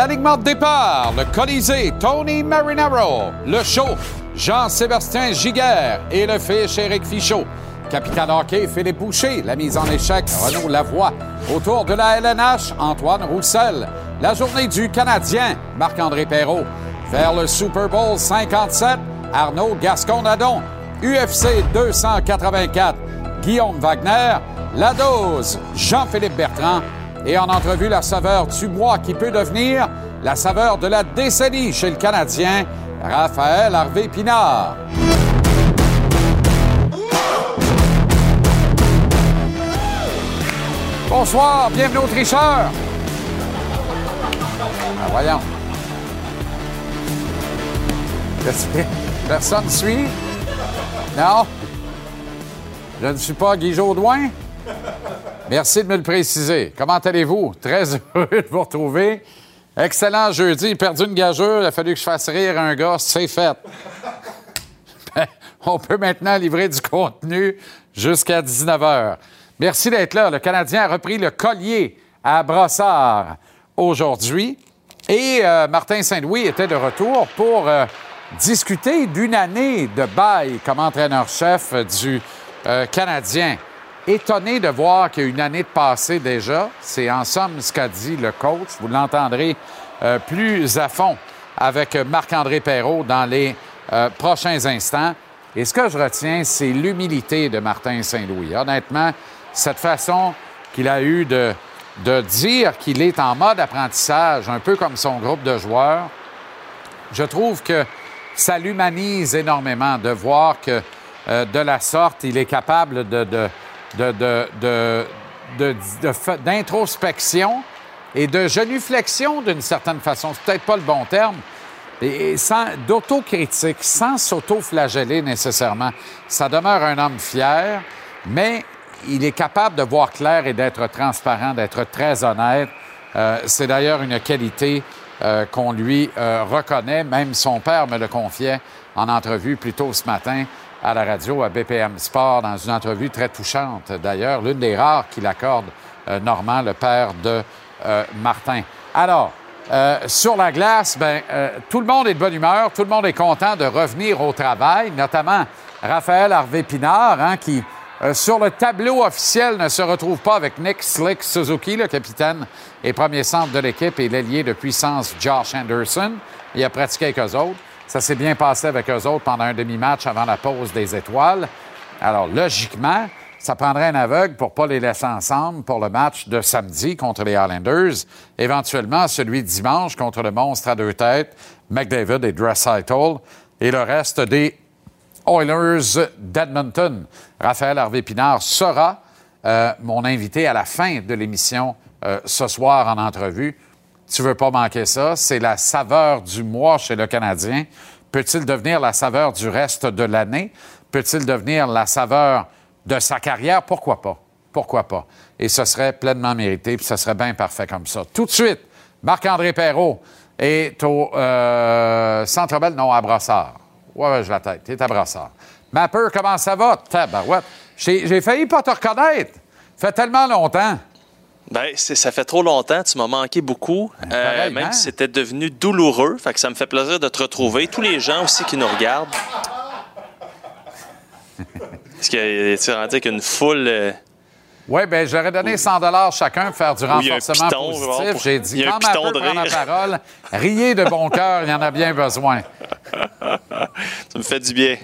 L'alignement de départ, le Colisée, Tony Marinaro. Le show, Jean-Sébastien Giguère et le fiche Éric Fichaud. Capitaine hockey, Philippe Boucher. La mise en échec, Renaud Lavoie. Autour de la LNH, Antoine Roussel. La journée du Canadien, Marc-André Perrault. Vers le Super Bowl 57, Arnaud Gascon-Nadon. UFC 284, Guillaume Wagner. La dose, Jean-Philippe Bertrand. Et en entrevue, la saveur du mois qui peut devenir la saveur de la décennie chez le Canadien, Raphaël Harvey-Pinard. Bonsoir, bienvenue aux tricheurs. Voyons. Personne suit? Non? Je ne suis pas Guy Jodoin? Merci de me le préciser. Comment allez-vous? Très heureux de vous retrouver. Excellent jeudi. J'ai perdu une gageure. Il a fallu que je fasse rire un gars. C'est fait. On peut maintenant livrer du contenu jusqu'à 19h. Merci d'être là. Le Canadien a repris le collier à Brossard aujourd'hui. Et Martin Saint-Louis était de retour pour discuter d'une année de bail comme entraîneur-chef du Canadien. Étonné de voir qu'il y a une année de passé déjà. C'est en somme ce qu'a dit le coach. Vous l'entendrez plus à fond avec Marc-André Perrault dans les prochains instants. Et ce que je retiens, c'est l'humilité de Martin Saint-Louis. Honnêtement, cette façon qu'il a eue de dire qu'il est en mode apprentissage, un peu comme son groupe de joueurs, je trouve que ça l'humanise énormément de voir que de la sorte, il est capable d'introspection et de genuflexion d'une certaine façon. C'est peut-être pas le bon terme, et d'autocritique, sans s'auto-flageller nécessairement. Ça demeure un homme fier, mais il est capable de voir clair et d'être transparent, d'être très honnête. C'est d'ailleurs une qualité qu'on lui reconnaît. Même son père me le confiait en entrevue plus tôt ce matin à la radio, à BPM Sport, dans une entrevue très touchante, d'ailleurs, l'une des rares qu'il accorde, Normand, le père de Martin. Alors, sur la glace, tout le monde est de bonne humeur, tout le monde est content de revenir au travail, notamment Raphaël Harvey-Pinard, qui, sur le tableau officiel, ne se retrouve pas avec Nick Slick Suzuki, le capitaine et premier centre de l'équipe et l'ailier de puissance Josh Anderson. Il a pratiqué avec eux autres. Ça s'est bien passé avec eux autres pendant un demi-match avant la pause des étoiles. Alors, logiquement, ça prendrait un aveugle pour ne pas les laisser ensemble pour le match de samedi contre les Islanders. Éventuellement, celui de dimanche contre le monstre à deux têtes, McDavid et Draisaitl, et le reste des Oilers d'Edmonton. Raphaël Harvey-Pinard sera mon invité à la fin de l'émission ce soir en entrevue. Tu veux pas manquer ça. C'est la saveur du mois chez le Canadien. Peut-il devenir la saveur du reste de l'année? Peut-il devenir la saveur de sa carrière? Pourquoi pas? Pourquoi pas? Et ce serait pleinement mérité, puis ce serait bien parfait comme ça. Tout de suite, Marc-André Perrault est au Centre Bell, non, à Brossard. Ouais, j'ai la tête. Il est à Brossard. Mapper, comment ça va? Tabarouette. J'ai failli pas te reconnaître. Ça fait tellement longtemps. Bien, ça fait trop longtemps. Tu m'as manqué beaucoup. Même si c'était devenu douloureux. Fait que ça me fait plaisir de te retrouver. Tous les gens aussi qui nous regardent. Parce que tu rendu avec une foule... Oui, bien, j'aurais donné 100 chacun pour faire du renforcement positif. J'ai dit, quand Mapper prend la parole, riez de bon cœur, il y en a bien besoin. Ça me fait du bien.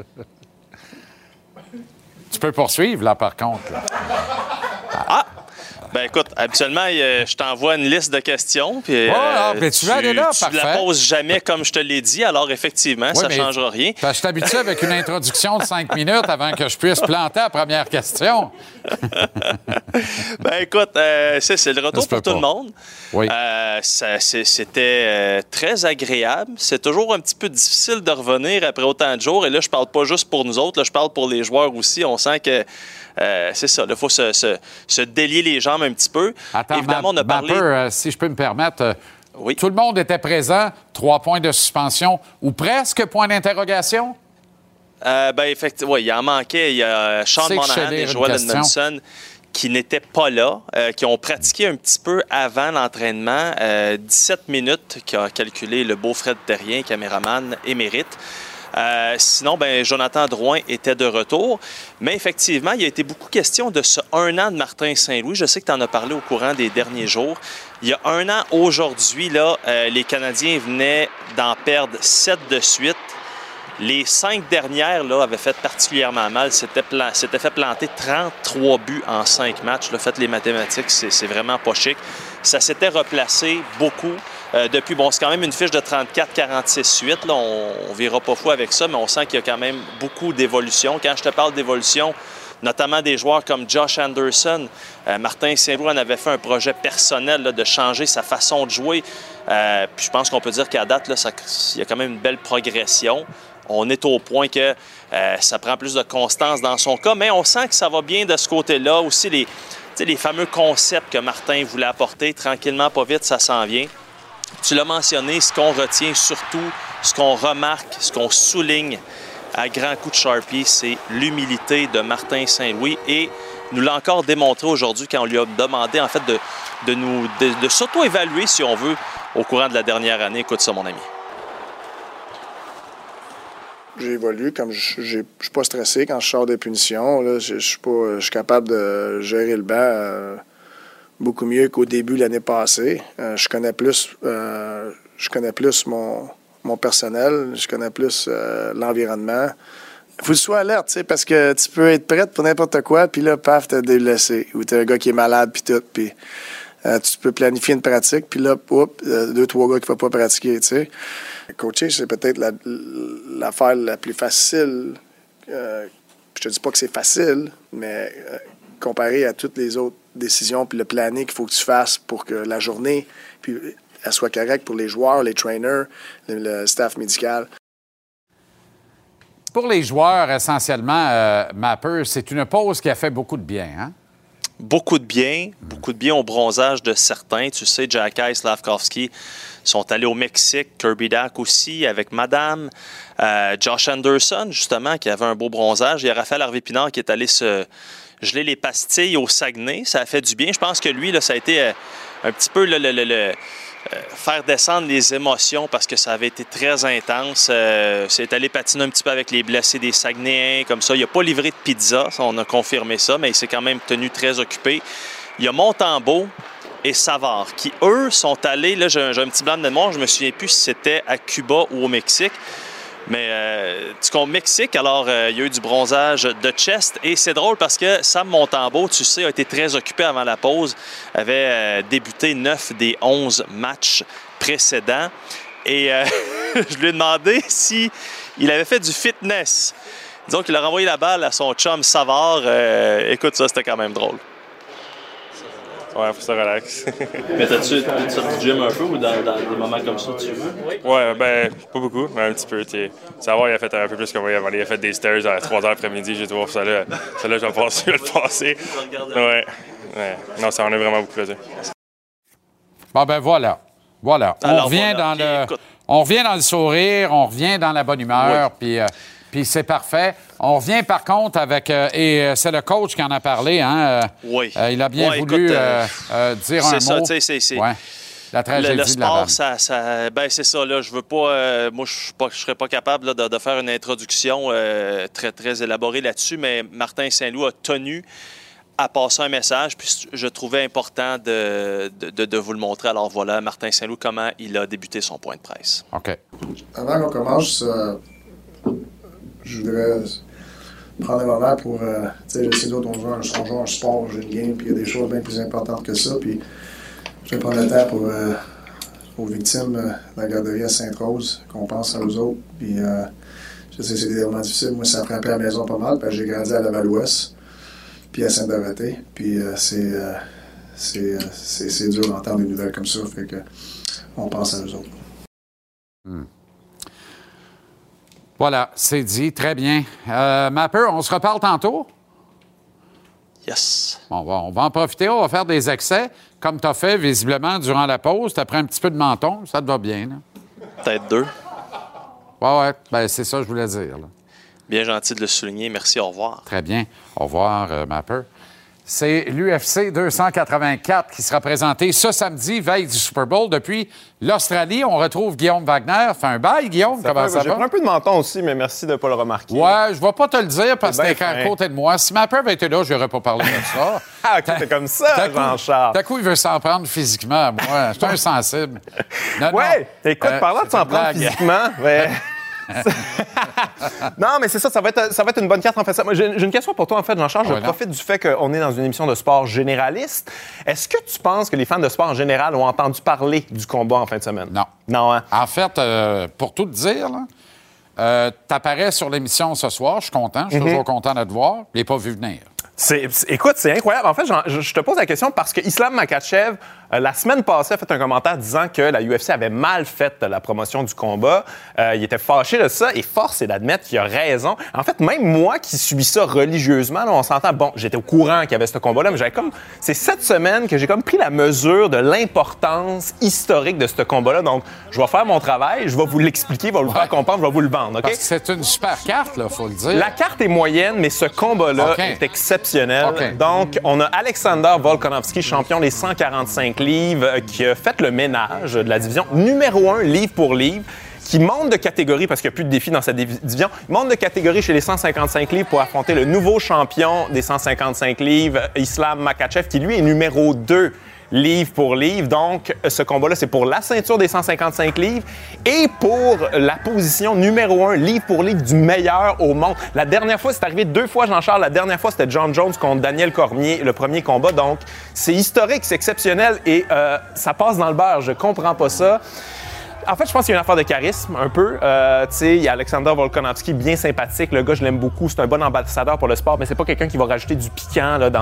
Tu peux poursuivre, là, par contre. Là. Ah! Ben écoute, habituellement, je t'envoie une liste de questions. Puis, tu vas aller là, tu parfait. ne la poses jamais comme je te l'ai dit, alors effectivement, ça ne changera rien. Je suis habitué avec une introduction de 5 minutes avant que je puisse planter la première question. Ben écoute, c'est le retour pour tout le monde. Oui. C'était très agréable. C'est toujours un petit peu difficile de revenir après autant de jours. Et là, je parle pas juste pour nous autres, là, je parle pour les joueurs aussi. On sent que c'est ça, il faut se délier les jambes un petit peu. Attends, évidemment, on a parlé... si je peux me permettre, oui. Tout le monde était présent, 3 points de suspension ou presque point d'interrogation? Effectivement, il en manquait. Il y a Sean Monahan et Joel Edmondson qui n'étaient pas là, qui ont pratiqué un petit peu avant l'entraînement. 17 minutes qu'a calculé le beau Fred Terrien, caméraman émérite. Sinon, Jonathan Drouin était de retour. Mais effectivement, il y a été beaucoup question de ce 1 an de Martin Saint-Louis. Je sais que tu en as parlé au courant des derniers jours. Il y a 1 an aujourd'hui, là, les Canadiens venaient d'en perdre 7 de suite. Les 5 dernières là, avaient fait particulièrement mal. S'était fait planter 33 buts en 5 matchs. Là, faites les mathématiques, c'est vraiment pas chic. Ça s'était replacé beaucoup. Depuis, c'est quand même une fiche de 34-46-8. Là, on verra pas fou avec ça, mais on sent qu'il y a quand même beaucoup d'évolution. Quand je te parle d'évolution, notamment des joueurs comme Josh Anderson, Martin Saint-Louis en avait fait un projet personnel là, de changer sa façon de jouer. Puis je pense qu'on peut dire qu'à date, là, il y a quand même une belle progression. On est au point que ça prend plus de constance dans son cas, mais on sent que ça va bien de ce côté-là. Aussi, les fameux concepts que Martin voulait apporter, tranquillement, pas vite, ça s'en vient. Tu l'as mentionné, ce qu'on retient surtout, ce qu'on remarque, ce qu'on souligne à grands coups de Sharpie, c'est l'humilité de Martin Saint-Louis et nous l'a encore démontré aujourd'hui quand on lui a demandé en fait de s'auto-évaluer, si on veut, au courant de la dernière année. Écoute ça, mon ami. J'ai évolué, comme je suis pas stressé quand je sors des punitions. Là, je suis capable de gérer le banc beaucoup mieux qu'au début l'année passée. Je connais plus mon personnel, je connais plus l'environnement. Il faut que tu sois alerte, parce que tu peux être prête pour n'importe quoi, puis là, paf, t'as délaissé. Ou t'as un gars qui est malade, puis tout, puis tu peux planifier une pratique, puis là, 2-3 gars qui ne vont pas pratiquer, tu sais. Coacher, c'est peut-être l'affaire la plus facile. Je te dis pas que c'est facile, mais comparé à toutes les autres décisions puis le planning qu'il faut que tu fasses pour que la journée puis elle soit correcte pour les joueurs, les trainers, le staff médical. Pour les joueurs, essentiellement, Mapper, c'est une pause qui a fait beaucoup de bien, hein? Beaucoup de bien au bronzage de certains. Tu sais, Jacki, Slavkovski sont allés au Mexique, Kirby Dach aussi, avec Madame. Josh Anderson, justement, qui avait un beau bronzage. Il y a Raphaël Harvey-Pinard qui est allé se geler les pastilles au Saguenay. Ça a fait du bien. Je pense que lui, là, ça a été un petit peu faire descendre les émotions parce que ça avait été très intense. C'est allé patiner un petit peu avec les blessés des Saguenayens, comme ça. Il n'a pas livré de pizza, on a confirmé ça, mais il s'est quand même tenu très occupé. Il y a Montembeault et Savard qui, eux, sont allés... Là, j'ai un petit blanc de mémoire, je me souviens plus si c'était à Cuba ou au Mexique. Mais au Mexique, alors, il y a eu du bronzage de chest. Et c'est drôle parce que Sam Montembeault, tu sais, a été très occupé avant la pause. Avait débuté 9 des 11 matchs précédents. Et je lui ai demandé s'il avait fait du fitness. Disons qu'il a renvoyé la balle à son chum Savard. Écoute, ça, c'était quand même drôle. Ouais, faut se relax. Mais t'as-tu du gym un peu ou dans des moments comme ça, tu veux? Ouais, pas beaucoup, mais un petit peu. Savoir, il a fait un peu plus que moi. Il a fait des stairs à 3h l'après-midi. J'ai dit, oh, ça là, je vais le passer. Ouais. Non, ça en a vraiment beaucoup plaisir. Bon, voilà. Alors, on revient dans le sourire, on revient dans la bonne humeur, puis c'est parfait. On revient par contre avec... et c'est le coach qui en a parlé, hein? Oui. Il a bien voulu dire un mot. C'est ça, c'est... Ouais. La tragédie le sport, de la c'est ça. Là, je veux pas... moi, je serais pas capable là, de faire une introduction très, très élaborée là-dessus, mais Martin Saint-Louis a tenu à passer un message, puis je trouvais important de vous le montrer. Alors voilà, Martin Saint-Louis, comment il a débuté son point de presse. OK. Avant qu'on commence... je voudrais prendre un moment pour... tu sais, je sais d'autres, on joue un sport, j'ai une game, puis il y a des choses bien plus importantes que ça. Puis je vais prendre le temps aux victimes de la garderie à Sainte-Rose, qu'on pense à eux autres. Puis je sais, c'est des moments difficiles. Moi, ça a frappé à la maison pas mal, parce que j'ai grandi à Laval-Ouest, puis à Sainte-Dorothée. Puis c'est dur d'entendre des nouvelles comme ça, fait que on pense à eux autres. Voilà, c'est dit. Très bien. Mapper, on se reparle tantôt? Yes. Bon, on va en profiter. On va faire des excès, comme tu as fait visiblement durant la pause. Tu as pris un petit peu de menton. Ça te va bien, là? Peut-être 2. Ouais. Ben, c'est ça que je voulais dire, là. Bien gentil de le souligner. Merci, au revoir. Très bien. Au revoir, Mapper. C'est l'UFC 284 qui sera présenté ce samedi, veille du Super Bowl. Depuis l'Australie, on retrouve Guillaume Wagner. Fait un bail, Guillaume, comment ça va? J'ai pris un peu de menton aussi, mais merci de ne pas le remarquer. Ouais, je vais pas te le dire parce que t'es à côté de moi. Si ma peur avait été là, je n'aurais pas parlé de ça. Ah, OK, c'est comme ça, Jean-Charles. D'un coup, il veut s'en prendre physiquement. Moi, je suis insensible. Ouais, écoute, parlant de s'en prendre physiquement, mais... Non, mais c'est ça, ça va être une bonne carte en fait. Moi, j'ai une question pour toi, en fait, Jean-Charles. Je profite du fait qu'on est dans une émission de sport généraliste. Est-ce que tu penses que les fans de sport en général ont entendu parler du combat en fin de semaine? Non. Non, hein? En fait, pour tout te dire, t'apparais sur l'émission ce soir. Je suis content. Je suis toujours content de te voir. Je l'ai pas vu venir. Écoute, c'est incroyable. En fait, je te pose la question parce que Islam Makhachev, la semaine passée, a fait un commentaire disant que la UFC avait mal fait la promotion du combat. Il était fâché de ça et force est d'admettre qu'il a raison. En fait, même moi qui suis ça religieusement, là, on s'entend, bon, j'étais au courant qu'il y avait ce combat-là, mais c'est cette semaine que j'ai comme pris la mesure de l'importance historique de ce combat-là. Donc, je vais faire mon travail, je vais vous l'expliquer, je vais vous le faire comprendre, je vais vous le vendre, OK? Parce que c'est une super carte, là, faut le dire. La carte est moyenne, mais ce combat-là est exceptionnel. Donc, on a Alexander Volkanovski, champion des 145 livres, qui a fait le ménage de la division numéro 1, livre pour livre, qui monte de catégorie, parce qu'il n'y a plus de défis dans cette division, monte de catégorie chez les 155 livres pour affronter le nouveau champion des 155 livres, Islam Makhachev, qui lui est numéro 2. Livre pour livre. Donc, ce combat-là, c'est pour la ceinture des 155 livres et pour la position numéro 1, livre pour livre, du meilleur au monde. La dernière fois, c'est arrivé 2 fois, Jean-Charles. La dernière fois, c'était John Jones contre Daniel Cormier, le premier combat. Donc, c'est historique, c'est exceptionnel et ça passe dans le beurre. Je comprends pas ça. En fait, je pense qu'il y a une affaire de charisme, un peu. Tu sais, il y a Alexander Volkanovski, bien sympathique. Le gars, je l'aime beaucoup. C'est un bon ambassadeur pour le sport, mais c'est pas quelqu'un qui va rajouter du piquant là,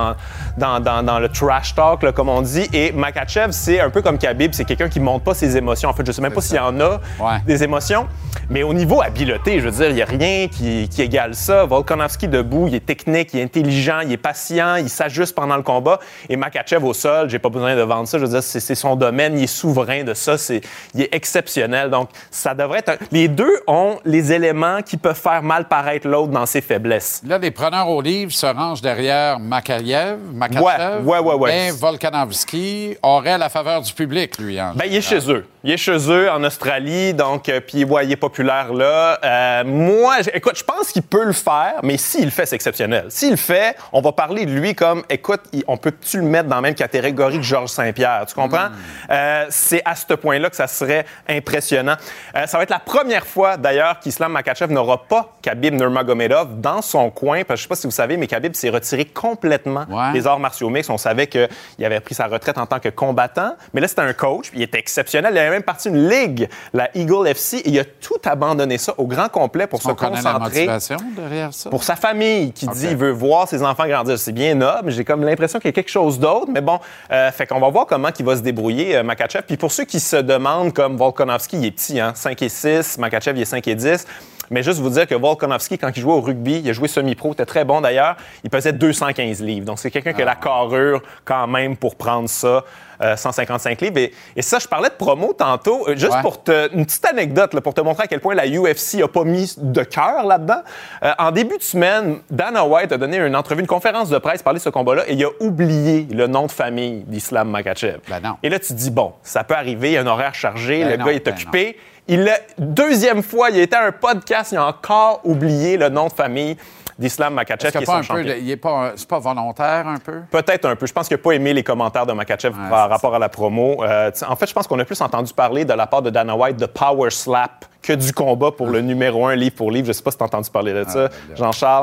dans le trash talk, là, comme on dit. Et Makhachev, c'est un peu comme Khabib. C'est quelqu'un qui montre pas ses émotions. En fait, je sais même pas s'il y en a des émotions. Mais au niveau habileté, je veux dire, il y a rien qui égale ça. Volkanovski debout, il est technique, il est intelligent, il est patient, il s'ajuste pendant le combat. Et Makhachev au sol, j'ai pas besoin de vendre ça. Je veux dire, c'est son domaine, il est souverain de ça. Il est exceptionnel. Donc, ça devrait être... Les deux ont les éléments qui peuvent faire mal paraître l'autre dans ses faiblesses. Là, les preneurs au livre se rangent derrière Makhachev. Ouais. Et Volkanovski aurait la faveur du public, lui. Il est chez eux. Il est chez eux, en Australie, donc, puis il est populaire là. Moi, écoute, je pense qu'il peut le faire, mais s'il le fait, c'est exceptionnel. S'il le fait, on va parler de lui comme, écoute, on peut-tu le mettre dans la même catégorie que Georges Saint-Pierre, tu comprends? C'est à ce point-là que ça serait impressionnant. Ça va être la première fois, d'ailleurs, qu'Islam Makhachev n'aura pas Khabib Nurmagomedov dans son coin, parce que je ne sais pas si vous savez, mais Khabib s'est retiré complètement des arts martiaux mixtes. On savait qu'il avait pris sa retraite en tant que combattant, mais là, c'était un coach, puis il était exceptionnel. Il avait même parti une ligue, la Eagle FC, et il a tout abandonné ça au grand complet pour se concentrer la motivation derrière ça? Pour sa famille, qui dit qu'il veut voir ses enfants grandir. C'est bien noble, j'ai comme l'impression qu'il y a quelque chose d'autre, mais bon, fait qu'on va voir comment il va se débrouiller, Makhachev. Puis pour ceux qui se demandent, comme Volkanovski, il est petit, hein, 5'6", Makhachev, il est 5'10". Mais juste vous dire que Volkanovski, quand il jouait au rugby, il a joué semi-pro, était très bon d'ailleurs, il pesait 215 livres. Donc, c'est quelqu'un qui a la carrure quand même pour prendre ça, 155 livres. Et ça, je parlais de promo tantôt. Juste pour une petite anecdote, là, pour te montrer à quel point la UFC n'a pas mis de cœur là-dedans. En début de semaine, Dana White a donné une entrevue, une conférence de presse, parler de ce combat-là, et il a oublié le nom de famille d'Islam Makhachev. Et là, tu te dis, bon, ça peut arriver, il y a un horaire chargé, le gars est occupé. Deuxième fois, il était à un podcast, il a encore oublié le nom de famille d'Islam Makhachev, qui est son champion. C'est pas volontaire un peu? Peut-être un peu. Je pense qu'il n'a pas aimé les commentaires de Makhachev par rapport à la promo. En fait, je pense qu'on a plus entendu parler de la part de Dana White de Power Slap que du combat pour le numéro 1 livre pour livre. Je ne sais pas si tu as entendu parler de ça, Jean-Charles.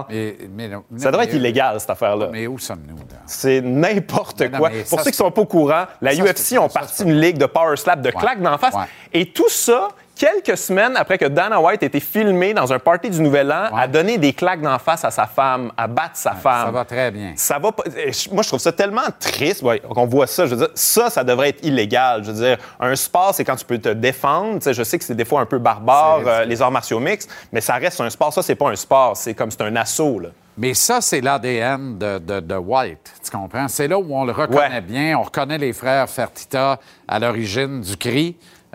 Ça devrait être illégal, cette affaire-là. Mais où sommes-nous? C'est n'importe quoi. Pour ceux qui ne sont pas au courant, la UFC ont parti une ligue de Power Slap, de claques d'en face. Et tout ça... Quelques semaines après que Dana White ait été filmé dans un party du Nouvel An, à donner des claques d'en face à sa femme, à battre sa femme. Ça va très bien. Ça va pas... Moi, je trouve ça tellement triste. On voit ça. Je veux dire, ça devrait être illégal. Je veux dire, un sport, c'est quand tu peux te défendre. Je sais que c'est des fois un peu barbare, les arts martiaux mixtes, mais ça reste un sport. Ça, c'est pas un sport. C'est un assaut, là. Mais ça, c'est l'ADN de White, tu comprends? C'est là où on le reconnaît bien. On reconnaît les frères Fertitta à l'origine du cri.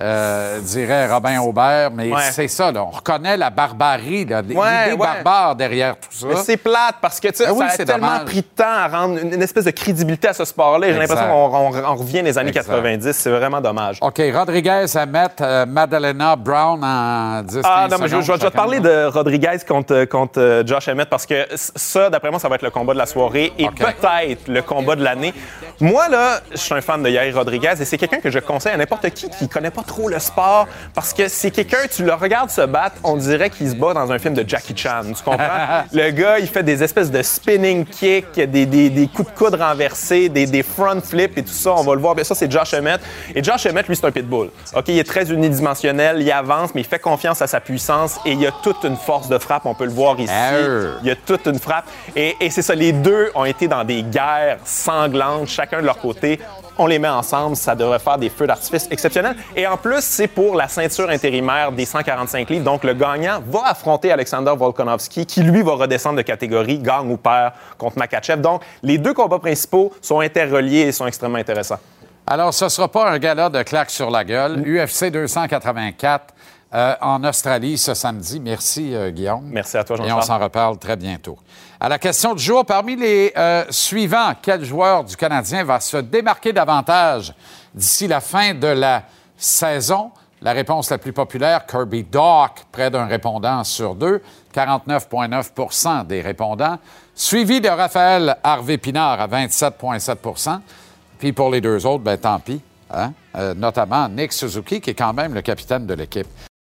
dirait Robin Aubert, mais c'est ça, là, on reconnaît la barbarie, l'idée barbare derrière tout ça. Mais c'est plate parce que ça a tellement pris de temps à rendre une espèce de crédibilité à ce sport-là. J'ai l'impression qu'on revient des années 90. C'est vraiment dommage. OK, Rodriguez à mettre Madalena Brown en 10 non, mais je vais te parler de Rodriguez contre Josh Emmett parce que ça, d'après moi, ça va être le combat de la soirée et peut-être le combat de l'année. Moi, là, je suis un fan de Yair Rodriguez et c'est quelqu'un que je conseille à n'importe qui connaît pas trop le sport parce que c'est quelqu'un, tu le regardes se battre, on dirait qu'il se bat dans un film de Jackie Chan. Tu comprends? Le gars, il fait des espèces de spinning kicks, des coups de coude renversés, des front flips et tout ça. On va le voir. Bien, ça, c'est Josh Emmett. Et Josh Emmett, lui, c'est un pitbull. OK, il est très unidimensionnel, il avance, mais il fait confiance à sa puissance et il y a toute une force de frappe. On peut le voir ici. Il y a toute une frappe. Et c'est ça, les deux ont été dans des guerres sanglantes, chacun de leur côté. On les met ensemble, ça devrait faire des feux d'artifice exceptionnels. Et en plus, c'est pour la ceinture intérimaire des 145 livres. Donc, le gagnant va affronter Alexander Volkanovski, qui, lui, va redescendre de catégorie, gagne ou perd contre Makhachev. Donc, les deux combats principaux sont interreliés et sont extrêmement intéressants. Alors, ce ne sera pas un gala de claques sur la gueule. UFC 284 en Australie ce samedi. Merci, Guillaume. Merci à toi, Jean-Charles. Et on s'en reparle très bientôt. À la question du jour, parmi les suivants, quel joueur du Canadien va se démarquer davantage d'ici la fin de la saison? La réponse la plus populaire, Kirby Dach, près d'un répondant sur deux, 49,9 % des répondants, suivi de Raphaël Harvey-Pinard à 27,7 %. Puis pour les deux autres, ben tant pis, hein? Notamment Nick Suzuki, qui est quand même le capitaine de l'équipe.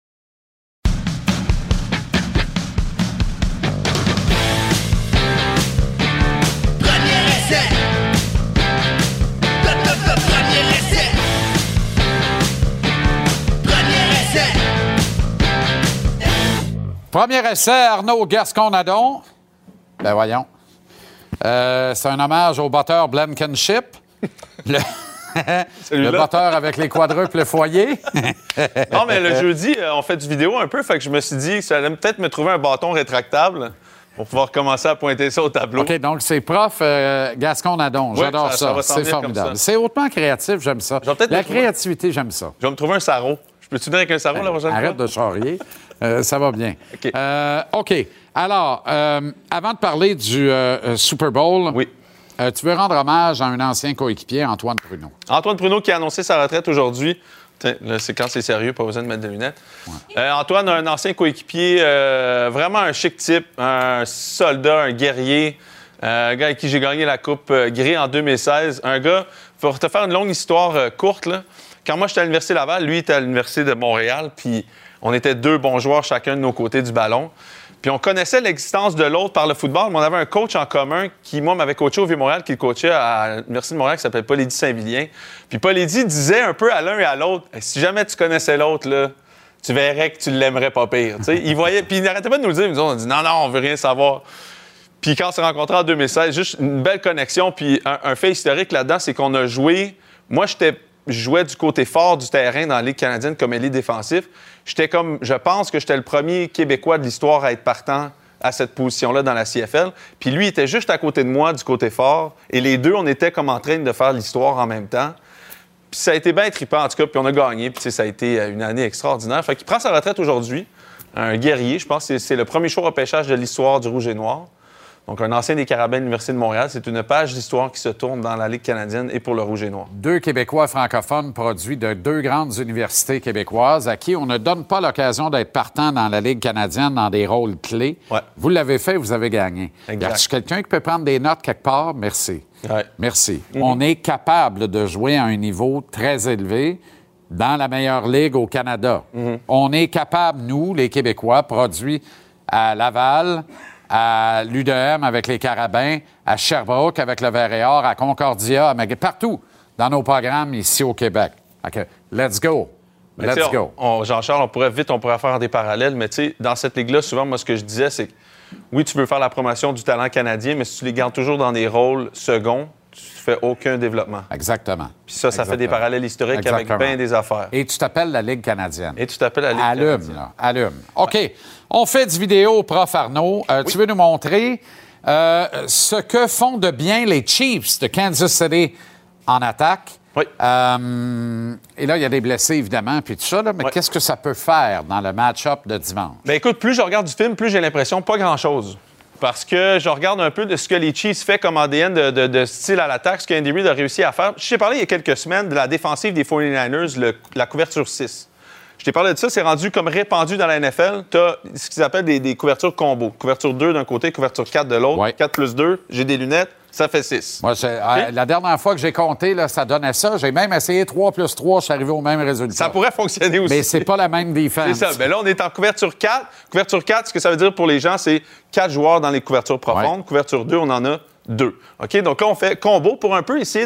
Premier essai, Arnaud Gascon-Nadon. Ben voyons. C'est un hommage au batteur Blankenship. Le batteur avec les quadruples foyers. Non, mais le jeudi, on fait du vidéo un peu, fait que je me suis dit que ça allait peut-être me trouver un bâton rétractable pour pouvoir commencer à pointer ça au tableau. OK, donc c'est prof Gascon-Nadon. J'adore ça. C'est formidable. C'est hautement créatif, j'aime ça. La créativité, j'aime ça. Je vais me trouver un sarrau. Je peux-tu venir avec un sarrau la prochaine fois? Arrête de charrier. Ça va bien. OK. Alors, avant de parler du Super Bowl, oui. Tu veux rendre hommage à un ancien coéquipier, Antoine Pruneau. Antoine Pruneau qui a annoncé sa retraite aujourd'hui. Là, c'est quand c'est sérieux, pas besoin de mettre des lunettes. Ouais. Antoine, un ancien coéquipier, vraiment un chic type, un soldat, un guerrier, un gars avec qui j'ai gagné la Coupe Grey en 2016. Un gars, pour te faire une longue histoire courte, là, quand moi j'étais à l'Université Laval, lui était à l'Université de Montréal, puis on était deux bons joueurs chacun de nos côtés du ballon. Puis on connaissait l'existence de l'autre par le football, mais on avait un coach en commun qui, moi, m'avait coaché au Vieux-Montréal, qui le coachait à l'Université de Montréal, qui s'appelle Paul-Édith Saint-Vilien. Puis Paul-Édith disait un peu à l'un et à l'autre, si jamais tu connaissais l'autre, là, tu verrais que tu l'aimerais pas pire. T'sais, il voyait, puis il n'arrêtait pas de nous le dire. On dit non, on veut rien savoir. Puis quand on s'est rencontrés en 2016, juste une belle connexion. Puis un fait historique là-dedans, c'est qu'on a joué. Moi, je jouais du côté fort du terrain dans la Ligue canadienne comme ailier défensif. Je pense que j'étais le premier Québécois de l'histoire à être partant à cette position-là dans la CFL. Puis lui, il était juste à côté de moi du côté fort. Et les deux, on était comme en train de faire l'histoire en même temps. Puis ça a été bien trippant, en tout cas. Puis on a gagné. Puis ça a été une année extraordinaire. Fait qu'il prend sa retraite aujourd'hui. Un guerrier. Je pense que c'est le premier choix repêchage de l'histoire du Rouge et Noir. Donc, un ancien des Carabins de l'Université de Montréal. C'est une page d'histoire qui se tourne dans la Ligue canadienne et pour le Rouge et Noir. Deux Québécois francophones produits de deux grandes universités québécoises à qui on ne donne pas l'occasion d'être partant dans la Ligue canadienne dans des rôles clés. Ouais. Vous l'avez fait, vous avez gagné. Exact. Y a-t-il quelqu'un qui peut prendre des notes quelque part? Merci. Ouais. Merci. Mm-hmm. On est capable de jouer à un niveau très élevé dans la meilleure ligue au Canada. Mm-hmm. On est capable, nous, les Québécois, produits à Laval, à l'UDM avec les Carabins, à Sherbrooke avec le Vert et Or, à Concordia, partout dans nos programmes ici au Québec. OK, let's go. Let's go. Jean-Charles, on pourrait faire des parallèles, mais tu sais, dans cette ligue-là, souvent, moi, ce que je disais, c'est que oui, tu veux faire la promotion du talent canadien, mais si tu les gardes toujours dans des rôles seconds, tu fais aucun développement. Exactement. Puis ça fait des parallèles historiques avec bien des affaires. Et tu t'appelles la Ligue canadienne. Allume, là. Allume. OK. Ouais. On fait du vidéo, prof Arnaud. Oui. Tu veux nous montrer ce que font de bien les Chiefs de Kansas City en attaque Oui. Et là, il y a des blessés, évidemment, puis tout ça, là, mais qu'est-ce que ça peut faire dans le match-up de dimanche? Bien, écoute, plus je regarde du film, plus j'ai l'impression pas grand-chose. Parce que je regarde un peu de ce que les Chiefs font comme ADN de style à l'attaque, ce qu'Andy Reid a réussi à faire. Je t'ai parlé il y a quelques semaines de la défensive des 49ers, la couverture 6. Je t'ai parlé de ça, c'est rendu comme répandu dans la NFL. Tu as ce qu'ils appellent des couvertures combo. Couverture 2 d'un côté, couverture 4 de l'autre. Ouais. 4 plus 2, j'ai des lunettes, ça fait 6. Moi, la dernière fois que j'ai compté, là, ça donnait ça. J'ai même essayé 3 plus 3, je suis arrivé au même résultat. Ça pourrait fonctionner aussi. Mais c'est pas la même défense. C'est ça. Bien là, on est en couverture 4. Couverture 4, ce que ça veut dire pour les gens, c'est 4 joueurs dans les couvertures profondes. Ouais. Couverture 2, on en a 2. OK? Donc là, on fait combo pour un peu essayer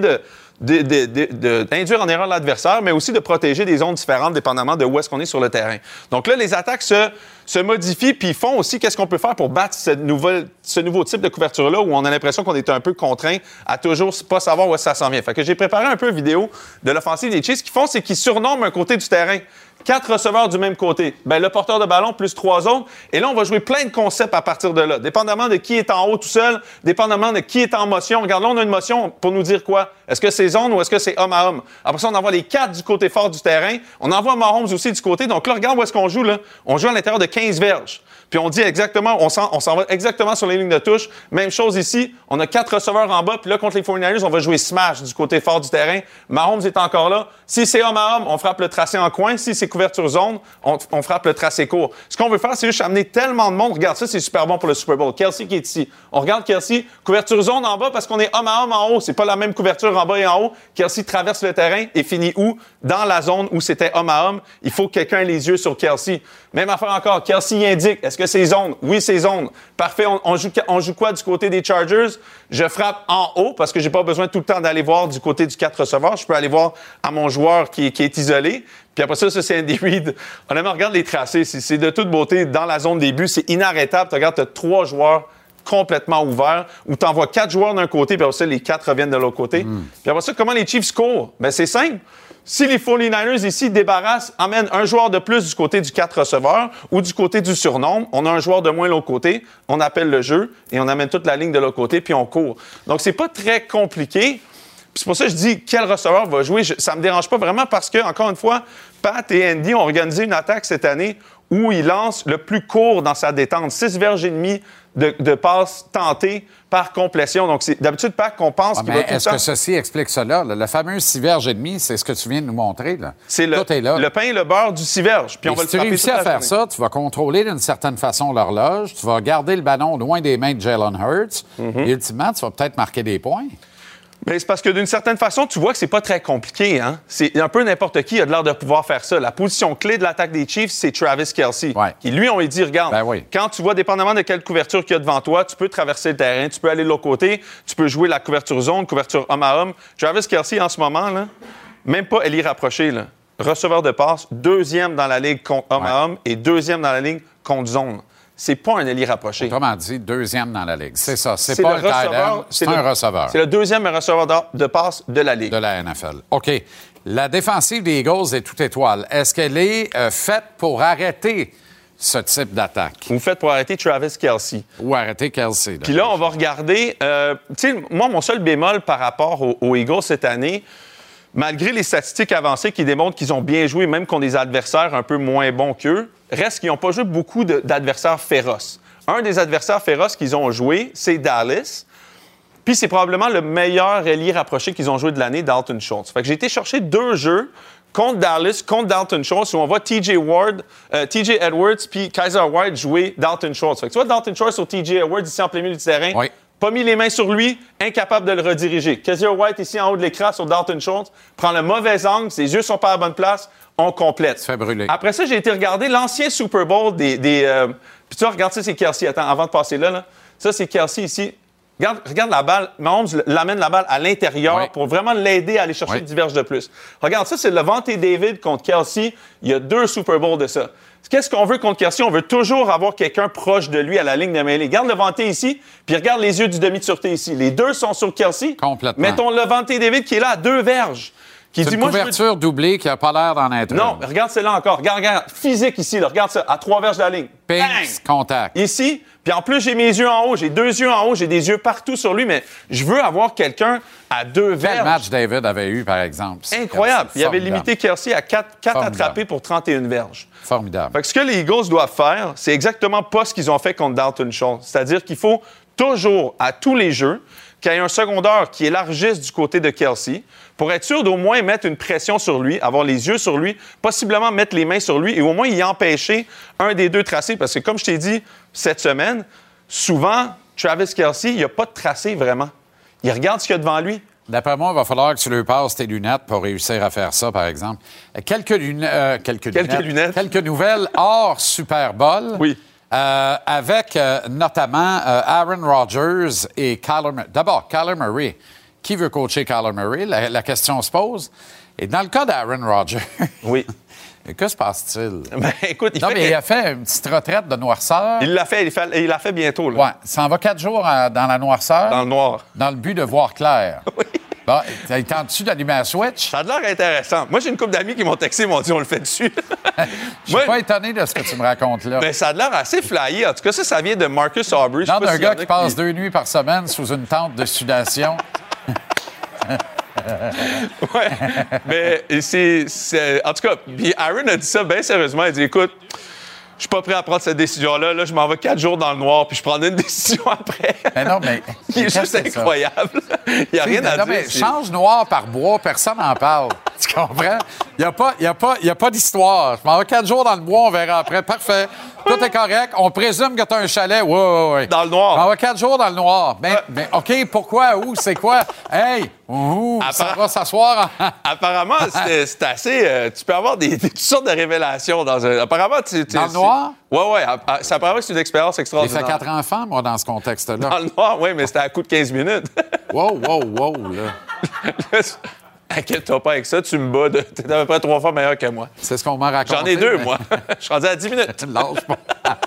d'induire en erreur l'adversaire, mais aussi de protéger des zones différentes dépendamment de où est-ce qu'on est sur le terrain. Donc là, les attaques se modifient, puis ils font aussi qu'est-ce qu'on peut faire pour battre ce nouveau type de couverture-là où on a l'impression qu'on est un peu contraint à toujours pas savoir où ça s'en vient. Fait que j'ai préparé un peu une vidéo de l'offensive des Chiefs. Ce qu'ils font, c'est qu'ils surnomment un côté du terrain. 4 receveurs du même côté. Bien, le porteur de ballon plus 3 autres. Et là, on va jouer plein de concepts à partir de là. Dépendamment de qui est en haut tout seul, dépendamment de qui est en motion. Regarde, là, on a une motion pour nous dire quoi? Est-ce que c'est zone ou est-ce que c'est homme à homme? Après ça, on envoie les 4 du côté fort du terrain. On envoie Mahomes aussi du côté. Donc là, regarde où est-ce qu'on joue, là. On joue à l'intérieur de 15 verges. Puis on dit exactement, on s'en va exactement sur les lignes de touche. Même chose ici, on a 4 receveurs en bas, puis là, contre les 49ers, on va jouer smash du côté fort du terrain. Mahomes est encore là. Si c'est homme à homme, on frappe le tracé en coin. Si c'est couverture zone, on frappe le tracé court. Ce qu'on veut faire, c'est juste amener tellement de monde. Regarde, ça, c'est super bon pour le Super Bowl. Kelsey qui est ici. On regarde Kelsey, couverture zone en bas parce qu'on est homme à homme en haut. C'est pas la même couverture en bas et en haut. Kelsey traverse le terrain et finit où? Dans la zone où c'était homme à homme. Il faut que quelqu'un ait les yeux sur Kelsey. Même affaire encore. Kelsey indique. Est-ce que c'est zone? Oui, c'est zone. Parfait. On joue quoi du côté des Chargers? Je frappe en haut parce que j'ai pas besoin tout le temps d'aller voir du côté du 4 receveurs. Je peux aller voir à mon joueur qui est isolé. Puis après ça, c'est Andy Reid. Honnêtement, regarde les tracés. C'est de toute beauté dans la zone des buts. C'est inarrêtable. Tu regardes, tu as 3 joueurs complètement ouverts où tu envoies 4 joueurs d'un côté, puis après ça, les 4 reviennent de l'autre côté. Puis après ça, comment les Chiefs scorent? Bien, c'est simple. Si les 49ers ici débarrassent, emmènent un joueur de plus du côté du 4 receveurs ou du côté du surnombre, on a un joueur de moins de l'autre côté, on appelle le jeu et on amène toute la ligne de l'autre côté, puis on court. Donc, c'est pas très compliqué. Puis c'est pour ça que je dis quel receveur va jouer. Ça me dérange pas vraiment parce que, encore une fois, Pat et Andy ont organisé une attaque cette année où ils lancent le plus court dans sa détente. 6 verges et demie de passes tentées par complétion. Donc, c'est d'habitude pas qu'on pense qu'il va tout le temps... Est-ce que ceci explique cela? Le fameux 6 verges et demi, c'est ce que tu viens de nous montrer. Là. C'est Tout est là. Le pain et le beurre du 6 verges. Puis on va si tu réussis à faire ça, tu vas contrôler d'une certaine façon l'horloge, tu vas garder le ballon loin des mains de Jalen Hurts, et ultimement, tu vas peut-être marquer des points. Bien, c'est parce que d'une certaine façon, tu vois que c'est pas très compliqué. Hein? C'est un peu n'importe qui a de l'air de pouvoir faire ça. La position clé de l'attaque des Chiefs, c'est Travis Kelce. Ouais. Qui, lui, on lui dit, regarde, quand tu vois, dépendamment de quelle couverture qu'il y a devant toi, tu peux traverser le terrain, tu peux aller de l'autre côté, tu peux jouer la couverture zone, couverture homme à homme. Travis Kelce, en ce moment, là, même pas elle y rapprochée, là. Receveur de passe, 2e dans la ligue contre homme à homme et 2e dans la ligue contre zone. C'est pas un ailier rapproché. Autrement dit, 2e dans la Ligue. C'est ça. C'est pas un tight end, c'est un receveur. C'est le 2e receveur de passe de la Ligue. De la NFL. OK. La défensive des Eagles est toute étoile. Est-ce qu'elle est faite pour arrêter ce type d'attaque? Ou faite pour arrêter Travis Kelce. Ou arrêter Kelce. Puis là, on va regarder... tu sais, moi, mon seul bémol par rapport aux Eagles cette année... Malgré les statistiques avancées qui démontrent qu'ils ont bien joué, même contre des adversaires un peu moins bons qu'eux, reste qu'ils n'ont pas joué beaucoup d'adversaires féroces. Un des adversaires féroces qu'ils ont joué, c'est Dallas. Puis c'est probablement le meilleur ailier rapproché qu'ils ont joué de l'année, Dalton Schultz. Fait que j'ai été chercher 2 jeux contre Dallas, contre Dalton Schultz, où on voit TJ Edwards puis Kaiser White jouer Dalton Schultz. Fait que tu vois Dalton Schultz sur TJ Edwards ici en plein milieu du terrain. Oui. Pas mis les mains sur lui, incapable de le rediriger. Kaiser White, ici en haut de l'écran, sur Dalton Schultz, prend le mauvais angle, ses yeux sont pas à la bonne place, on complète. Se fait brûler. Après ça, j'ai été regarder l'ancien Super Bowl des puis tu vois, regarde ça, c'est Kelce. Attends, avant de passer là. Ça, c'est Kelce ici. Regarde la balle. Mahomes l'amène la balle à l'intérieur pour vraiment l'aider à aller chercher 10 verges de plus. Regarde, ça, c'est le Levante David contre Kelce. Il y a 2 Super Bowls de ça. Qu'est-ce qu'on veut contre Kelce? On veut toujours avoir quelqu'un proche de lui à la ligne de mêlée. Regarde Levante ici, puis regarde les yeux du demi de sûreté ici. Les 2 sont sur Kelce. Complètement. Mettons Levante David qui est là à 2 verges. qui c'est dit, une moi, couverture doublée qui n'a pas l'air d'en être Non, mais regarde celle-là encore. Regarde. Physique ici, là. Regarde ça. À 3 verges de la ligne. Pince, contact. Ici. Puis en plus, j'ai mes yeux en haut. J'ai 2 yeux en haut. J'ai des yeux partout sur lui. Mais je veux avoir quelqu'un à 2 verges. Quel match David avait eu, par exemple? Incroyable. Il avait Formidable. limité Kelsey à 4 attrapés pour 31 verges. Formidable. Fait que ce que les Eagles doivent faire, c'est exactement pas ce qu'ils ont fait contre Dalton Schultz. C'est-à-dire qu'il faut toujours, à tous les jeux, qu'il y ait un secondaire qui élargisse du côté de Kelsey pour être sûr d'au moins mettre une pression sur lui, avoir les yeux sur lui, possiblement mettre les mains sur lui et au moins y empêcher un des deux tracés. Parce que comme je t'ai dit cette semaine, souvent, Travis Kelsey, il n'y a pas de tracé vraiment. Il regarde ce qu'il y a devant lui. D'après moi, il va falloir que tu lui passes tes lunettes pour réussir à faire ça, par exemple. Quelques lunettes. Quelques nouvelles hors Super Bowl. Oui. Avec notamment Aaron Rodgers et Kyler Murray. D'abord, Kyler Murray. Qui veut coacher Kyler Murray? La question se pose. Et dans le cas d'Aaron Rodgers, oui. Que se passe-t-il? Ben, écoute, il a fait une petite retraite de noirceur. Il l'a fait bientôt. Là. Oui, ça en va 4 jours dans la noirceur. Dans le noir. Dans le but de voir clair. Oui. Bon, il tente-tu d'allumer la Switch? Ça a l'air intéressant. Moi, j'ai une couple d'amis qui m'ont texté et m'ont dit on le fait dessus. Je suis pas étonné de ce que tu me racontes là. Ben, ça a l'air assez flyé. En tout cas, ça vient de Marcus Aubrey. Non, d'un gars qui passe 2 nuits par semaine sous une tente de sudation. Ouais. Mais c'est... En tout cas, puis Aaron a dit ça bien sérieusement. Il a dit écoute, je suis pas prêt à prendre cette décision-là. Là, je m'en vais 4 jours dans le noir, puis je prendrai une décision après. Mais non, mais... Il est juste incroyable. Il n'y a rien à dire. Mais change noir par bois, personne n'en parle. Tu comprends? Il n'y a pas d'histoire. Je m'en vais 4 jours dans le bois, on verra après. Parfait. Tout est correct. On présume que tu as un chalet. Oui. Dans le noir. Je m'en vais 4 jours dans le noir. Mais OK, pourquoi? Où? C'est quoi? Hey! Ça va s'asseoir. Apparemment, c'est assez... tu peux avoir toutes sortes de révélations dans un... Apparemment, dans le noir? Oui. Ça apparemment que c'est une expérience extraordinaire. J'ai fait 4 enfants, moi, dans ce contexte-là. Dans le noir, oui, mais c'était à coup de 15 minutes. wow, là. Inquiète-toi pas avec ça, tu me bats. T'es à peu près 3 fois meilleur que moi. C'est ce qu'on m'a raconté. J'en ai 2, moi. Je suis rendu à 10 minutes. Tu me lâches pas.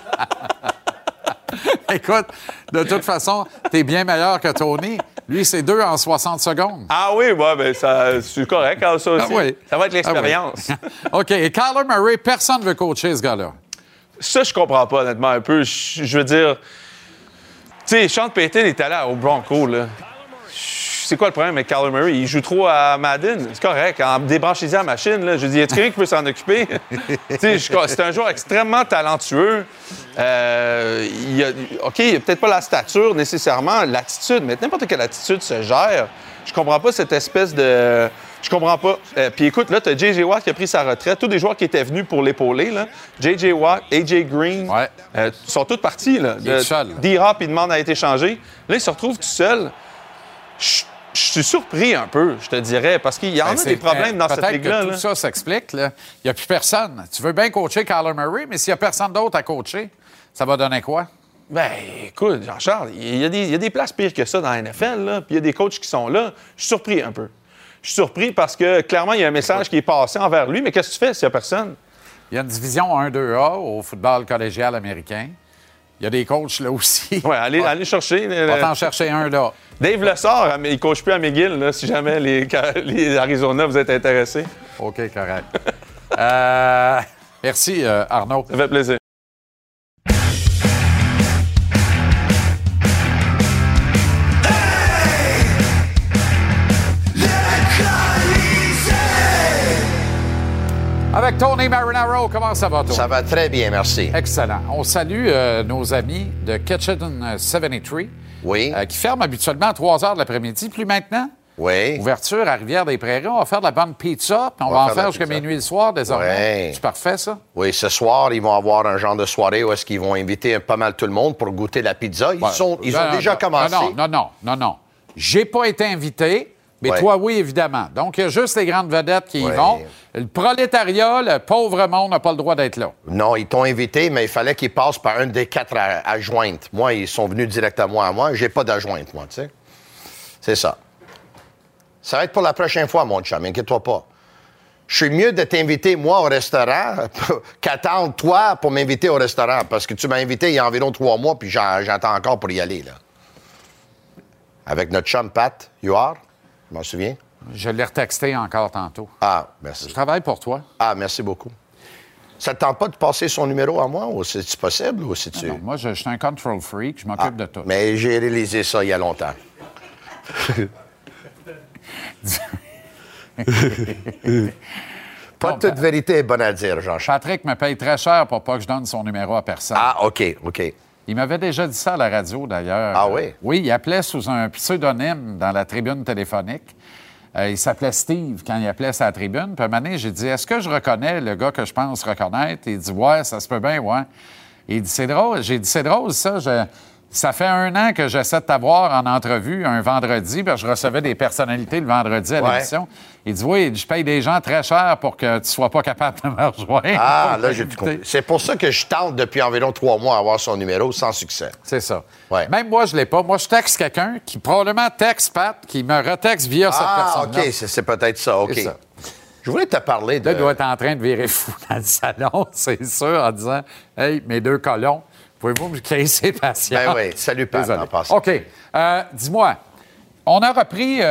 Écoute, de toute façon, t'es bien meilleur que Tony. Lui, c'est 2 en 60 secondes. Ah oui, ben ça, c'est correct, hein, ça aussi. Ah oui. Ça va être l'expérience. OK. Et Kyler Murray, personne ne veut coacher ce gars-là. Ça, je comprends pas, honnêtement, un peu. Je veux dire... Tu sais, Sean Payton est allé au Broncos, là. C'est quoi le problème avec Kyler Murray? Il joue trop à Madden. C'est correct. En débranchisant la machine, là, je dis, y a quelqu'un qui peut s'en occuper? C'est un joueur extrêmement talentueux. Il a peut-être pas la stature nécessairement, l'attitude, mais n'importe quelle attitude se gère. Je comprends pas cette espèce de... Je comprends pas. Puis écoute, là, tu as J.J. Watt qui a pris sa retraite. Tous des joueurs qui étaient venus pour l'épauler, là. J.J. Watt, A.J. Green, sont tous partis, là. D-Hop, il demande à être échangé. Là, il se retrouve tout seul. Je suis surpris un peu, je te dirais, parce qu'il y en a des problèmes dans cette ligue-là. Tout ça s'explique. Il n'y a plus personne. Tu veux bien coacher Kyler Murray, mais s'il n'y a personne d'autre à coacher, ça va donner quoi? Ben, écoute, Jean-Charles, il y a des places pires que ça dans la NFL, là, puis il y a des coachs qui sont là. Je suis surpris un peu. Je suis surpris parce que, clairement, il y a un message qui est passé envers lui, mais qu'est-ce que tu fais s'il n'y a personne? Il y a une division 1-2A au football collégial américain. Il y a des coachs là aussi. Oui, allez chercher. Va t'en chercher un là. Dave Lessard, il ne coach plus à McGill, là, si jamais les Arizona vous êtes intéressés. OK, correct. Merci, Arnaud. Ça fait plaisir. Avec Tony Marinaro, comment ça va, Tony? Ça va très bien, merci. Excellent. On salue nos amis de Kitchen 73 qui ferment habituellement à 3 heures de l'après-midi. Plus maintenant, ouverture à Rivière-des-Prairies. On va faire de la bonne pizza, puis on va en faire jusqu'à minuit le soir désormais. C'est parfait, ça? Oui, ce soir, ils vont avoir un genre de soirée où est-ce qu'ils vont inviter pas mal tout le monde pour goûter la pizza. Ils ont déjà commencé. Non. J'ai pas été invité. Mais toi, oui, évidemment. Donc, il y a juste les grandes vedettes qui y vont. Le prolétariat, le pauvre monde n'a pas le droit d'être là. Non, ils t'ont invité, mais il fallait qu'ils passent par une des 4 adjointes. Moi, ils sont venus directement à moi. J'ai pas d'adjointe, moi, tu sais. C'est ça. Ça va être pour la prochaine fois, mon chum, inquiète-toi pas. Je suis mieux de t'inviter, moi, au restaurant qu'attendre, toi, pour m'inviter au restaurant. Parce que tu m'as invité il y a environ 3 mois, puis j'attends encore pour y aller, là. Avec notre chum, Pat Huard. Je m'en souviens. Je l'ai retexté encore tantôt. Ah, merci. Je travaille pour toi. Ah, merci beaucoup. Ça te tente pas de passer son numéro à moi, ou c'est-tu possible, ou c'est-tu... Non, moi, je suis un control freak, je m'occupe de tout. Mais j'ai réalisé ça il y a longtemps. Pas toute vérité est bonne à dire, Jean-Charles. Patrick me paye très cher pour pas que je donne son numéro à personne. Ah, OK. Il m'avait déjà dit ça à la radio, d'ailleurs. Ah oui? Oui, il appelait sous un pseudonyme dans la tribune téléphonique. Il s'appelait Steve quand il appelait sa tribune. Puis à un moment donné, j'ai dit, est-ce que je reconnais le gars que je pense reconnaître? Il dit, ouais, ça se peut bien, ouais. Il dit, c'est drôle. J'ai dit, c'est drôle, ça. Ça fait 1 an que j'essaie de t'avoir en entrevue un vendredi, parce que je recevais des personnalités le vendredi à l'émission. Il dit, oui, je paye des gens très cher pour que tu sois pas capable de me rejoindre. Ah, là, j'ai tout compris. C'est pour ça que je tente depuis environ 3 mois à avoir son numéro sans succès. C'est ça. Ouais. Même moi, je l'ai pas. Moi, je texte quelqu'un qui probablement texte Pat, qui me retexte via cette personne-là. OK, c'est peut-être ça. OK. Ça. Je voulais te parler de... Là, il doit être en train de virer fou dans le salon, c'est sûr, en disant, hey, mes 2 colons. Pouvez-vous me caisser patience? Ben oui, salut Pat, en passant. OK. Dis-moi, on a repris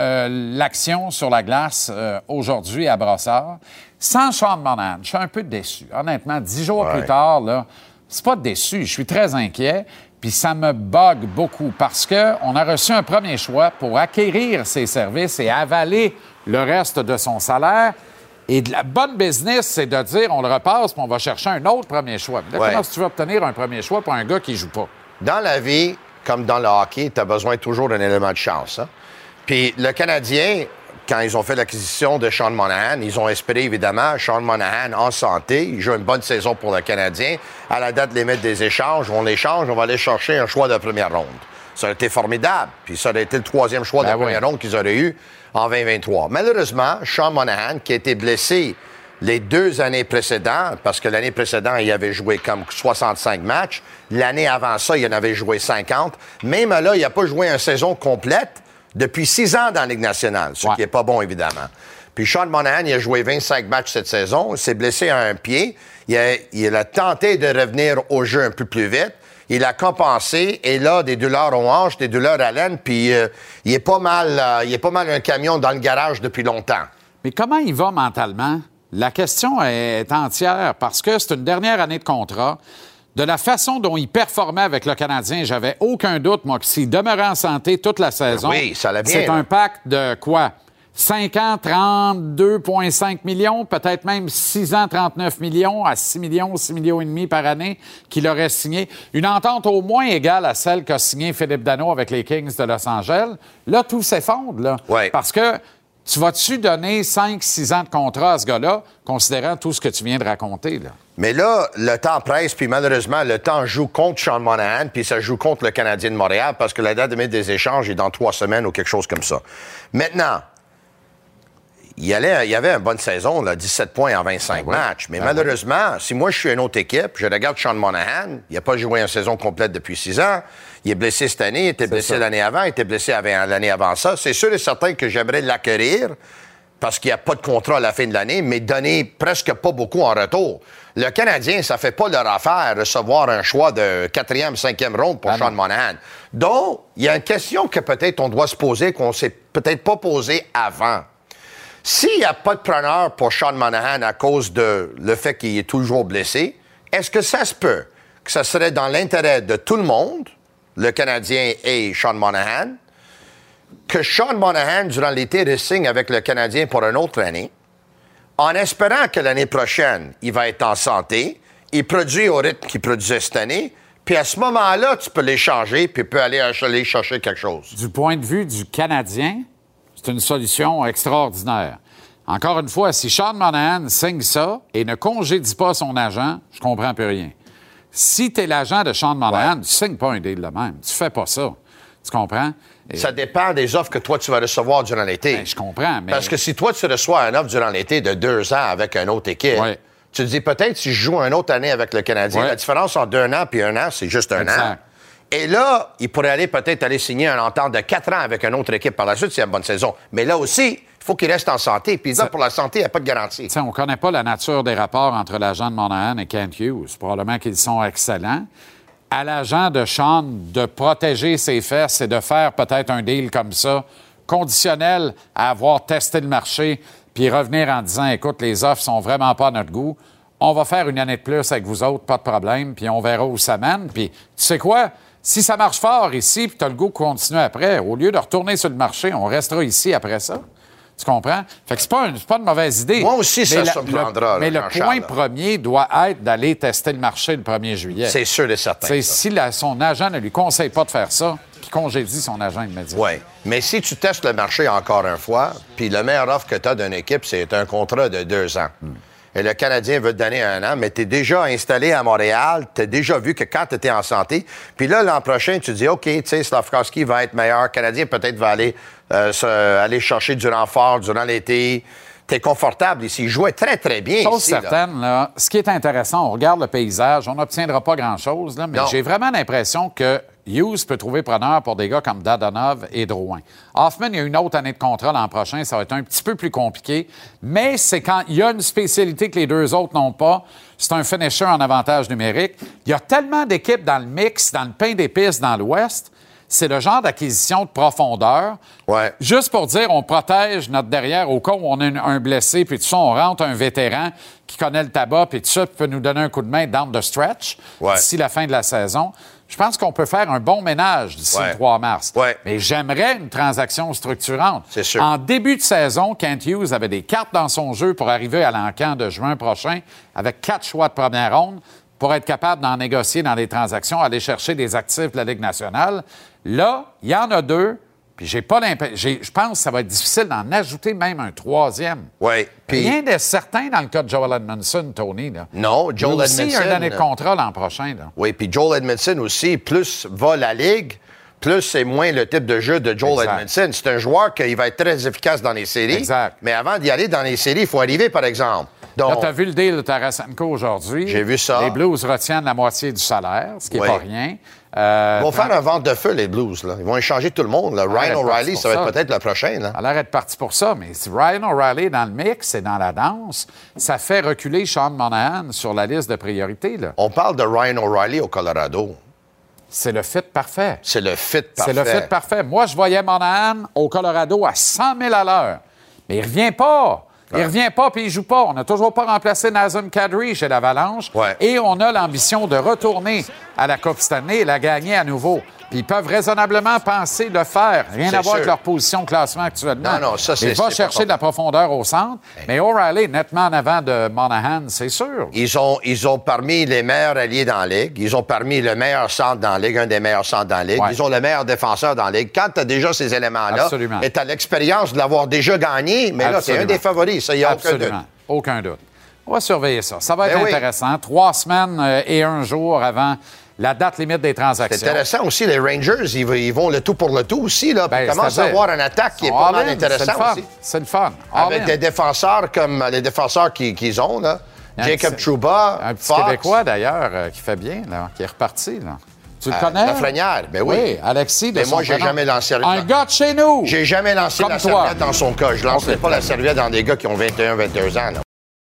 l'action sur la glace aujourd'hui à Brossard. Sans Sean Monahan, je suis un peu déçu. Honnêtement, 10 jours plus tard, là, c'est pas déçu, je suis très inquiet. Puis ça me bug beaucoup parce qu'on a reçu un premier choix pour acquérir ses services et avaler le reste de son salaire. Et de la bonne business, c'est de dire on le repasse puis on va chercher un autre premier choix. Là, comment est-ce que tu veux obtenir un premier choix pour un gars qui joue pas? Dans la vie, comme dans le hockey, tu as besoin toujours d'un élément de chance. Hein? Puis le Canadien, quand ils ont fait l'acquisition de Sean Monahan, ils ont espéré évidemment Sean Monahan en santé. Il joue une bonne saison pour le Canadien. À la date limite des échanges, on l'échange, on va aller chercher un choix de première ronde. Ça aurait été formidable. Puis ça aurait été le 3e choix de première ronde qu'ils auraient eu en 2023. Malheureusement, Sean Monahan, qui a été blessé les 2 années précédentes, parce que l'année précédente, il avait joué comme 65 matchs. L'année avant ça, il en avait joué 50. Même là, il n'a pas joué une saison complète depuis 6 ans dans la Ligue nationale, ce qui n'est pas bon, évidemment. Puis Sean Monahan, il a joué 25 matchs cette saison. Il s'est blessé à un pied. Il a tenté de revenir au jeu un peu plus vite. Il a compensé, et là, des douleurs aux hanches, des douleurs à l'aine, puis il est pas mal un camion dans le garage depuis longtemps. Mais comment il va mentalement? La question est entière, parce que c'est une dernière année de contrat. De la façon dont il performait avec le Canadien, j'avais aucun doute, moi, que s'il demeurait en santé toute la saison, ça allait bien, c'est un pacte de quoi? 5 ans, 32,5 millions, peut-être même 6 ans, 39 millions, à 6 millions, 6 millions et demi par année qu'il aurait signé. Une entente au moins égale à celle qu'a signée Philippe Danault avec les Kings de Los Angeles. Là, tout s'effondre, là. Oui. Parce que tu vas-tu donner 5-6 ans de contrat à ce gars-là, considérant tout ce que tu viens de raconter, là? Mais là, le temps presse, puis malheureusement, le temps joue contre Sean Monahan, puis ça joue contre le Canadien de Montréal, parce que la date limite des échanges est dans 3 semaines ou quelque chose comme ça. Maintenant, il y avait une bonne saison, là, 17 points en 25 matchs. Mais malheureusement, si moi je suis une autre équipe, je regarde Sean Monahan, il n'a pas joué une saison complète depuis 6 ans. Il est blessé cette année, il était blessé l'année avant, il était blessé l'année avant ça. C'est sûr et certain que j'aimerais l'acquérir parce qu'il n'y a pas de contrat à la fin de l'année, mais donner presque pas beaucoup en retour. Le Canadien, ça fait pas leur affaire recevoir un choix de 4e, 5e ronde pour Sean Monahan. Donc, il y a une question que peut-être on doit se poser, qu'on s'est peut-être pas posée avant. S'il n'y a pas de preneur pour Sean Monahan à cause de le fait qu'il est toujours blessé, est-ce que ça se peut que ça serait dans l'intérêt de tout le monde, le Canadien et Sean Monahan, que Sean Monahan, durant l'été, re-signe avec le Canadien pour une autre année, en espérant que l'année prochaine, il va être en santé, il produit au rythme qu'il produisait cette année, puis à ce moment-là, tu peux l'échanger, puis tu peux aller chercher quelque chose. Du point de vue du Canadien, c'est une solution extraordinaire. Encore une fois, si Sean Monahan signe ça et ne congédie pas son agent, je comprends plus rien. Si tu es l'agent de Sean Monahan, tu ne signes pas un deal de même. Tu fais pas ça. Tu comprends? Ça dépend des offres que toi, tu vas recevoir durant l'été. Ben, je comprends, mais... Parce que si toi, tu reçois une offre durant l'été de 2 ans avec une autre équipe, tu te dis peut-être si je joue une autre année avec le Canadien, la différence entre 1 an et 1 an, c'est juste 1 an. Et là, il pourrait peut-être aller signer un entente de 4 ans avec une autre équipe par la suite s'il y a une bonne saison. Mais là aussi, il faut qu'il reste en santé. Puis là, pour la santé, il n'y a pas de garantie. On ne connaît pas la nature des rapports entre l'agent de Monahan et Kent Hughes. Probablement qu'ils sont excellents. À l'agent de Sean de protéger ses fesses et de faire peut-être un deal comme ça conditionnel à avoir testé le marché puis revenir en disant, écoute, les offres sont vraiment pas à notre goût. On va faire une année de plus avec vous autres, pas de problème, puis on verra où ça mène. Puis tu sais quoi? Si ça marche fort ici, puis tu as le goût de continuer après, au lieu de retourner sur le marché, on restera ici après ça. Tu comprends? Fait que c'est pas une mauvaise idée. Moi aussi, ça me prendra. Mais le point premier doit être d'aller tester le marché le 1er juillet. C'est sûr et certain. Si son agent ne lui conseille pas de faire ça, puis congédie son agent immédiatement. Oui. Mais si tu testes le marché encore une fois, puis le meilleur offre que tu as d'une équipe, c'est un contrat de 2 ans. Et le Canadien veut te donner 1 an, mais tu es déjà installé à Montréal, tu as déjà vu que quand tu étais en santé, puis là, l'an prochain, tu dis, OK, tu sais, Slafkovský va être meilleur, le Canadien peut-être va aller chercher du renfort durant l'été. Tu es confortable ici. Il jouait très, très bien Chose ici. certaine, là, ce qui est intéressant, on regarde le paysage, on n'obtiendra pas grand-chose, là, mais j'ai vraiment l'impression que Hughes peut trouver preneur pour des gars comme Dadonov et Drouin. Hoffman, il y a une autre année de contrat l'an prochain. Ça va être un petit peu plus compliqué. Mais c'est quand il y a une spécialité que les 2 autres n'ont pas. C'est un finisher en avantage numérique. Il y a tellement d'équipes dans le mix, dans le pain d'épices dans l'Ouest. C'est le genre d'acquisition de profondeur. Ouais. Juste pour dire, on protège notre derrière au cas où on a un blessé, puis tout ça, on rentre un vétéran qui connaît le tabac, puis tout ça, puis peut nous donner un coup de main down the stretch d'ici la fin de la saison. Je pense qu'on peut faire un bon ménage d'ici le 3 mars. Ouais. Mais j'aimerais une transaction structurante. C'est sûr. En début de saison, Kent Hughes avait des cartes dans son jeu pour arriver à l'encan de juin prochain avec 4 choix de première ronde pour être capable d'en négocier dans les transactions, aller chercher des actifs de la Ligue nationale. Là, il y en a 2, puis je pense que ça va être difficile d'en ajouter même un 3e. Oui. Rien de certain dans le cas de Joel Edmondson, Tony. Là. Non, Joel Edmondson. Il y a une année de contrat l'an prochain. Là. Oui, puis Joel Edmondson aussi, plus va la Ligue, plus c'est moins le type de jeu de Joel Edmondson. C'est un joueur qui va être très efficace dans les séries. Exact. Mais avant d'y aller dans les séries, il faut arriver, par exemple. Donc, là, tu as vu le deal de Tarasenko aujourd'hui. J'ai vu ça. Les Blues retiennent la moitié du salaire, ce qui n'est pas rien. Ils vont faire un vente de feu, les Blues. Là. Ils vont échanger tout le monde. Là. Ryan O'Reilly, ça va être peut-être le prochain. Là. Alors, être parti pour ça. Mais si Ryan O'Reilly est dans le mix et dans la danse, ça fait reculer Sean Monahan sur la liste de priorités. Là. On parle de Ryan O'Reilly au Colorado. C'est le fit parfait. C'est le fit parfait. C'est le fit parfait. Moi, je voyais Monahan au Colorado à 100 000 à l'heure. Mais il revient pas. Il revient pas puis il joue pas. On n'a toujours pas remplacé Nazem Kadri chez l'Avalanche. Ouais. Et on a l'ambition de retourner à la Coupe Stanley et la gagner à nouveau. Puis ils peuvent raisonnablement penser le faire. Rien à voir avec leur position de classement actuellement. Non, ça, c'est... Il va chercher de la profondeur au centre. Mais O'Reilly est nettement en avant de Monahan, c'est sûr. Ils ont parmi les meilleurs alliés dans la Ligue. Ils ont parmi le meilleur centre dans la Ligue, un des meilleurs centres dans la Ligue. Ouais. Ils ont le meilleur défenseur dans la Ligue. Quand tu as déjà ces éléments-là, et tu as l'expérience de l'avoir déjà gagné, mais là, c'est un des favoris. Ça, il n'y a aucun doute. Aucun doute. On va surveiller ça. Ça va être intéressant. 3 semaines et 1 jour avant la date limite des transactions. C'est intéressant aussi, les Rangers, ils vont le tout pour le tout aussi. Là, puis commencent à avoir une attaque qui est pas mal intéressante aussi. C'est le fun. Avec des défenseurs comme les défenseurs qu'ils ont, là. Jacob Trouba, un petit Québécois, d'ailleurs, qui fait bien, là, qui est reparti. Là. Tu le connais? Lafrenière, ben oui. Oui, Alexis. Mais moi, j'ai jamais lancé... Un gars de chez nous! J'ai jamais lancé la serviette dans son cas. Je ne lancerai pas la serviette dans des gars qui ont 21, 22 ans, là.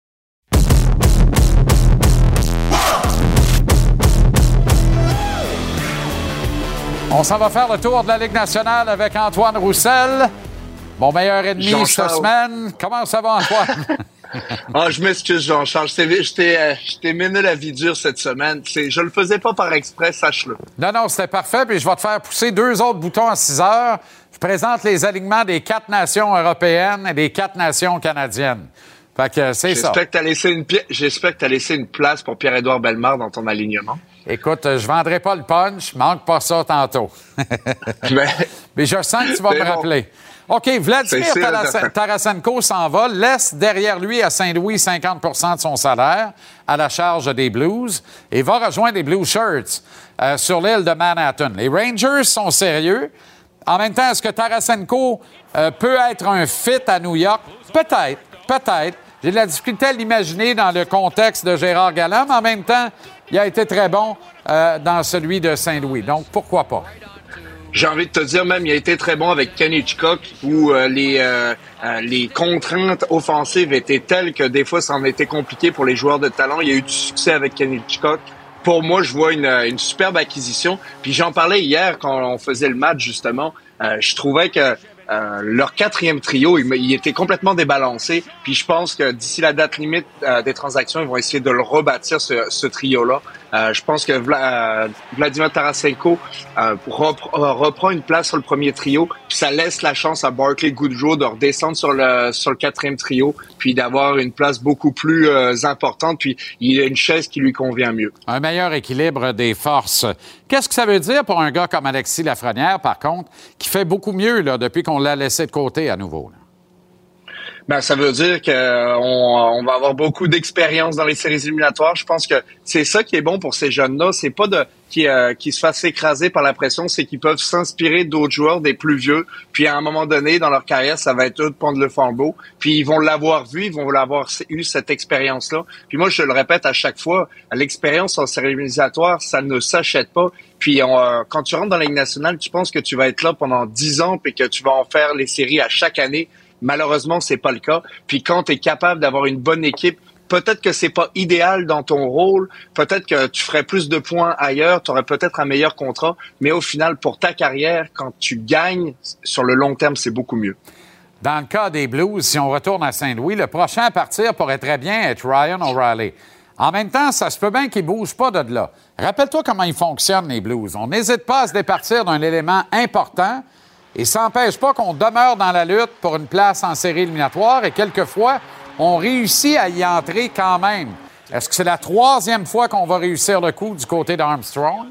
On s'en va faire le tour de la Ligue nationale avec Antoine Roussel. Mon meilleur ennemi cette semaine. Comment ça va, Antoine? Je m'excuse, Jean-Charles. Je t'ai mené la vie dure cette semaine. Je le faisais pas par exprès, sache-le. Non, c'était parfait. Puis je vais te faire pousser 2 autres boutons à 6 heures. Je présente les alignements des 4 nations européennes et des 4 nations canadiennes. Fait que c'est ça. J'espère que tu as laissé une place pour Pierre-Édouard Bellemare dans ton alignement. Écoute, je vendrai pas le punch. Manque pas ça tantôt. Mais je sens que tu vas me rappeler. OK, Vladimir Tarasenko s'en va, laisse derrière lui à Saint-Louis 50 de son salaire à la charge des Blues et va rejoindre les Blue Shirts sur l'île de Manhattan. Les Rangers sont sérieux. En même temps, est-ce que Tarasenko peut être un fit à New York? Peut-être. J'ai de la difficulté à l'imaginer dans le contexte de Gérard Galland, mais en même temps, il a été très bon dans celui de Saint-Louis. Donc, pourquoi pas? J'ai envie de te dire même, il a été très bon avec Ken Hitchcock où les contraintes offensives étaient telles que des fois, ça en était compliqué pour les joueurs de talent. Il y a eu du succès avec Ken Hitchcock. Pour moi, je vois une superbe acquisition. Puis j'en parlais hier quand on faisait le match, justement. Je trouvais que leur quatrième trio, il était complètement débalancé. Puis je pense que d'ici la date limite des transactions, ils vont essayer de le rebâtir, ce trio-là. Je pense que Vladimir Tarasenko reprend une place sur le premier trio, puis ça laisse la chance à Barclay Goodrow de redescendre sur le quatrième trio, puis d'avoir une place beaucoup plus importante, puis il a une chaise qui lui convient mieux. Un meilleur équilibre des forces. Qu'est-ce que ça veut dire pour un gars comme Alexis Lafrenière, par contre, qui fait beaucoup mieux là, depuis qu'on l'a laissé de côté à nouveau? Là? Ben, ça veut dire qu'on va avoir beaucoup d'expérience dans les séries éliminatoires. Je pense que c'est ça qui est bon pour ces jeunes-là. C'est pas qui se fassent écraser par la pression, c'est qu'ils peuvent s'inspirer d'autres joueurs, des plus vieux. Puis à un moment donné, dans leur carrière, ça va être eux de prendre le flambeau. Puis ils vont l'avoir vu, ils vont l'avoir eu cette expérience-là. Puis moi, je le répète à chaque fois, l'expérience en séries éliminatoires, ça ne s'achète pas. Puis quand tu rentres dans la Ligue nationale, tu penses que tu vas être là pendant 10 ans puis que tu vas en faire les séries à chaque année. Malheureusement, c'est pas le cas. Puis quand tu es capable d'avoir une bonne équipe, peut-être que c'est pas idéal dans ton rôle, peut-être que tu ferais plus de points ailleurs, tu aurais peut-être un meilleur contrat, mais au final, pour ta carrière, quand tu gagnes, sur le long terme, c'est beaucoup mieux. Dans le cas des Blues, si on retourne à Saint-Louis, le prochain à partir pourrait très bien être Ryan O'Reilly. En même temps, ça se peut bien qu'il ne bouge pas de là. Rappelle-toi comment ils fonctionnent, les Blues. On n'hésite pas à se départir d'un élément important et ça n'empêche pas qu'on demeure dans la lutte pour une place en série éliminatoire et quelquefois, on réussit à y entrer quand même. Est-ce que c'est la 3e fois qu'on va réussir le coup du côté d'Armstrong?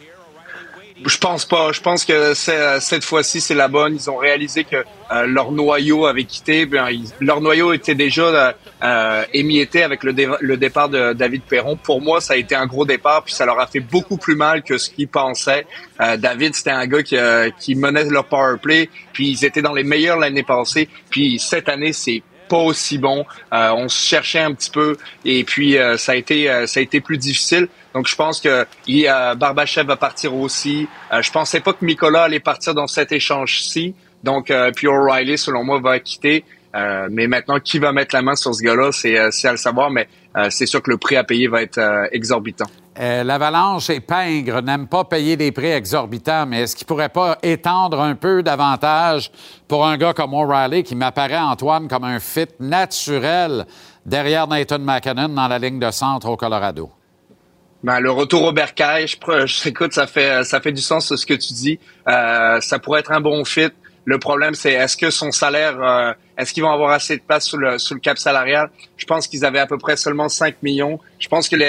Je pense pas. Je pense que cette fois-ci, c'est la bonne. Ils ont réalisé que leur noyau avait quitté. Leur noyau était déjà émietté avec le départ de David Perron. Pour moi, ça a été un gros départ, puis ça leur a fait beaucoup plus mal que ce qu'ils pensaient. David, c'était un gars qui menait leur power play, puis ils étaient dans les meilleurs l'année passée. Puis cette année, c'est pas aussi bon. On se cherchait un petit peu, et puis ça a été plus difficile. Donc, je pense que Barbashev va partir aussi. Je pensais pas que Mikola allait partir dans cet échange-ci. Donc, puis O'Reilly, selon moi, va quitter. Mais maintenant, qui va mettre la main sur ce gars-là, c'est à le savoir. Mais c'est sûr que le prix à payer va être exorbitant. L'Avalanche et Pingre n'aiment pas payer des prix exorbitants, mais est-ce qu'il pourrait pas étendre un peu davantage pour un gars comme O'Reilly qui m'apparaît, Antoine, comme un fit naturel derrière Nathan MacKinnon dans la ligne de centre au Colorado? Ben, le retour au bercail, écoute, ça fait du sens ce que tu dis. Ça pourrait être un bon fit. Le problème, c'est est-ce que son salaire, est-ce qu'ils vont avoir assez de place sous le cap salarial? Je pense qu'ils avaient à peu près seulement 5 millions. Je pense que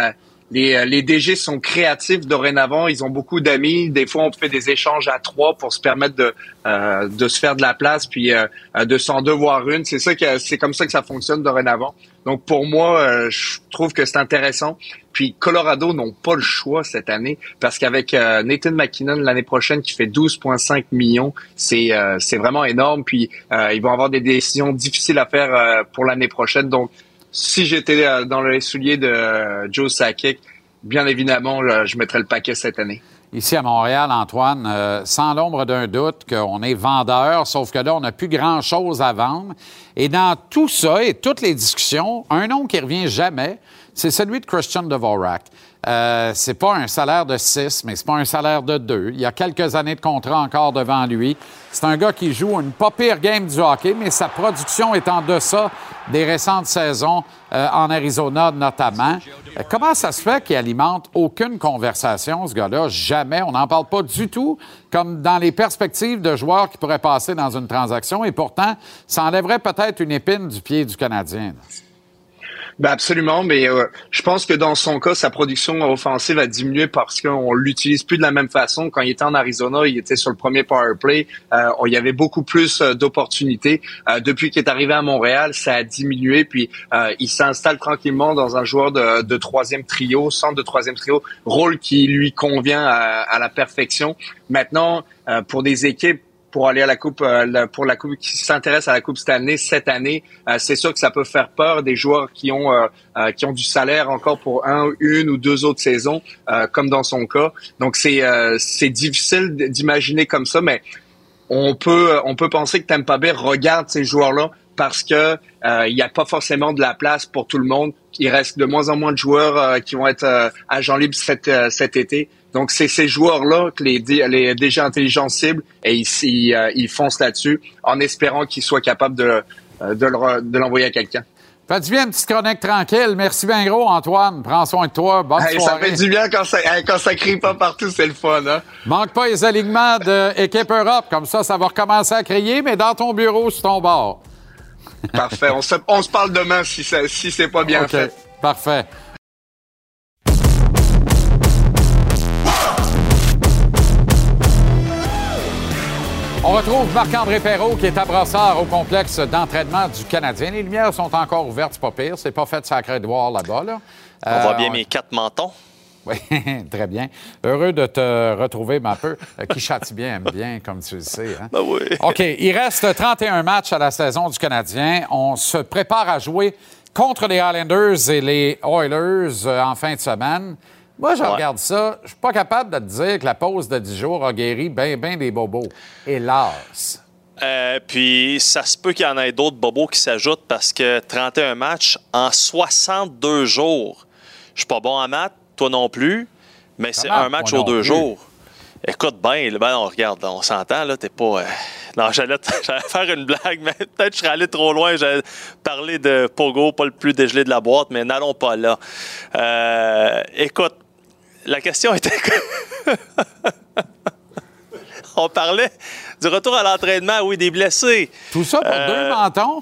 les DG sont créatifs dorénavant. Ils ont beaucoup d'amis. Des fois, on fait des échanges à 3 pour se permettre de se faire de la place puis de s'en devoir une. C'est comme ça que ça fonctionne dorénavant. Donc, pour moi, je trouve que c'est intéressant. Puis, Colorado n'ont pas le choix cette année parce qu'avec Nathan MacKinnon l'année prochaine qui fait 12,5 millions, c'est vraiment énorme. Puis, ils vont avoir des décisions difficiles à faire pour l'année prochaine. Donc, si j'étais dans les souliers de Joe Sakic, bien évidemment, je mettrais le paquet cette année. Ici à Montréal, Antoine, sans l'ombre d'un doute qu'on est vendeur, sauf que là, on n'a plus grand-chose à vendre. Et dans tout ça et toutes les discussions, un nom qui revient jamais, c'est celui de Christian Dvorak. C'est pas un salaire de 6, mais c'est pas un salaire de 2. Il y a quelques années de contrat encore devant lui. C'est un gars qui joue une pas pire game du hockey, mais sa production est en deçà des récentes saisons en Arizona notamment. Comment ça se fait qu'il alimente aucune conversation, ce gars-là? Jamais. On n'en parle pas du tout, comme dans les perspectives de joueurs qui pourraient passer dans une transaction. Et pourtant, ça enlèverait peut-être une épine du pied du Canadien. Ben absolument, mais je pense que dans son cas, sa production offensive a diminué parce qu'on l'utilise plus de la même façon. Quand il était en Arizona, il était sur le premier power play. Il y avait beaucoup plus d'opportunités. Depuis qu'il est arrivé à Montréal, ça a diminué. Puis il s'installe tranquillement dans un joueur de troisième trio, centre de troisième trio, rôle qui lui convient à la perfection. Maintenant, pour des équipes, pour aller à la coupe, pour la coupe qui s'intéresse à la coupe Stanley cette année, c'est sûr que ça peut faire peur des joueurs qui ont du salaire encore pour une ou deux autres saisons, comme dans son cas. Donc c'est difficile d'imaginer comme ça, mais on peut penser que Tampa Bay regarde ces joueurs-là parce que il n'y a pas forcément de la place pour tout le monde. Il reste de moins en moins de joueurs qui vont être agents libres cet été. Donc, c'est ces joueurs-là que les DG intelligents ciblent et ils foncent là-dessus en espérant qu'ils soient capables de l'envoyer à quelqu'un. Fait du bien une petite chronique tranquille. Merci bien gros, Antoine. Prends soin de toi. Bonne soirée. Ça fait du bien quand ça crie pas partout, c'est le fun, hein? Manque pas les alignements de Équipe Europe. Comme ça va recommencer à crier, mais dans ton bureau, sur ton bord. Parfait. On se parle demain si c'est pas bien fait. Parfait. On retrouve Marc-André Perreault qui est à Brossard au complexe d'entraînement du Canadien. Les lumières sont encore ouvertes, c'est pas pire. C'est pas fait de sacré noir là-bas. Là. On voit bien mes 4 mentons. Oui, très bien. Heureux de te retrouver, mais un peu. Qui châtie bien, aime bien, comme tu le sais. Hein? Ben oui. OK, il reste 31 matchs à la saison du Canadien. On se prépare à jouer contre les Islanders et les Oilers en fin de semaine. Moi, je regarde ça. Je suis pas capable de te dire que la pause de 10 jours a guéri bien des bobos. Hélas. Puis, ça se peut qu'il y en ait d'autres bobos qui s'ajoutent parce que 31 matchs en 62 jours. Je suis pas bon en maths, toi non plus, mais c'est un match aux 2 jours. Écoute bien, on regarde, on s'entend, là, t'es pas... Non, j'allais faire une blague, mais peut-être que je serais allé trop loin. J'allais parler de Pogo, pas le plus dégelé de la boîte, mais n'allons pas là. Écoute, la question était... On parlait du retour à l'entraînement, oui, des blessés. Tout ça pour 2 mentons?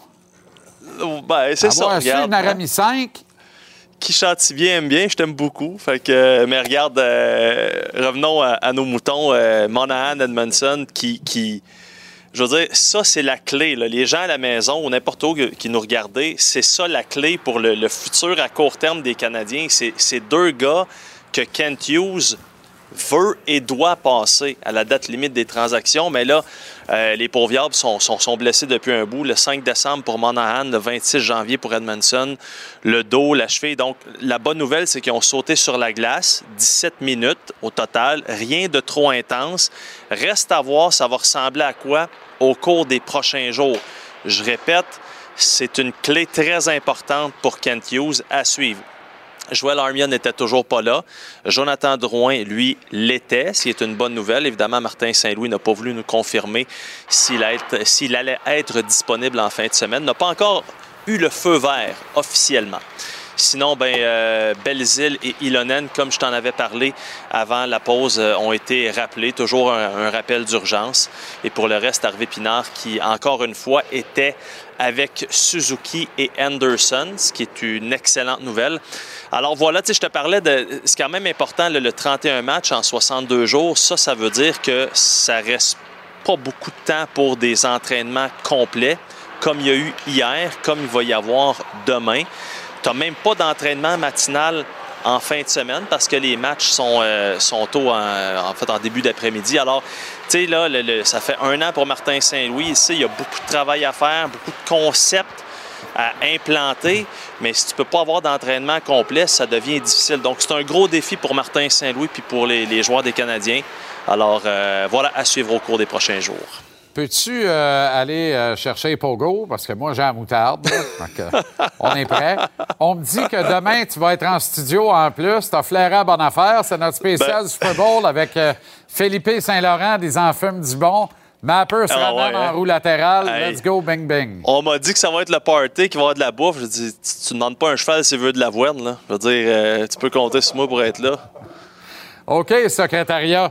Ben, c'est ça, regarde. Une Arami 5... Qui chante bien, aime bien, je t'aime beaucoup. Fait que, mais regarde, revenons à nos moutons. Monahan, Edmondson, qui... Je veux dire, ça, c'est la clé. Là. Les gens à la maison ou n'importe où qui nous regardent, c'est ça la clé pour le futur à court terme des Canadiens. C'est 2 gars que Kent Hughes veut et doit passer à la date limite des transactions. Mais là, les pauvres diables sont blessés depuis un bout. Le 5 décembre pour Monahan, le 26 janvier pour Edmondson, le dos, la cheville. Donc, la bonne nouvelle, c'est qu'ils ont sauté sur la glace, 17 minutes au total, rien de trop intense. Reste à voir, ça va ressembler à quoi au cours des prochains jours. Je répète, c'est une clé très importante pour Kent Hughes à suivre. Joel Armia n'était toujours pas là. Jonathan Drouin, lui, l'était, ce qui est une bonne nouvelle. Évidemment, Martin Saint-Louis n'a pas voulu nous confirmer s'il allait être disponible en fin de semaine. N'a pas encore eu le feu vert officiellement. Sinon, Belzile et Ilonen, comme je t'en avais parlé avant la pause, ont été rappelés. Toujours un rappel d'urgence. Et pour le reste, Harvey Pinard, qui, encore une fois, était avec Suzuki et Anderson, ce qui est une excellente nouvelle. Alors voilà, je te parlais de... C'est quand même important, le 31 matchs en 62 jours. Ça veut dire que ça reste pas beaucoup de temps pour des entraînements complets, comme il y a eu hier, comme il va y avoir demain. Tu n'as même pas d'entraînement matinal en fin de semaine parce que les matchs sont tôt, en début d'après-midi. Alors, tu sais, là, ça fait 1 an pour Martin Saint-Louis. Ici, il y a beaucoup de travail à faire, beaucoup de concepts à implanter. Mais si tu ne peux pas avoir d'entraînement complet, ça devient difficile. Donc, c'est un gros défi pour Martin Saint-Louis puis pour les joueurs des Canadiens. Alors, voilà, à suivre au cours des prochains jours. Peux-tu aller chercher Pogo? Parce que moi, j'ai la moutarde. Donc, on est prêt. On me dit que demain, tu vas être en studio en plus. Tu as flairé à bonne affaire. C'est notre spécial Super Bowl avec Felipe Saint-Laurent des Enfumes du Bon. Mapper sera même en roue latérale. Hey. Let's go, bing, bing. On m'a dit que ça va être le party, qu'il va y avoir de la bouffe. Je dis, tu ne demandes pas un cheval s'il veut de l'avoine. Là. Je veux dire, tu peux compter sur moi pour être là. OK, secrétariat.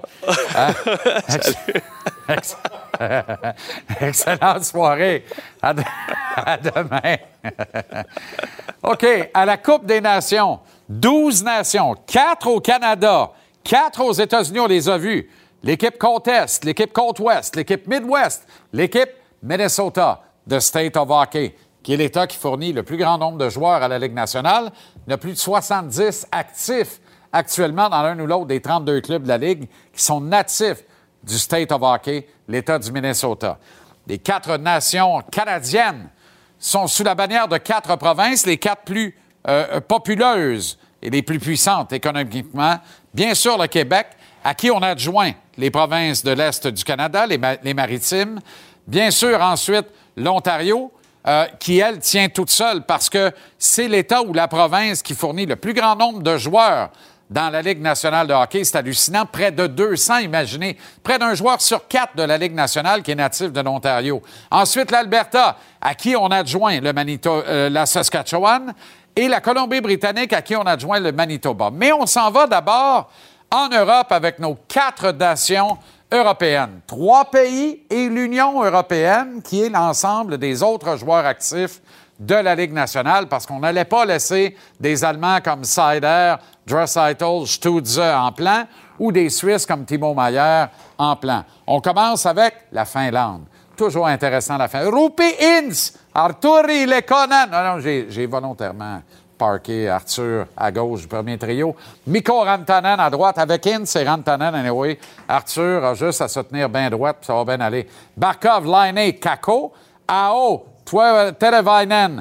Excellente soirée. À demain. OK, à la Coupe des Nations, 12 nations, 4 au Canada, 4 aux États-Unis, on les a vus. L'équipe côte Est, l'équipe côte Ouest, l'équipe Midwest, l'équipe Minnesota de State of Hockey, qui est l'État qui fournit le plus grand nombre de joueurs à la Ligue nationale. Il y a plus de 70 actifs actuellement dans l'un ou l'autre des 32 clubs de la Ligue qui sont natifs du State of Hockey, l'État du Minnesota. Les 4 nations canadiennes sont sous la bannière de 4 provinces, les 4 plus populeuses et les plus puissantes économiquement. Bien sûr, le Québec, à qui on adjoint les provinces de l'Est du Canada, les Maritimes. Bien sûr, ensuite, l'Ontario, qui, elle, tient toute seule parce que c'est l'État ou la province qui fournit le plus grand nombre de joueurs dans la Ligue nationale de hockey. C'est hallucinant. Près de 200, imaginez. Près d'un joueur sur 4 de la Ligue nationale qui est natif de l'Ontario. Ensuite, l'Alberta, à qui on adjoint la Saskatchewan, et la Colombie-Britannique, à qui on adjoint le Manitoba. Mais on s'en va d'abord en Europe avec nos 4 nations européennes. 3 pays et l'Union européenne, qui est l'ensemble des autres joueurs actifs de la Ligue nationale, parce qu'on n'allait pas laisser des Allemands comme Seider, Draisaitl, Stützle en plan, ou des Suisses comme Timo Meier en plan. On commence avec la Finlande. Toujours intéressant la fin. Rupi Hintz, Arturi Lekkonen. Non, j'ai volontairement parqué Arthur à gauche du premier trio. Mikko Rantanen à droite avec Hintz et Rantanen. Anyway, Arthur a juste à se tenir bien droite, puis ça va bien aller. Barkov, Laine, Kakko. Ao, Teravainen,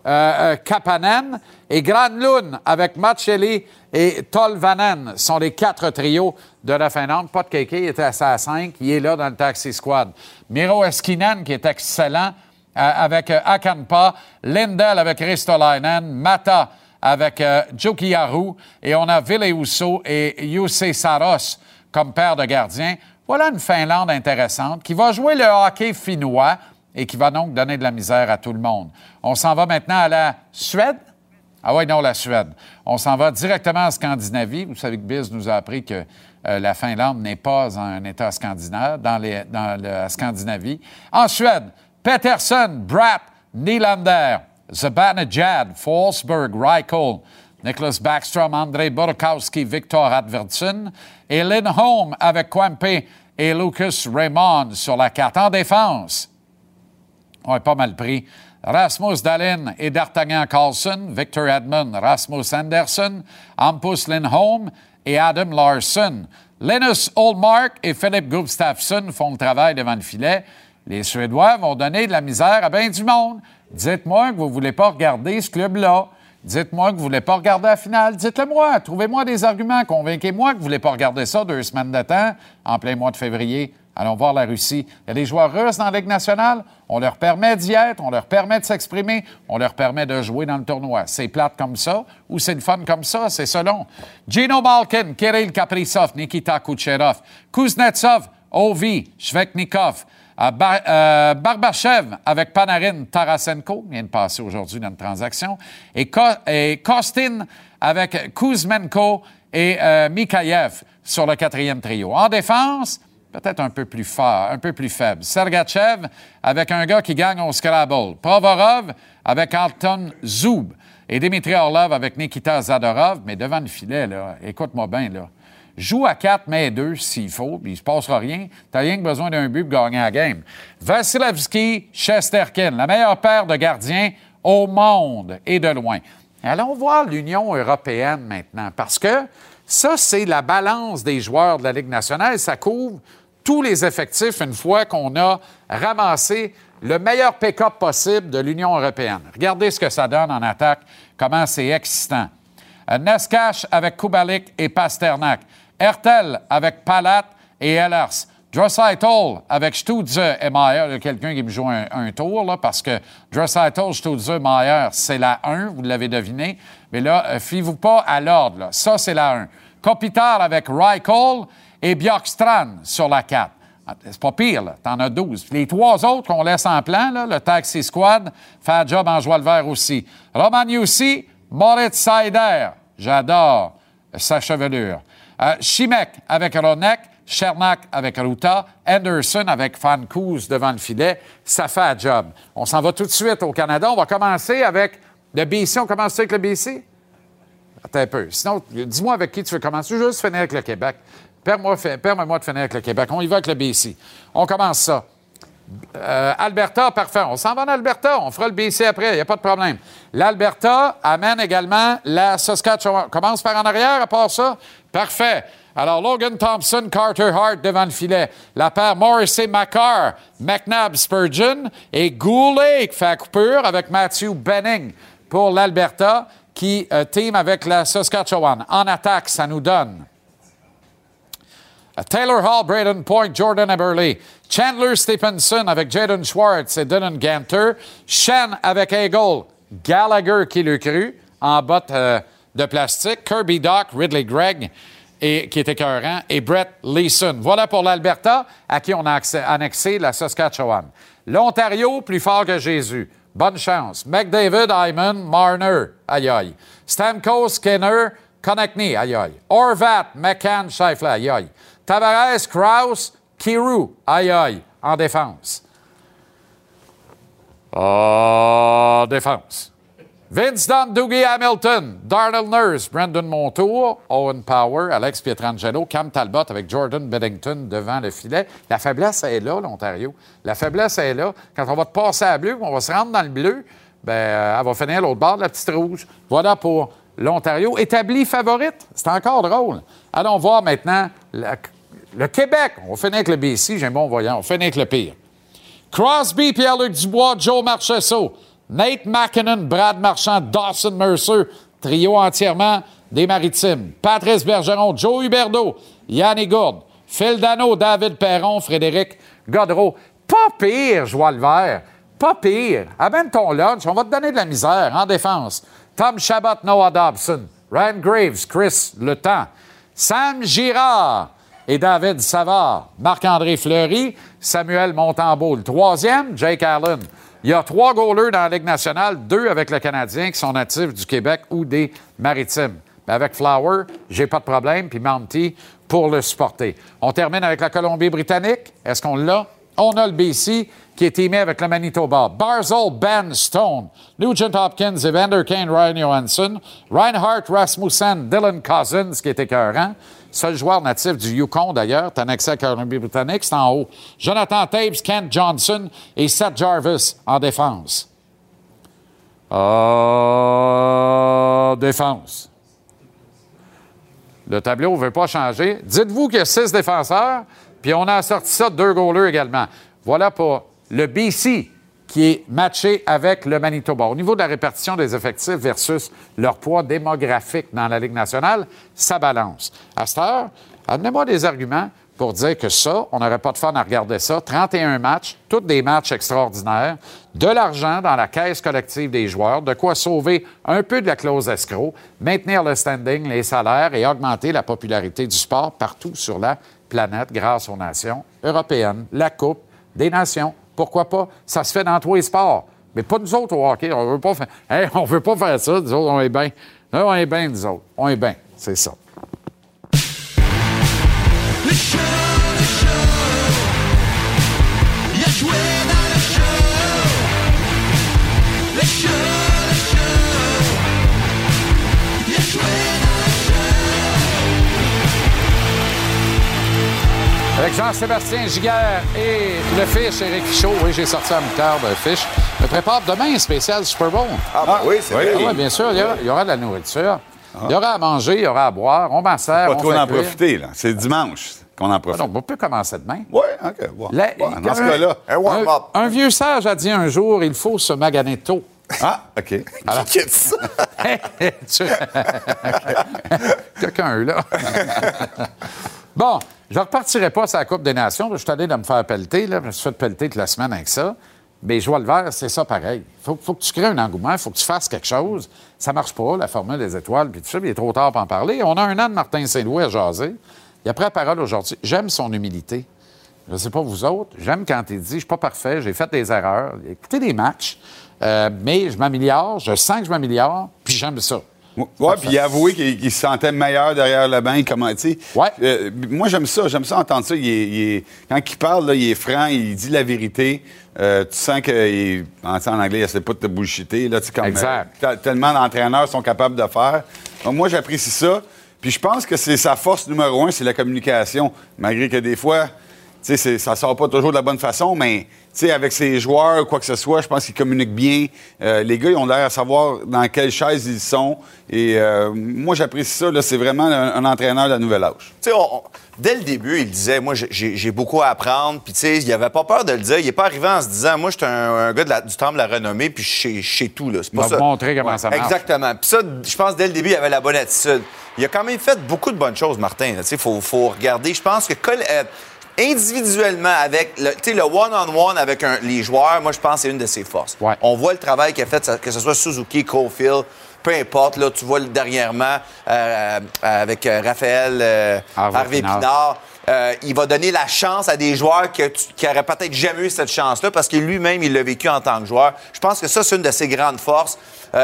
Kapanen. Et Granlund avec Machelli et Tolvanen sont les 4 trios de la Finlande. Pas de Keke, il était à 5. Il est là dans le Taxi Squad. Miro Eskinen, qui est excellent, avec Akanpa. Lindell avec Ristolainen. Mata avec Jokiharju. Et on a Ville Husso et Jussi Saros comme paire de gardiens. Voilà une Finlande intéressante qui va jouer le hockey finnois et qui va donc donner de la misère à tout le monde. On s'en va maintenant à la Suède. Ah oui, non, la Suède. On s'en va directement en Scandinavie. Vous savez que Biz nous a appris que la Finlande n'est pas un État scandinave, dans la Scandinavie. En Suède, Pettersson, Bratt, Nylander, Zibanejad, Forsberg, Reichel, Nicholas Backstrom, Andrei Burakovsky, Victor Arvidsson et Lindholm avec Quampe et Lucas Raymond sur la carte. En défense, on est pas mal pris. Rasmus Dahlin et D'Artagnan Carlson, Victor Edmund, Rasmus Andersson, Hampus Lindholm et Adam Larsson. Linus Ullmark et Philip Gustafsson font le travail devant le filet. Les Suédois vont donner de la misère à bien du monde. Dites-moi que vous ne voulez pas regarder ce club-là. Dites-moi que vous ne voulez pas regarder la finale. Dites-le-moi. Trouvez-moi des arguments. Convainquez-moi que vous ne voulez pas regarder ça 2 semaines de temps en plein mois de février. Allons voir la Russie. Il y a des joueurs russes dans la Ligue nationale. On leur permet d'y être, on leur permet de s'exprimer, on leur permet de jouer dans le tournoi. C'est plate comme ça ou c'est le fun comme ça? C'est selon. Gino Malkin, Kirill Kaprizov, Nikita Kucherov, Kuznetsov, Ovi, Shvechnikov, Barbachev avec Panarin, Tarasenko, vient de passer aujourd'hui dans une transaction, et Kostin avec Kuzmenko et Mikhaïev sur le 4e trio. En défense, peut-être un peu plus fort, un peu plus faible. Sergachev avec un gars qui gagne au Scrabble. Provorov avec Anton Zub. Et Dmitry Orlov avec Nikita Zadorov. Mais devant le filet, là, écoute-moi bien, là. Joue à 4, mais 2 s'il faut, puis il ne se passera rien. Tu n'as rien que besoin d'un but pour gagner la game. Vasilevski, Shesterkin, la meilleure paire de gardiens au monde et de loin. Allons voir l'Union européenne maintenant, parce que ça, c'est la balance des joueurs de la Ligue nationale. Ça couvre tous les effectifs une fois qu'on a ramassé le meilleur pick-up possible de l'Union européenne. Regardez ce que ça donne en attaque, comment c'est excitant. Neskash avec Kubalik et Pasternak. Hertel avec Palat et Ehlers. Draisaitl avec Stützle et Meier. Il y a quelqu'un qui me joue un tour, là, parce que Draisaitl, Stützle, Meier, c'est la 1, vous l'avez deviné. Mais là, fiez-vous pas à l'ordre. Là. Ça, c'est la 1. Kopitar avec Reichel et Bjorkstrand sur la 4. C'est pas pire, là. T'en as 12. Puis les 3 autres qu'on laisse en plan, là, le Taxi Squad, fait un job en joie le vert aussi. Roman Jussi, Moritz Seider. J'adore sa chevelure. Chimek avec Ronek, Chernak avec Ruta, Anderson avec Fancouz devant le filet. Ça fait un job. On s'en va tout de suite au Canada. On va commencer avec le BC. On commence avec le BC? Attends un peu. Sinon, dis-moi avec qui tu veux commencer. Je veux juste finir avec le Québec. Permets-moi de finir avec le Québec. On y va avec le BC. On commence ça. Alberta, parfait. On s'en va en Alberta. On fera le BC après. Il n'y a pas de problème. L'Alberta amène également la Saskatchewan. On commence par en arrière, à part ça. Parfait. Alors, Logan Thompson, Carter Hart devant le filet. La paire Morrissey-Makar, McNabb-Spurgeon et Goulet qui fait la coupure avec Matthew Benning pour l'Alberta qui team avec la Saskatchewan. En attaque, ça nous donne Taylor Hall, Braden Point, Jordan Eberle. Chandler Stephenson avec Jaden Schwartz et Dylan Ganter. Shen avec Eagle. Gallagher qui le cru en botte de plastique. Kirby Doc, Ridley Gregg, qui est écœurant, et Brett Leeson. Voilà pour l'Alberta, à qui on a annexé la Saskatchewan. L'Ontario, plus fort que Jésus. Bonne chance. McDavid, Hyman, Marner, aïe aïe. Stamkos, Skinner, Konechny, aïe aïe. Horvat, McCann, Scheifele, aïe aïe. Tavares, Krause, Kiru, aïe aïe, en défense. Défense. Vince Dunn, Dougie Hamilton, Darnell Nurse, Brendan Montour, Owen Power, Alex Pietrangelo, Cam Talbot avec Jordan Beddington devant le filet. La faiblesse est là, l'Ontario. La faiblesse est là. Quand on va te passer à bleu, on va se rendre dans le bleu, elle va finir à l'autre bord de la petite rouge. Voilà pour l'Ontario. Établi favorite. C'est encore drôle. Allons voir maintenant le Québec. On va finir avec le BC. J'ai un bon voyant. On va finir avec le pire. Crosby, Pierre-Luc Dubois, Joe Marchessault. Nate McKinnon, Brad Marchand, Dawson Mercer, trio entièrement des Maritimes. Patrice Bergeron, Joe Huberdeau, Yannick Gourde, Phil Dano, David Perron, Frédéric Godreau. Pas pire, Joie le vert. Pas pire. Amène ton lunch, on va te donner de la misère en défense. Tom Chabot, Noah Dobson, Ryan Graves, Chris Le Temps, Sam Girard et David Savard. Marc-André Fleury, Samuel Montembeault. Le troisième, Jake Allen. Il y a 3 goalers dans la Ligue nationale, 2 avec le Canadien qui sont natifs du Québec ou des Maritimes. Mais avec Flower, j'ai pas de problème, puis Monty pour le supporter. On termine avec la Colombie-Britannique. Est-ce qu'on l'a? On a le BC qui est teamé avec le Manitoba. Barzal, Ben Stone, Nugent Hopkins, Evander Kane, Ryan Johansson, Reinhardt, Rasmussen, Dylan Cousins, qui est écœurant. Seul joueur natif du Yukon, d'ailleurs, est annexé à la Colombie-Britannique, c'est en haut. Jonathan Taves, Kent Johnson et Seth Jarvis en défense. Défense. Le tableau ne veut pas changer. Dites-vous qu'il y a 6 défenseurs, puis on a sorti ça de 2 goalers également. Voilà pour le BC qui est matché avec le Manitoba. Au niveau de la répartition des effectifs versus leur poids démographique dans la Ligue nationale, ça balance. À cette heure, amenez-moi des arguments pour dire que ça, on n'aurait pas de fun à regarder ça. 31 matchs, tous des matchs extraordinaires, de l'argent dans la caisse collective des joueurs, de quoi sauver un peu de la clause escroc, maintenir le standing, les salaires et augmenter la popularité du sport partout sur la planète grâce aux nations européennes, la Coupe des Nations. Pourquoi pas? Ça se fait dans tous les sports. Mais pas nous autres au hockey. On veut pas faire, on veut pas faire ça. Nous autres, on est bien. On est bien, nous autres. On est bien. C'est ça. Avec Jean-Sébastien Giguère et le Fish, Éric Fichaud. Oui, j'ai sorti la moutarde, Fish. Me prépare demain un spécial Super Bowl. Oui, c'est vrai. Oui, bien sûr, il y aura de la nourriture. Il y aura à manger, il y aura à boire. On m'en sert. Pas trop en profiter, là. C'est dimanche qu'on en profite. Non, on peut commencer demain. Oui, OK. Bon. Dans ce cas-là, un warm-up. Un vieux sage a dit un jour, il faut se maganer tôt. Ah, OK. Alors, qui a dit ça? Quelqu'un, là. Bon, je ne repartirai pas sur la Coupe des Nations. Je suis allé de me faire pelleter. Là. Je me suis fait pelleter toute la semaine avec ça. Mais Joie le vert, c'est ça pareil. Faut que tu crées un engouement, il faut que tu fasses quelque chose. Ça ne marche pas, la formule des étoiles, puis tout ça, il est trop tard pour en parler. On a un an de Martin Saint-Louis à jaser. Il a pris la parole aujourd'hui. J'aime son humilité. Je ne sais pas vous autres. J'aime quand il dit « Je ne suis pas parfait, j'ai fait des erreurs. » Écoutez des matchs, mais je m'améliore, je sens que je m'améliore, puis j'aime ça. Oui, puis il a avoué qu'il se sentait meilleur derrière le banc, comment, tu sais. Ouais. Moi, j'aime ça entendre ça. Quand il parle, là, il est franc, il dit la vérité. Tu sens qu'en anglais, il essaie pas de te bullshiter. Là, comme, exact. Tellement d'entraîneurs sont capables de faire. Donc, moi, j'apprécie ça. Puis je pense que c'est sa force numéro 1, c'est la communication. Malgré que des fois, tu sais, ça sort pas toujours de la bonne façon, mais tu sais, avec ses joueurs, quoi que ce soit, je pense qu'ils communiquent bien. Les gars, ils ont l'air à savoir dans quelle chaise ils sont. Et moi, j'apprécie ça. Là, c'est vraiment un entraîneur de la nouvelle âge. Tu sais, dès le début, il disait, moi, j'ai beaucoup à apprendre. Puis, tu sais, il avait pas peur de le dire. Il n'est pas arrivé en se disant, moi, je suis un gars du temple de la renommée, puis je sais tout. Là. C'est pas ça. Montrer comment ça marche. Exactement. Puis ça, je pense, dès le début, il avait la bonne attitude. Il a quand même fait beaucoup de bonnes choses, Martin. Tu sais, faut regarder. Je pense que individuellement, avec le one-on-one avec les joueurs, moi, je pense que c'est une de ses forces. Ouais. On voit le travail qu'il a fait, que ce soit Suzuki, Caulfield. peu importe. Là, tu vois dernièrement avec Raphaël Harvey-Pinard. Il va donner la chance à des joueurs qui n'auraient peut-être jamais eu cette chance-là parce que lui-même, il l'a vécu en tant que joueur. Je pense que ça, c'est une de ses grandes forces.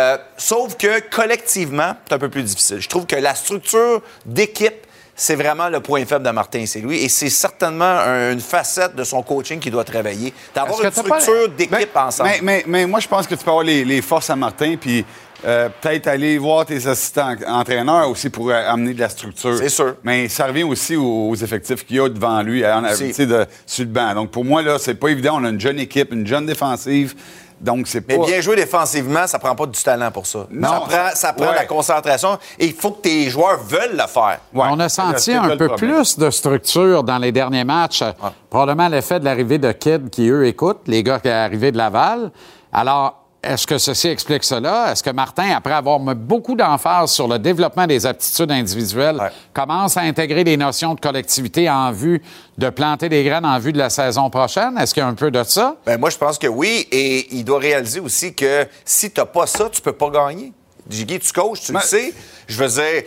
Sauf que collectivement, c'est un peu plus difficile. Je trouve que la structure d'équipe, c'est vraiment le point faible de Martin Saint-Louis et c'est certainement une facette de son coaching qui doit travailler. D'avoir une structure d'équipe ensemble. Mais moi, je pense que tu peux avoir les forces à Martin puis peut-être aller voir tes assistants entraîneurs aussi pour amener de la structure. C'est sûr. Mais ça revient aussi aux effectifs qu'il y a devant lui sur le banc. Donc, pour moi, là, c'est pas évident. On a une jeune équipe, une jeune défensive. Donc, c'est pas... Mais bien jouer défensivement, ça prend pas du talent pour ça. Non, ça prend de la concentration et il faut que tes joueurs veulent le faire. Ouais. On a senti un peu plus de structure dans les derniers matchs. Probablement l'effet de l'arrivée de Kidd qui, eux, écoutent, les gars qui sont arrivés de Laval. Alors, est-ce que ceci explique cela? Est-ce que Martin, après avoir mis beaucoup d'emphase sur le développement des aptitudes individuelles, commence à intégrer des notions de collectivité en vue de planter des graines en vue de la saison prochaine? Est-ce qu'il y a un peu de ça? Bien, moi, je pense que oui. Et il doit réaliser aussi que si tu n'as pas ça, tu peux pas gagner. Jiggy, tu coaches, tu le sais. Je veux dire...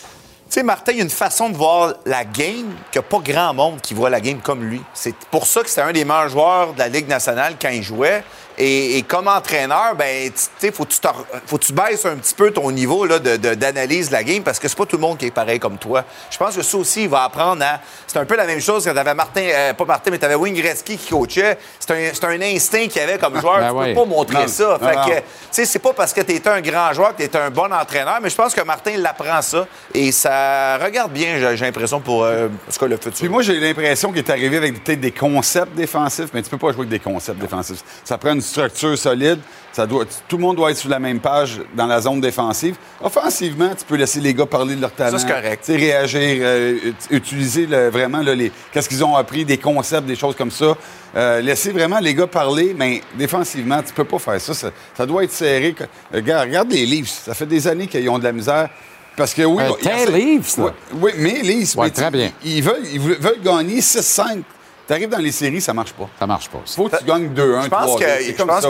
Tu sais, Martin, il y a une façon de voir la game qu'il n'y a pas grand monde qui voit la game comme lui. C'est pour ça que c'était un des meilleurs joueurs de la Ligue nationale quand il jouait. Et comme entraîneur, ben, tu sais, faut que tu baisses un petit peu ton niveau là, d'analyse de la game parce que c'est pas tout le monde qui est pareil comme toi. Je pense que ça aussi, il va apprendre à... C'est un peu la même chose quand t'avais mais t'avais Wayne Gretzky qui coachait. C'est un instinct qu'il avait comme joueur. Tu peux pas montrer ça. Fait que, tu sais, c'est pas parce que t'es un grand joueur que t'es un bon entraîneur, mais je pense que Martin, il apprend ça. Et ça regarde bien, j'ai l'impression, pour le futur. Puis moi, j'ai l'impression qu'il est arrivé avec peut-être des concepts défensifs, mais tu peux pas jouer avec des concepts défensifs. Ça prend une structure solide. Tout le monde doit être sur la même page dans la zone défensive. Offensivement, tu peux laisser les gars parler de leur talent. Ça, c'est correct. Réagir, utiliser vraiment qu'est-ce qu'ils ont appris, des concepts, des choses comme ça. Laisser vraiment les gars parler, mais défensivement, tu peux pas faire ça. Ça doit être serré. Regarde les Leafs. Ça fait des années qu'ils ont de la misère. Parce que oui... Leafs, là. Oui, mais Leafs... Ouais, très bien. Ils veulent gagner 6-5. T'arrives dans les séries, ça marche pas. Ça marche pas. Il faut que tu gagnes 2-1, 3 Je pense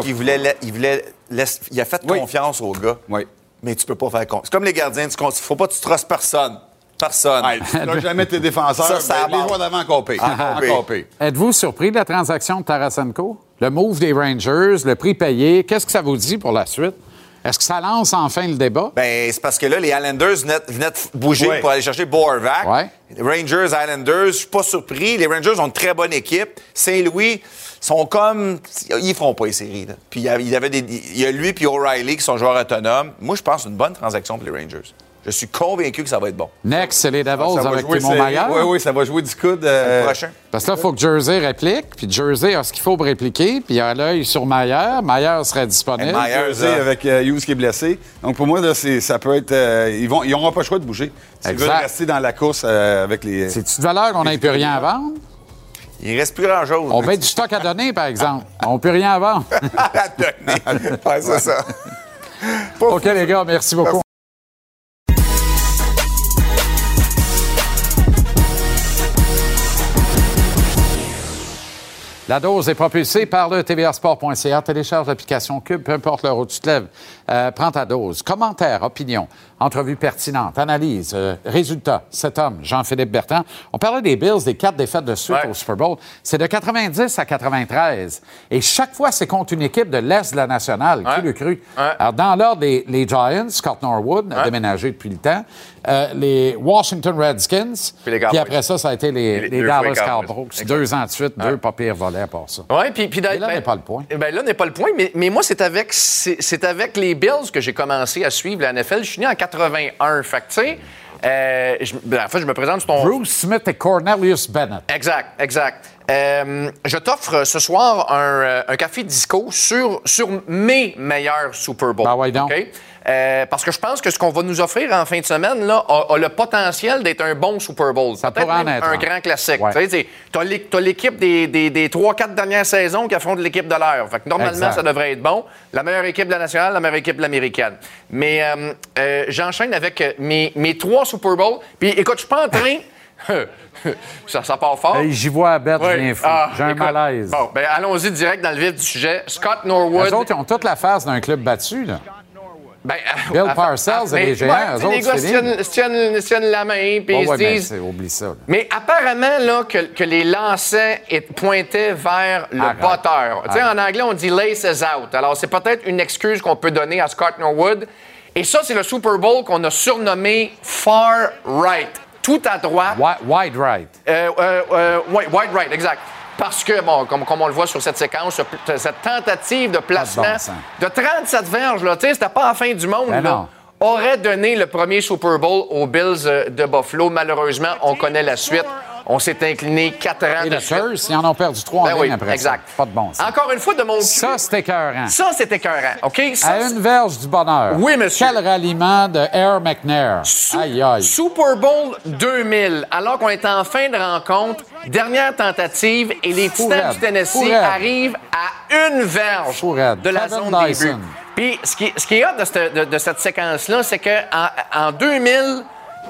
qu'il a fait confiance aux gars. Oui. Mais tu peux pas faire confiance. C'est comme les gardiens, faut pas que tu trustes personne. Personne. Tu n'as jamais tes défenseurs. Les joueurs d'avant encore pire. Êtes-vous surpris de la transaction de Tarasenko? Le move des Rangers, le prix payé, qu'est-ce que ça vous dit pour la suite? Est-ce que ça lance enfin le débat? Bien, c'est parce que là, les Islanders venaient de bouger pour aller chercher Boervac. Ouais. Rangers, Islanders, je suis pas surpris. Les Rangers ont une très bonne équipe. Saint-Louis sont comme... Ils feront pas les séries. Là. Puis il y a lui et O'Reilly qui sont joueurs autonomes. Moi, je pense que c'est une bonne transaction pour les Rangers. Je suis convaincu que ça va être bon. Next, c'est les Devils avec Timo Meier. Oui, ça va jouer du coude. Le prochain. Parce que là, il faut que Jersey réplique. Puis Jersey a ce qu'il faut pour répliquer. Puis il a l'œil sur Meier. Meier serait disponible. Jersey avec Hughes qui est blessé. Donc pour moi, là, ça peut être... ils n'auront pas le choix de bouger. Ils veulent rester dans la course avec les... C'est-tu de valeur qu'on n'ait plus rien à vendre? Il reste plus grand-chose. On met du stock à donner, par exemple. On ne peut rien à vendre. À donner. Ouais, c'est ça. OK, les gars, merci beaucoup. La dose est propulsée par le tvasport.ca. Télécharge l'application Cube, peu importe l'heure où tu te lèves. Prends ta dose. Commentaires, opinions, entrevues pertinentes, analyses, résultats. Cet homme, Jean-Philippe Bertrand. On parlait des Bills, des 4 défaites de suite au Super Bowl. C'est de 90 à 93. Et chaque fois, c'est contre une équipe de l'Est de la nationale. Qui le cru? Alors, dans l'ordre, les Giants, Scott Norwood a déménagé depuis le temps. Les Washington Redskins. Puis après ça, ça a été les Dallas Cowboys. 2 ans de suite, 2 pas pires volets à part ça. Oui, puis là n'est pas le point. Ben là n'est pas le point, mais moi, c'est avec les Bills que j'ai commencé à suivre la NFL. Je suis né en 81. Fait que, tu sais, en fait, je me présente sur ton... Bruce Smith et Cornelius Bennett. Exact. Je t'offre ce soir un café disco sur mes meilleurs Super Bowls. Ben ouais, donc. Okay? Parce que je pense que ce qu'on va nous offrir en fin de semaine là, a le potentiel d'être un bon Super Bowl. Ça pourrait en être un grand classique. Ouais. Tu as l'équipe des 3-4 dernières saisons qui affronte l'équipe de l'heure. Fait que normalement, ça devrait être bon. La meilleure équipe de la nationale, la meilleure équipe de l'américaine. Mais j'enchaîne avec mes 3 Super Bowls. Puis écoute, je suis pas en train... ça part fort. Hey, j'y vois à bête, je viens fou. J'ai un malaise. Bon, allons-y direct dans le vif du sujet. Scott Norwood. Les autres, ils ont toute la face d'un club battu, là. Bill Parcells et les géants, eux autres, les gars se tiennent la main, puis ils se disent... oublie ça. Là. Mais apparemment, là, que les lancers pointaient vers le batteur. Tu sais, en anglais, on dit « laces out ». Alors, c'est peut-être une excuse qu'on peut donner à Scott Norwood. Et ça, c'est le Super Bowl qu'on a surnommé « Far Right ». Tout à droite. Wide right. Wide right, exact. Parce que, bon, comme on le voit sur cette séquence, cette tentative de placement de 37 verges, là, tu sais, c'était pas la fin du monde, là, aurait donné le premier Super Bowl aux Bills de Buffalo. Malheureusement, on connaît la suite. On s'est incliné 4 ans de suite. Ils en ont perdu 3 en ligne après exact. Ça. Pas de bon sens. Encore une fois, de mon cul. Ça, c'est écœurant. Ça, c'est écœurant, OK? Ça, à une verge du bonheur. Oui, monsieur. Quel ralliement de Air McNair. Aïe, aïe. Super Bowl 2000, alors qu'on est en fin de rencontre, dernière tentative, et les Titans du Tennessee arrivent à une verge de la zone des buts. Puis, ce qui est hot de cette séquence-là, c'est qu'en 2000...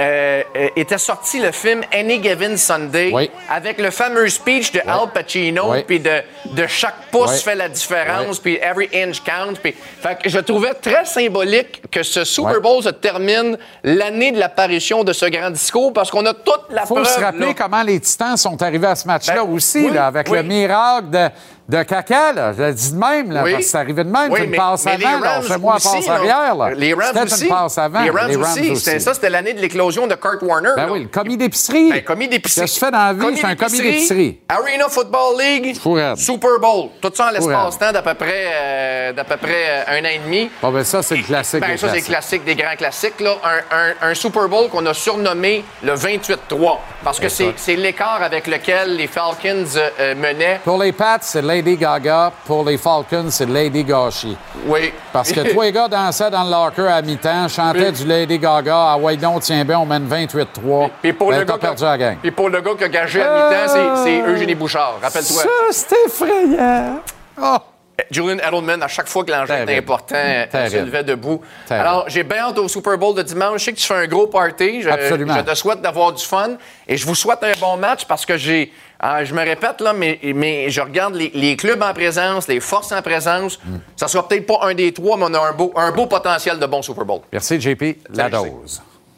était sorti le film Any Given Sunday avec le fameux speech de Al Pacino, puis de chaque pouce fait la différence, puis every inch count. Fait que je trouvais très symbolique que ce Super Bowl se termine l'année de l'apparition de ce grand discours, parce qu'on a toute la preuve. Il faut se rappeler comment les Titans sont arrivés à ce match-là aussi, là, avec le miracle de Caca, là. Je le dis de même, là, parce que c'est arrivé de même. C'est une passe avant, là. Fais-moi une passe arrière, là. Les Rams aussi. Une passe avant. Les Rams aussi. C'était l'année de l'éclosion de Kurt Warner. Ben oui, le commis d'épicerie. Commis d'épicerie. Ce que je fais dans la vie, c'est un commis d'épicerie. Arena Football League, Super Bowl. Tout ça en l'espace-temps d'à peu près 1 an et demi. Bon, ben ça, c'est le classique. Ça, c'est le classique des grands classiques, là. Un Super Bowl qu'on a surnommé le 28-3. Parce que c'est l'écart avec lequel les Falcons menaient. Pour les Pats, c'est Lady Gaga. Pour les Falcons, c'est Lady Gauchy. Oui. Parce que tous les gars dansaient dans le locker à mi-temps, chantaient du Lady Gaga. Ah ouais, donc, tiens bien, on mène 28-3. Puis pour le gars perdu la gang. Puis pour le gars qui a gagé à mi-temps, c'est Eugénie Bouchard. Rappelle-toi. Ça, c'est effrayant. Oh. Julian Edelman, à chaque fois que l'enjeu était important, se levait debout. Alors, j'ai bien hâte au Super Bowl de dimanche. Je sais que tu fais un gros party. Absolument. Je te souhaite d'avoir du fun. Et je vous souhaite un bon match parce que je me répète, là, mais je regarde les clubs en présence, les forces en présence. Ça sera peut-être pas un des trois, mais on a un beau potentiel de bon Super Bowl. Merci, JP. La dose.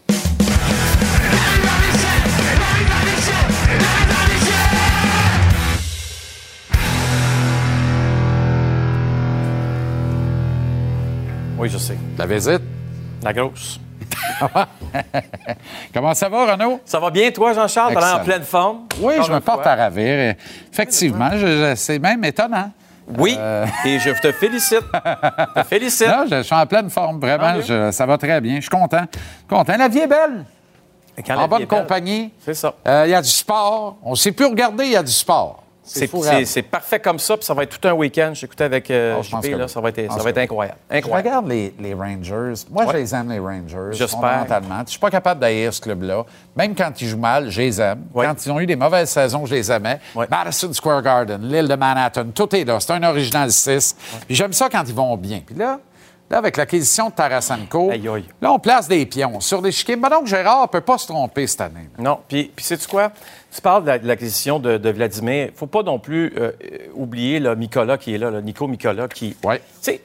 Oui, je sais. La visite? La grosse. Comment ça va, Renaud? Ça va bien, toi, Jean-Charles? T'as l'air en pleine forme? Oui, je me porte à ravir. Effectivement, c'est même étonnant. Oui, et je te félicite. Je te félicite. Non, je suis en pleine forme, vraiment. Ça va très bien. Je suis content. La vie est belle. En bonne compagnie. C'est ça. Il y a du sport. On ne sait plus regarder, il y a du sport. C'est parfait comme ça, puis ça va être tout un week-end. J'écoutais avec JP, là, ça va être incroyable. Je regarde les Rangers. Moi, je les aime, les Rangers. J'espère. Fondamentalement. Je suis pas capable d'haïr ce club-là. Même quand ils jouent mal, je les aime. Quand ils ont eu des mauvaises saisons, je les aimais. Madison Square Garden, l'île de Manhattan, tout est là. C'est un original 6. Puis j'aime ça quand ils vont bien. Puis là, avec l'acquisition de Tarasenko, là, on place des pions sur l'échiquier. Mais donc, Gérard ne peut pas se tromper cette année. Non. Puis sais-tu quoi? Tu parles de l'acquisition de Vladimir. Il ne faut pas non plus oublier Mikola qui est là, Nico Mikola qui... Oui. Tu sais,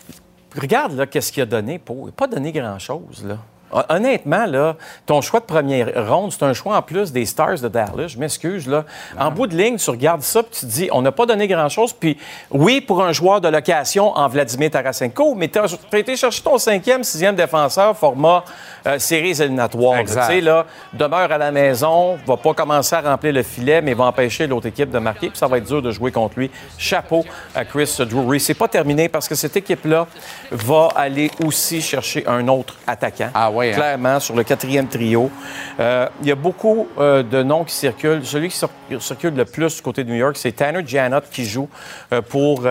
regarde là, qu'est-ce qu'il a donné pour... Il n'a pas donné grand-chose, là. Honnêtement, là, ton choix de première ronde, c'est un choix en plus des Stars de Dallas. Je m'excuse, là. En bout de ligne, tu regardes ça puis tu te dis, on n'a pas donné grand-chose. Puis oui, pour un joueur de location en Vladimir Tarasenko, mais tu as été chercher ton 5e, 6e défenseur format séries éliminatoires. Tu sais, là, demeure à la maison, va pas commencer à remplir le filet, mais va empêcher l'autre équipe de marquer. Puis ça va être dur de jouer contre lui. Chapeau à Chris Drury. C'est pas terminé parce que cette équipe-là va aller aussi chercher un autre attaquant. Ah oui. Clairement, sur le 4e trio. Il y a beaucoup de noms qui circulent. Celui qui circule le plus du côté de New York, c'est Tanner Giannotti qui joue pour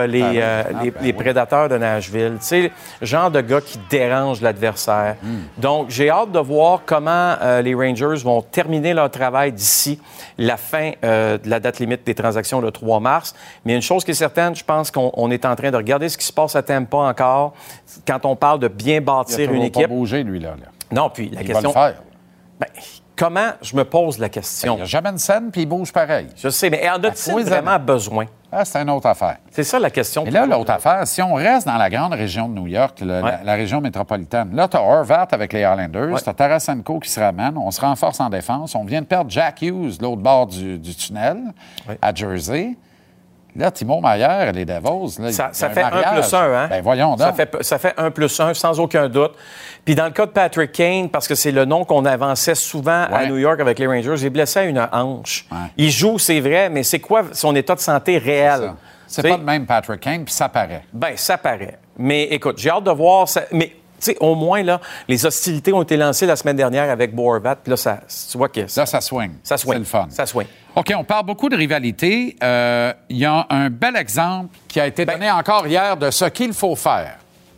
les Prédateurs de Nashville. Tu sais, genre de gars qui dérange l'adversaire. Donc, j'ai hâte de voir comment les Rangers vont terminer leur travail d'ici la fin de la date limite des transactions le 3 mars. Mais une chose qui est certaine, je pense qu'on est en train de regarder ce qui se passe à Tampa encore quand on parle de bien bâtir une équipe. Il n'a pas bougé, lui, là. Non, puis la question... Va le faire. Ben, comment je me pose la question? Il n'y a jamais une scène, puis il bouge pareil. Je sais, mais en a-t-il vraiment besoin? c'est une autre affaire. C'est ça la question. Et là, l'autre affaire, si on reste dans la grande région de New York, la région métropolitaine, là, tu as Horvat avec les Islanders, tu as Tarasenko qui se ramène, on se renforce en défense, on vient de perdre Jack Hughes de l'autre bord du tunnel à Jersey. Là, Timo Meier et les Devils... Là, ça fait 1+1, hein? Ben voyons donc. Ça fait 1+1, sans aucun doute. Puis dans le cas de Patrick Kane, parce que c'est le nom qu'on avançait souvent à New York avec les Rangers, il est blessé à une hanche. Ouais. Il joue, c'est vrai, mais c'est quoi son état de santé réel? C'est pas le même Patrick Kane, puis ça paraît. Bien, ça paraît. Mais écoute, j'ai hâte de voir... Mais tu sais, au moins, là, les hostilités ont été lancées la semaine dernière avec Bo Horvat, puis là, tu vois que... Là, ça swing. Ça swing. C'est le fun. Ça swing. OK, on parle beaucoup de rivalité. Il y a un bel exemple qui a été donné encore hier de ce qu'il faut faire.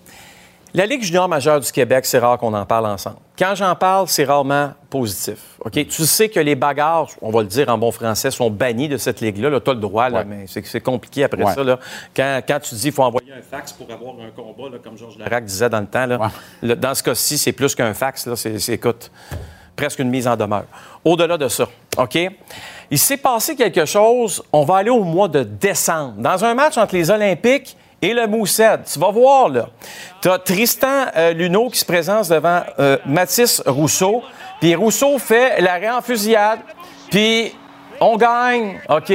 La Ligue junior majeure du Québec, c'est rare qu'on en parle ensemble. Quand j'en parle, c'est rarement positif. OK? Tu sais que les bagarres, on va le dire en bon français, sont bannis de cette ligue-là. Là, tu as le droit, là, mais c'est compliqué après ça. Là. Quand tu dis qu'il faut envoyer un fax pour avoir un combat, là, comme Georges Larac disait dans le temps, là, dans ce cas-ci, c'est plus qu'un fax. Là, écoute, presque une mise en demeure. Au-delà de ça, OK? Il s'est passé quelque chose. On va aller au mois de décembre. Dans un match entre les Olympiques et le Moosehead. Tu vas voir, là. Tu as Tristan Luneau qui se présente devant Mathis Rousseau. Puis Rousseau fait l'arrêt en fusillade. Puis on gagne, OK?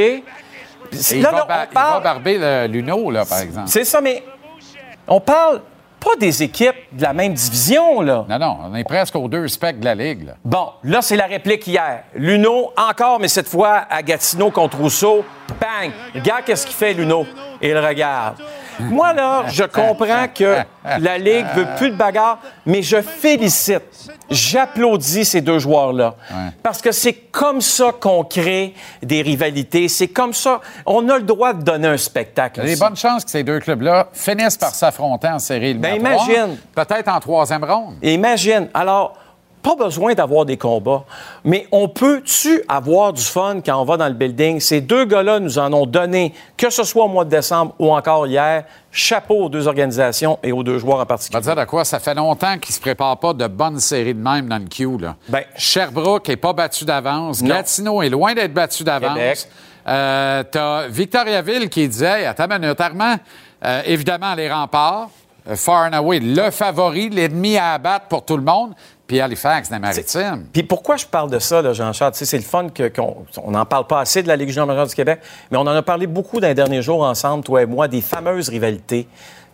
Il va barber Luneau, là, par exemple. C'est ça, mais on parle pas des équipes de la même division, là. Non, on est presque aux 2 specs de la Ligue, là. Bon, là, c'est la réplique hier. Luneau, encore, mais cette fois à Gatineau contre Rousseau. Bang! Regarde qu'est-ce qu'il fait, Luneau. Et il regarde. Moi, là, je comprends que la Ligue veut plus de bagarre, mais je félicite, j'applaudis ces 2 joueurs-là. Parce que c'est comme ça qu'on crée des rivalités. C'est comme ça. On a le droit de donner un spectacle. Il y a des bonnes chances que ces 2 clubs-là finissent par s'affronter en série éliminatoire. Ben imagine. Peut-être en 3e ronde. Imagine. Alors, pas besoin d'avoir des combats. Mais on peut-tu avoir du fun quand on va dans le building? Ces 2 gars-là nous en ont donné, que ce soit au mois de décembre ou encore hier. Chapeau aux 2 organisations et aux 2 joueurs en particulier. On va dire de quoi? Ça fait longtemps qu'ils ne se préparent pas de bonnes séries de même dans le Q. Là. Sherbrooke n'est pas battu d'avance. Gatineau est loin d'être battu d'avance. T'as Victoriaville qui disait, attends une minute, Armand, évidemment, les remparts, far and away, le favori, l'ennemi à abattre pour tout le monde. Puis Halifax, des Maritimes. Puis pourquoi je parle de ça, là, Jean-Charles? Tu sais, c'est le fun qu'on n'en parle pas assez de la Ligue junior majeure du Québec, mais on en a parlé beaucoup dans les derniers jours ensemble, toi et moi, des fameuses rivalités.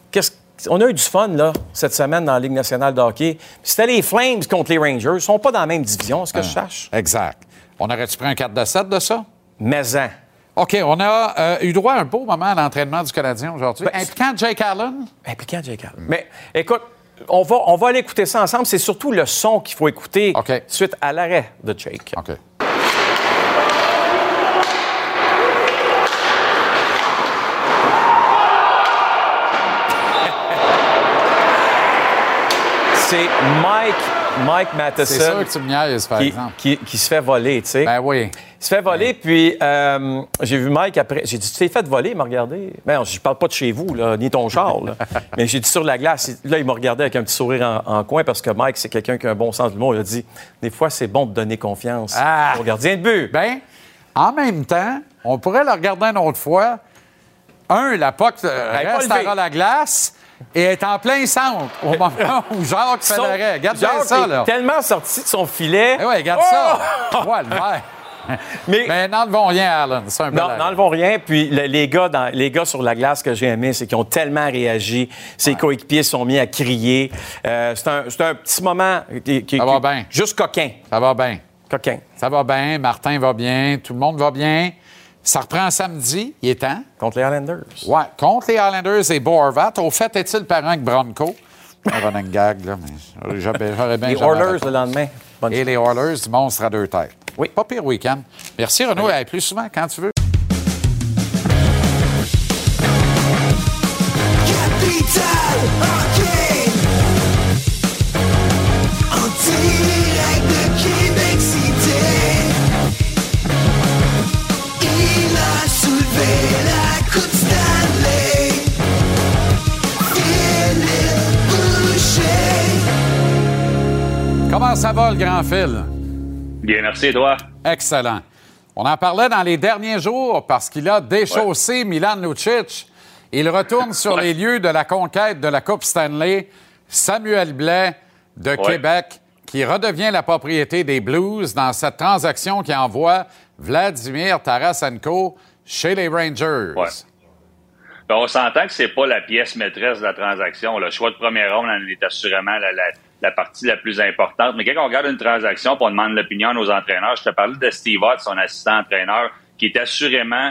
On a eu du fun, là, cette semaine dans la Ligue nationale de hockey. Puis c'était les Flames contre les Rangers. Ils ne sont pas dans la même division, est-ce que je sache? Exact. On aurait-tu pris un 4-7 de ça? Mais-en. OK, on a eu droit à un beau moment à l'entraînement du Canadien aujourd'hui. Impliquant Jake Allen? Impliquant Jake Allen. Mais écoute, on va aller écouter ça ensemble. C'est surtout le son qu'il faut écouter suite à l'arrêt de Jake. OK. C'est Mike Matheson. C'est sûr que tu me niaises, par exemple. Qui se fait voler, tu sais. Ben oui. Il se fait voler, puis j'ai vu Mike après. J'ai dit, tu t'es fait voler, il m'a regardé. Ben, je parle pas de chez vous, là, ni ton char, là. Mais j'ai dit sur la glace. Là, il m'a regardé avec un petit sourire en coin parce que Mike, c'est quelqu'un qui a un bon sens de l'humour. Il a dit, des fois, c'est bon de donner confiance au gardien de but. Ben, en même temps, on pourrait le regarder une autre fois. La puck reste à la glace. Et est en plein centre au moment où Jacques fait l'arrêt. Regarde ça, là. Il est tellement sorti de son filet. Oui, regarde ça. Ouais, le vert. Mais n'enlevons rien, Allen. C'est un bel arrêt. N'enlevons rien. Puis les gars sur la glace que j'ai aimé, c'est qu'ils ont tellement réagi. Ses coéquipiers se sont mis à crier. C'est un petit moment ça va bien. Juste coquin. Ça va bien. Coquin. Ça va bien. Martin va bien. Tout le monde va bien. Ça reprend samedi, il est temps. Contre les Islanders. Oui, contre les Islanders et Bo Horvat. Au fait, est-il parent avec Bronco? Un running gag, là, mais j'aurais bien... Les Oilers le lendemain. Et les Oilers du monstre à 2 têtes. Oui. Pas pire week-end. Merci, Renaud. Oui. Plus souvent, quand tu veux. Capital Hockey. En direct de Québec City. Il a soulevé la Coupe Stanley. Philippe Boucher. Comment ça va, le grand Phil? Bien, merci, et toi? Excellent. On en parlait dans les derniers jours parce qu'il a déchaussé Milan Lucic. Il retourne sur les lieux de la conquête de la Coupe Stanley. Samuel Blais de Québec, qui redevient la propriété des Blues dans cette transaction qui envoie Vladimir Tarasenko chez les Rangers. Ouais. Ben, on s'entend que c'est pas la pièce maîtresse de la transaction. Le choix de première ronde en est assurément la partie la plus importante. Mais quand on regarde une transaction et on demande l'opinion de nos entraîneurs, je te parlais de Steve Ott, son assistant entraîneur, qui est assurément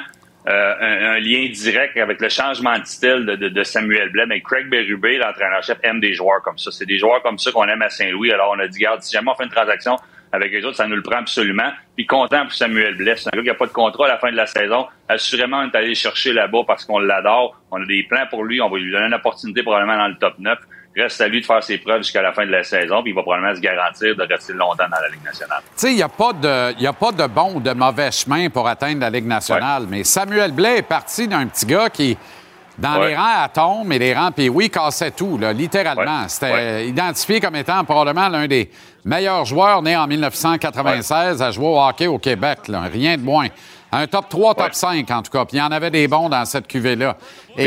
un lien direct avec le changement de style de Samuel Blais. Mais Craig Berube, l'entraîneur-chef, aime des joueurs comme ça. C'est des joueurs comme ça qu'on aime à Saint-Louis. Alors on a dit, regarde, si jamais on fait une transaction avec les autres, ça nous le prend absolument. Puis content pour Samuel Blais. C'est un gars qui n'a pas de contrat à la fin de la saison. Assurément, on est allé chercher là-bas parce qu'on l'adore. On a des plans pour lui. On va lui donner une opportunité probablement dans le top 9. Reste à lui de faire ses preuves jusqu'à la fin de la saison, puis il va probablement se garantir de rester longtemps dans la Ligue nationale. Tu sais, il n'y a pas de bon ou de mauvais chemin pour atteindre la Ligue nationale, mais Samuel Blais est parti d'un petit gars qui, dans les rangs atomes et les rangs Pee-Wee, cassait tout, là, littéralement. C'était identifié comme étant probablement l'un des meilleurs joueurs nés en 1996 à jouer au hockey au Québec, là, rien de moins. Un top 3, top 5, en tout cas. Puis il y en avait des bons dans cette cuvée-là.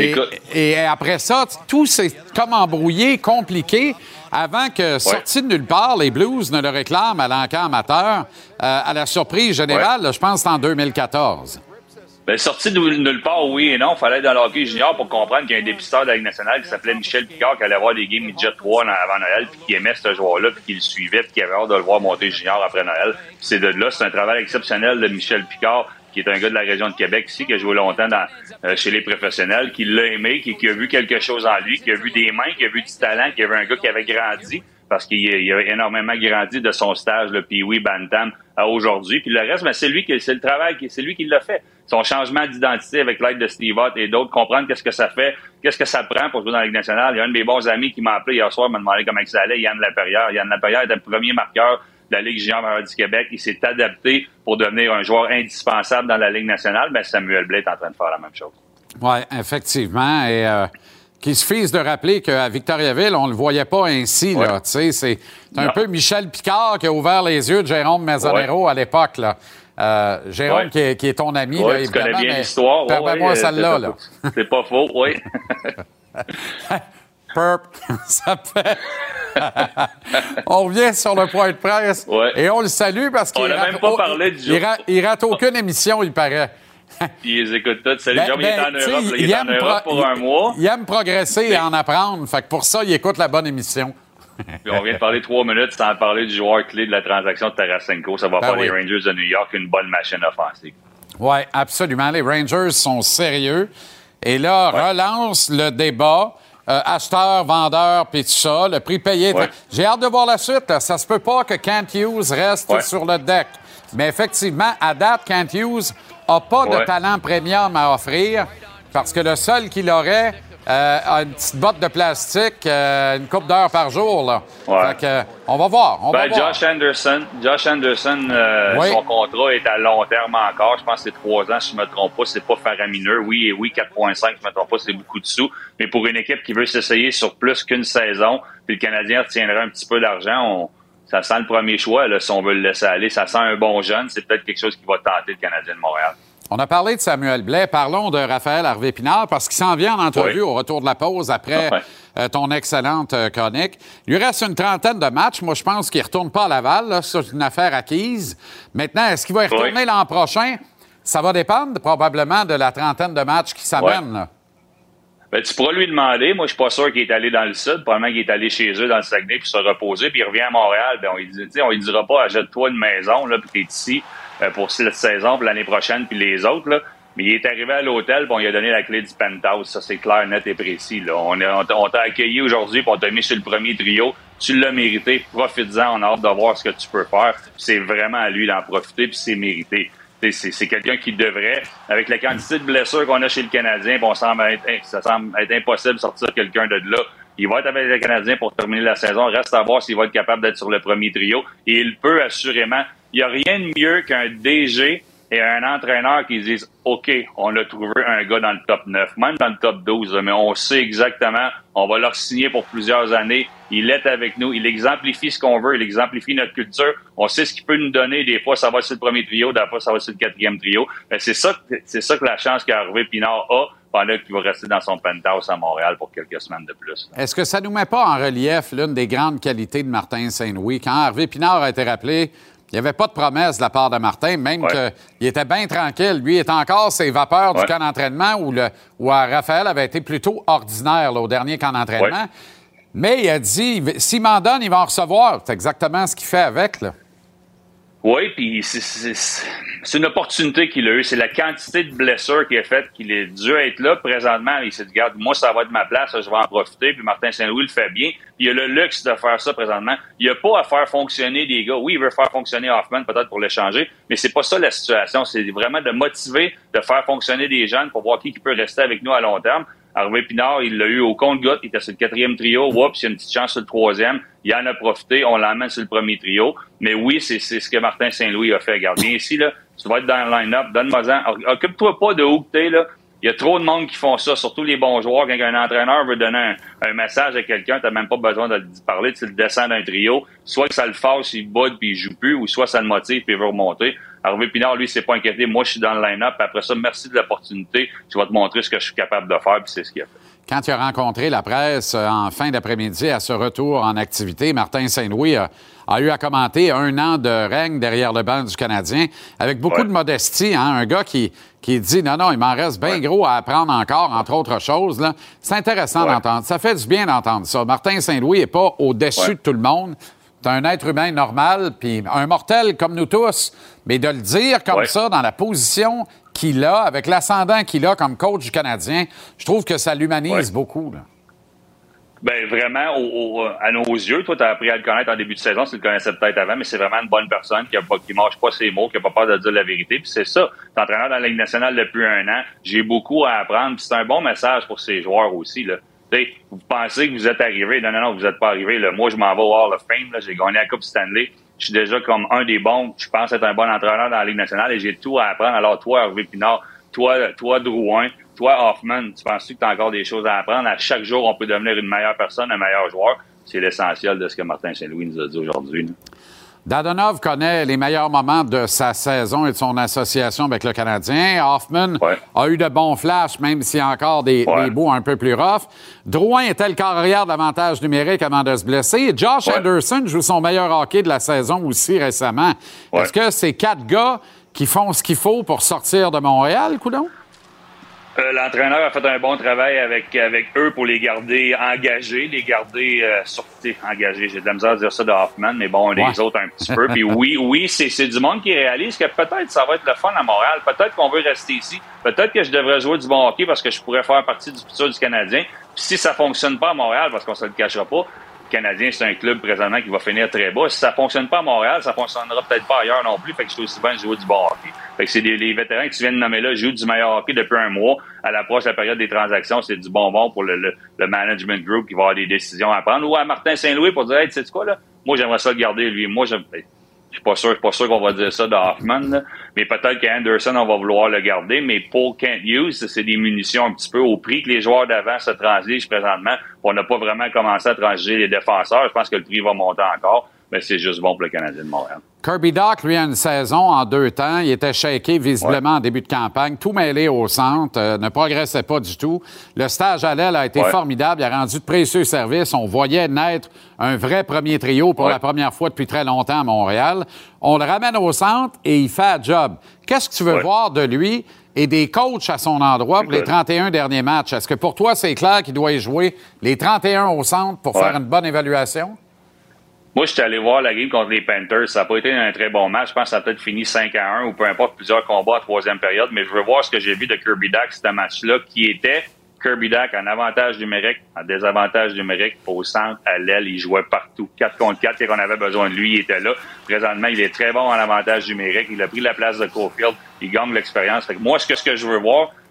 Et après ça, tout s'est comme embrouillé, compliqué, avant que, sorti de nulle part, les Blues ne le réclament à l'encamp amateur, à la surprise générale, là, je pense que c'est en 2014. Bien, sorti de nulle part, oui et non. Il fallait être dans le hockey junior pour comprendre qu'il y a un dépisteur de la Ligue nationale qui s'appelait Michel Picard, qui allait voir des games midget 3 avant Noël, puis qui aimait ce joueur-là, puis qui le suivait, puis qui avait hâte de le voir monter junior après Noël. Puis c'est de là, c'est un travail exceptionnel de Michel Picard, qui est un gars de la région de Québec ici, qui a joué longtemps chez les professionnels, qui l'a aimé, qui a vu quelque chose en lui, qui a vu des mains, qui a vu du talent, qui avait un gars qui avait grandi, parce qu'il a énormément grandi de son stage, le Pee-Wee Bantam, à aujourd'hui. Puis le reste, ben, c'est le travail, c'est lui qui l'a fait. Son changement d'identité avec l'aide de Steve Ott et d'autres, comprendre qu'est-ce que ça fait, qu'est-ce que ça prend pour jouer dans la Ligue nationale. Il y a un de mes bons amis qui m'a appelé hier soir, m'a demandé comment ça allait, Yann Laperrière. Yann Laperrière était le premier marqueur de la Ligue junior majeure du Québec. Il s'est adapté pour devenir un joueur indispensable dans la Ligue nationale. Ben, Samuel Blais est en train de faire la même chose. Oui, effectivement. Et qu'il suffise de rappeler qu'à Victoriaville, on ne le voyait pas ainsi. Là, c'est un peu Michel Picard qui a ouvert les yeux de Jérôme Mazzonero à l'époque. Là. Jérôme, qui est ton ami, là, tu connais bien l'histoire. Permets-moi celle-là. Là. C'est pas faux, oui. Perp, ça fait... On revient sur le point de presse et on le salue parce qu'il même pas parlé du jour. Il rate aucune émission, il paraît. Ils les écoutent tous. Salut, Jérôme, il est en Europe. Il est en Europe pour un mois. Il aime progresser et en apprendre. Fait que pour ça, il écoute la bonne émission. Puis on vient de parler 3 minutes sans parler du joueur clé de la transaction de Tarasenko. Ça va faire les Rangers de New York une bonne machine offensive. Oui, absolument. Les Rangers sont sérieux. Et là, relance le débat. Acheteur, vendeur, puis tout ça. Le prix payé. J'ai hâte de voir la suite. Là. Ça se peut pas que Kent Hughes reste sur le deck. Mais effectivement, à date, Kent Hughes n'a pas de talent premium à offrir parce que le seul qu'il aurait a une petite botte de plastique, une couple d'heures par jour. Là. Fait que, on va voir. Josh Anderson, son contrat est à long terme encore. Je pense que c'est 3 ans, si je ne me trompe pas. C'est pas faramineux. Oui, 4,5, si je ne me trompe pas, c'est beaucoup de sous. Mais pour une équipe qui veut s'essayer sur plus qu'une saison, puis le Canadien retiendrait un petit peu d'argent, ça sent le premier choix, là, si on veut le laisser aller. Ça sent un bon jeune. C'est peut-être quelque chose qui va tenter le Canadien de Montréal. On a parlé de Samuel Blais. Parlons de Raphaël Harvey-Pinard parce qu'il s'en vient en entrevue au retour de la pause après ton excellente chronique. Il lui reste une trentaine de matchs. Moi, je pense qu'il ne retourne pas à Laval. Là. C'est une affaire acquise. Maintenant, est-ce qu'il va y retourner l'an prochain? Ça va dépendre probablement de la trentaine de matchs qui s'amènent. Là. Ben, tu pourras lui demander. Moi, je suis pas sûr qu'il est allé dans le sud. Probablement qu'il est allé chez eux dans le Saguenay puis se reposer. Puis il revient à Montréal. Ben, on lui dira pas, achète-toi une maison là, puis t'es ici pour cette saison, pour l'année prochaine, puis les autres. Là. Mais il est arrivé à l'hôtel, puis on lui a donné la clé du penthouse. Ça, c'est clair, net et précis. Là. On t'a accueilli aujourd'hui, puis on t'a mis sur le premier trio. Tu l'as mérité. Profites-en. On a hâte de voir ce que tu peux faire. C'est vraiment à lui d'en profiter, puis c'est mérité. C'est quelqu'un qui devrait, avec la quantité de blessures qu'on a chez le Canadien, bon, ça semble être impossible de sortir quelqu'un de là. Il va être avec le Canadien pour terminer la saison. Reste à voir s'il va être capable d'être sur le premier trio. Et il peut assurément. Il n'y a rien de mieux qu'un DG et un entraîneur qui dise « OK, on a trouvé un gars dans le top 9, même dans le top 12, là, mais on sait exactement, on va leur signer pour plusieurs années. Il est avec nous, il exemplifie ce qu'on veut, il exemplifie notre culture. On sait ce qu'il peut nous donner. Des fois, ça va sur le premier trio, des fois, ça va sur le quatrième trio. Ben, c'est ça que la chance qu'Harvey Pinard a pendant qu'il va rester dans son penthouse à Montréal pour quelques semaines de plus. Est-ce que ça nous met pas en relief l'une des grandes qualités de Martin Saint-Louis? Quand Harvey Pinard a été rappelé, il n'y avait pas de promesse de la part de Martin, même qu'il était bien tranquille. Lui, il était encore ses vapeurs du camp d'entraînement où Raphaël avait été plutôt ordinaire là, au dernier camp d'entraînement. Mais il a dit, s'il m'en donne, il va en recevoir. C'est exactement ce qu'il fait avec, là. Oui, puis c'est une opportunité qu'il a eue. C'est la quantité de blessures qu'il a faite qu'il est dû être là présentement. Il s'est dit, regarde, moi, ça va être ma place, je vais en profiter. Puis Martin Saint-Louis le fait bien. Puis il a le luxe de faire ça présentement. Il n'a pas à faire fonctionner des gars. Oui, il veut faire fonctionner Hoffman peut-être pour l'échanger, mais c'est pas ça la situation. C'est vraiment de motiver, de faire fonctionner des jeunes pour voir qui peut rester avec nous à long terme. Harvey Pinard, il l'a eu au compte-gouttes. Il était sur le 4e trio. Oups, il y a une petite chance sur le 3e. Il en a profité. On l'emmène sur le premier trio. Mais oui, c'est ce que Martin Saint-Louis a fait. Regarde, viens ici, là. Tu vas être dans le line-up. Donne-moi-en. Occupe-toi pas de où que t'es, là. Il y a trop de monde qui font ça, surtout les bons joueurs. Quand un entraîneur veut donner un message à quelqu'un, t'as même pas besoin de lui parler. Tu le descends d'un trio. Soit que ça le fâche, il boude puis il joue plus, ou soit ça le motive puis il veut remonter. Harvey Pinard, lui, s'est pas inquiété. Moi, je suis dans le line-up. Après ça, merci de l'opportunité. Je vais te montrer ce que je suis capable de faire, puis c'est ce qu'il a fait. Quand tu as rencontré la presse en fin d'après-midi à ce retour en activité, Martin Saint-Louis a eu à commenter 1 an de règne derrière le banc du Canadien avec beaucoup de modestie. Hein? Un gars qui dit « Non, il m'en reste bien gros à apprendre encore, entre autres choses. » là. C'est intéressant d'entendre. Ça fait du bien d'entendre ça. Martin Saint-Louis n'est pas au-dessus de tout le monde. C'est un être humain normal, puis un mortel comme nous tous. Mais de le dire comme ça, dans la position qu'il a, avec l'ascendant qu'il a comme coach du Canadien, je trouve que ça l'humanise beaucoup. Là. Ben vraiment, à nos yeux, toi, tu as appris à le connaître en début de saison, tu le connaissais peut-être avant, mais c'est vraiment une bonne personne qui mâche pas ses mots, qui n'a pas peur de dire la vérité. Puis c'est ça, t'es entraîneur dans la Ligue nationale depuis 1 an. J'ai beaucoup à apprendre, puis c'est un bon message pour ses joueurs aussi, là. T'sais, vous pensez que vous êtes arrivé. Non, vous n'êtes pas arrivé. Là. Moi, je m'en vais au Hall of Fame. Là. J'ai gagné la Coupe Stanley. Je suis déjà comme un des bons. Je pense être un bon entraîneur dans la Ligue nationale et j'ai tout à apprendre. Alors, toi, Harvey Pinard, toi, Drouin, toi, Hoffman, tu penses que tu as encore des choses à apprendre? À chaque jour, on peut devenir une meilleure personne, un meilleur joueur. C'est l'essentiel de ce que Martin Saint-Louis nous a dit aujourd'hui. Là. Dadonov connaît les meilleurs moments de sa saison et de son association avec le Canadien. Hoffman a eu de bons flashs, même s'il y a encore des bouts un peu plus rough. Drouin était le quart arrière de l'avantage numérique avant de se blesser. Josh Anderson joue son meilleur hockey de la saison aussi récemment. Est-ce que c'est 4 gars qui font ce qu'il faut pour sortir de Montréal, coudonc? L'entraîneur a fait un bon travail avec eux pour les garder engagés, engagés. J'ai de la misère à dire ça de Hoffman, mais bon, les autres un petit peu. Puis oui, c'est du monde qui réalise que peut-être ça va être le fun à Montréal. Peut-être qu'on veut rester ici. Peut-être que je devrais jouer du bon hockey parce que je pourrais faire partie du futur du Canadien. Puis si ça fonctionne pas à Montréal, parce qu'on se le cachera pas, le Canadien, c'est un club présentement qui va finir très bas. Si ça fonctionne pas à Montréal, ça fonctionnera peut-être pas ailleurs non plus. Fait que je suis aussi bien de jouer du bon hockey. Fait que c'est les vétérans que tu viens de nommer là jouent du meilleur hockey depuis 1 mois. À l'approche de la période des transactions, c'est du bonbon pour le management group qui va avoir des décisions à prendre. Ou à Martin Saint-Louis pour dire, hey, tu sais quoi, là? Moi, j'aimerais ça le garder, lui. Moi, je suis pas sûr qu'on va dire ça de Hoffman, là. Mais peut-être qu'Anderson, on va vouloir le garder. Mais pour Kent Hughes, c'est des munitions un petit peu au prix que les joueurs d'avant se transigent présentement. On n'a pas vraiment commencé à transiger les défenseurs. Je pense que le prix va monter encore. Mais c'est juste bon pour le Canadien de Montréal. Kirby Dach, lui, a une saison en 2 temps. Il était shaké visiblement en début de campagne, tout mêlé au centre, ne progressait pas du tout. Le stage à l'aile a été formidable. Il a rendu de précieux services. On voyait naître un vrai premier trio pour la première fois depuis très longtemps à Montréal. On le ramène au centre et il fait un job. Qu'est-ce que tu veux voir de lui et des coachs à son endroit pour les 31 derniers matchs? Est-ce que pour toi, c'est clair qu'il doit y jouer les 31 au centre pour faire une bonne évaluation? Moi, je suis allé voir la game contre les Panthers. Ça n'a pas été un très bon match. Je pense que ça a peut-être fini 5-1 ou peu importe, plusieurs combats à 3e période. Mais je veux voir ce que j'ai vu de Kirby Dach, ce match-là, qui était Kirby Dach en avantage numérique, en désavantage numérique, au centre, à l'aile. Il jouait partout. 4 contre 4, quand on avait besoin de lui, il était là. Présentement, il est très bon en avantage numérique. Il a pris la place de Caulfield. Il gagne l'expérience. Fait que moi, ce que je veux voir,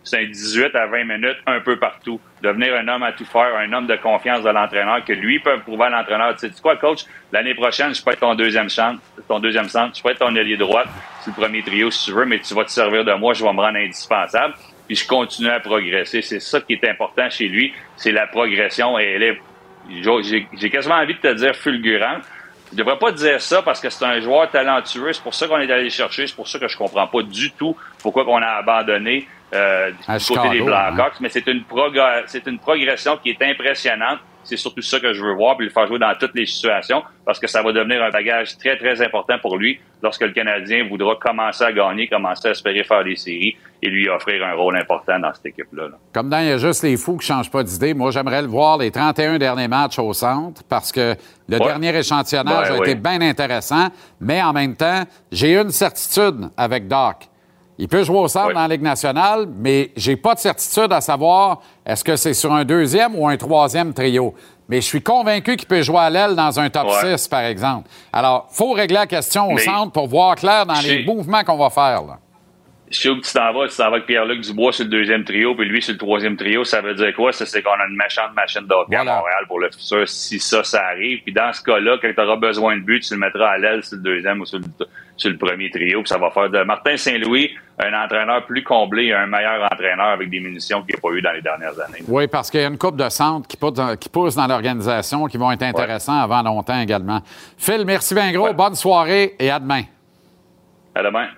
c'est un 18 à 20 minutes un peu partout. Devenir un homme à tout faire, un homme de confiance de l'entraîneur, que lui peut prouver à l'entraîneur. Tu sais quoi, coach, l'année prochaine, je peux être ton deuxième centre, je peux être ton ailier droite, c'est le premier trio si tu veux, mais tu vas te servir de moi, je vais me rendre indispensable. Puis je continue à progresser. C'est ça qui est important chez lui, c'est la progression. Et elle est, j'ai quasiment envie de te dire fulgurante. Je devrais pas te dire ça parce que c'est un joueur talentueux. C'est pour ça qu'on est allé le chercher. C'est pour ça que je comprends pas du tout pourquoi qu'on a abandonné du côté des Blackhawks. Mais c'est une progression qui est impressionnante. C'est surtout ça que je veux voir, puis le faire jouer dans toutes les situations, parce que ça va devenir un bagage très, très important pour lui lorsque le Canadien voudra commencer à gagner, commencer à espérer faire des séries et lui offrir un rôle important dans cette équipe-là. Comme dans « Il y a juste les fous qui ne changent pas d'idée », moi, j'aimerais le voir les 31 derniers matchs au centre, parce que le dernier échantillonnage a été bien intéressant, mais en même temps, j'ai une certitude avec Doc. Il peut jouer au centre dans la Ligue nationale, mais j'ai pas de certitude à savoir est-ce que c'est sur un deuxième ou un troisième trio. Mais je suis convaincu qu'il peut jouer à l'aile dans un top 6, par exemple. Alors, il faut régler la question au centre pour voir clair dans les mouvements qu'on va faire. Là. Je sais où tu t'en vas avec Pierre-Luc Dubois sur le deuxième trio, puis lui sur le troisième trio. Ça veut dire quoi? C'est qu'on a une méchante machine d'hockey à Montréal pour le futur, si ça arrive. Puis dans ce cas-là, quand tu auras besoin de but, tu le mettras à l'aile sur le deuxième ou sur le premier trio, puis ça va faire de Martin Saint-Louis un entraîneur plus comblé et un meilleur entraîneur avec des munitions qu'il n'y a pas eu dans les dernières années. Oui, parce qu'il y a une couple de centres qui poussent dans l'organisation qui vont être intéressants avant longtemps également. Phil, merci bien gros. Bonne soirée et à demain. À demain.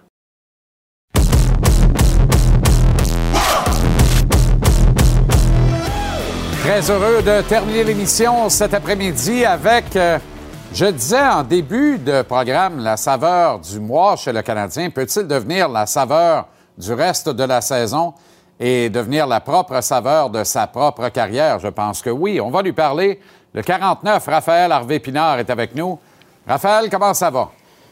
Très heureux de terminer l'émission cet après-midi avec, je disais en début de programme, la saveur du mois chez le Canadien. Peut-il devenir la saveur du reste de la saison et devenir la propre saveur de sa propre carrière? Je pense que oui. On va lui parler. Le 49, Raphaël Harvey-Pinard est avec nous. Raphaël, comment ça va?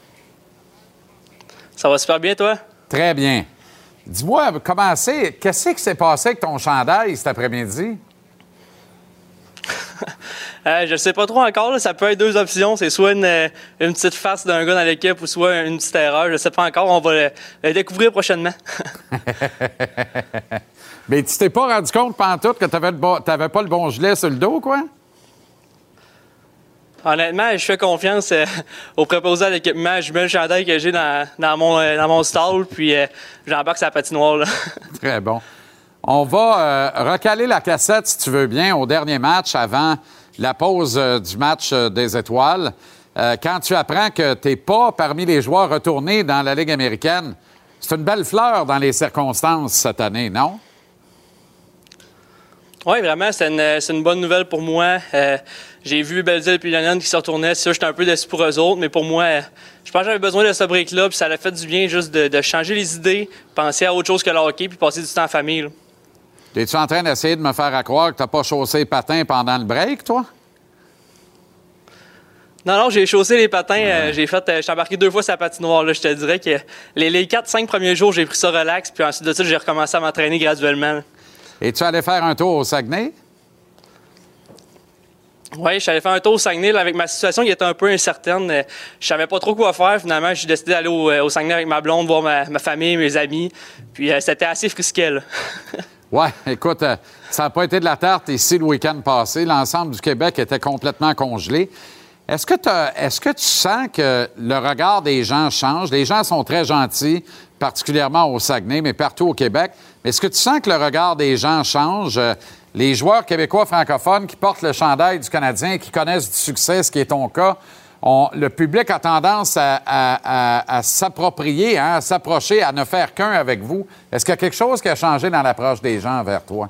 Ça va super bien, toi? Très bien. Dis-moi, qu'est-ce qui s'est passé avec ton chandail cet après-midi? Je ne sais pas trop encore. Là. Ça peut être deux options. C'est soit une petite face d'un gars dans l'équipe ou soit une petite erreur. Je ne sais pas encore. On va le découvrir prochainement. Mais tu t'es pas rendu compte pantoute que tu n'avais pas le bon gilet sur le dos, quoi? Honnêtement, je fais confiance au préposé à l'équipement. Je mets le chandail que j'ai dans mon stall, puis j'embarque sa patinoire. Là. Très bon. On va recaler la cassette, si tu veux bien, au dernier match avant la pause du match des Étoiles. Quand tu apprends que tu n'es pas parmi les joueurs retournés dans la Ligue américaine, c'est une belle fleur dans les circonstances cette année, non? Oui, vraiment, c'est une bonne nouvelle pour moi. J'ai vu Belzile et Lionel qui se retournaient. Ça, j'étais un peu déçu pour eux autres, mais pour moi, je pense que j'avais besoin de ce break-là, puis ça a fait du bien juste de changer les idées, penser à autre chose que le hockey, puis passer du temps en famille. Là. Es-tu en train d'essayer de me faire croire que tu n'as pas chaussé les patins pendant le break, toi? Non, j'ai chaussé les patins. J'ai embarqué 2 fois sur la patinoire. Là. Je te dirais que les 4-5 premiers jours, j'ai pris ça relax, puis ensuite de ça, j'ai recommencé à m'entraîner graduellement. Là. Es-tu allé faire un tour au Saguenay? Oui, je suis allé faire un tour au Saguenay là, avec ma situation qui était un peu incertaine. Je savais pas trop quoi faire. Finalement, j'ai décidé d'aller au Saguenay avec ma blonde, voir ma famille, mes amis. Puis c'était assez frisquet, là. Oui, écoute, ça n'a pas été de la tarte ici le week-end passé. L'ensemble du Québec était complètement congelé. Est-ce que tu sens que le regard des gens change? Les gens sont très gentils, particulièrement au Saguenay, mais partout au Québec. Mais est-ce que tu sens que le regard des gens change? Les joueurs québécois francophones qui portent le chandail du Canadien et qui connaissent du succès, ce qui est ton cas, le public a tendance à s'approprier, à s'approcher, à ne faire qu'un avec vous. Est-ce qu'il y a quelque chose qui a changé dans l'approche des gens envers toi?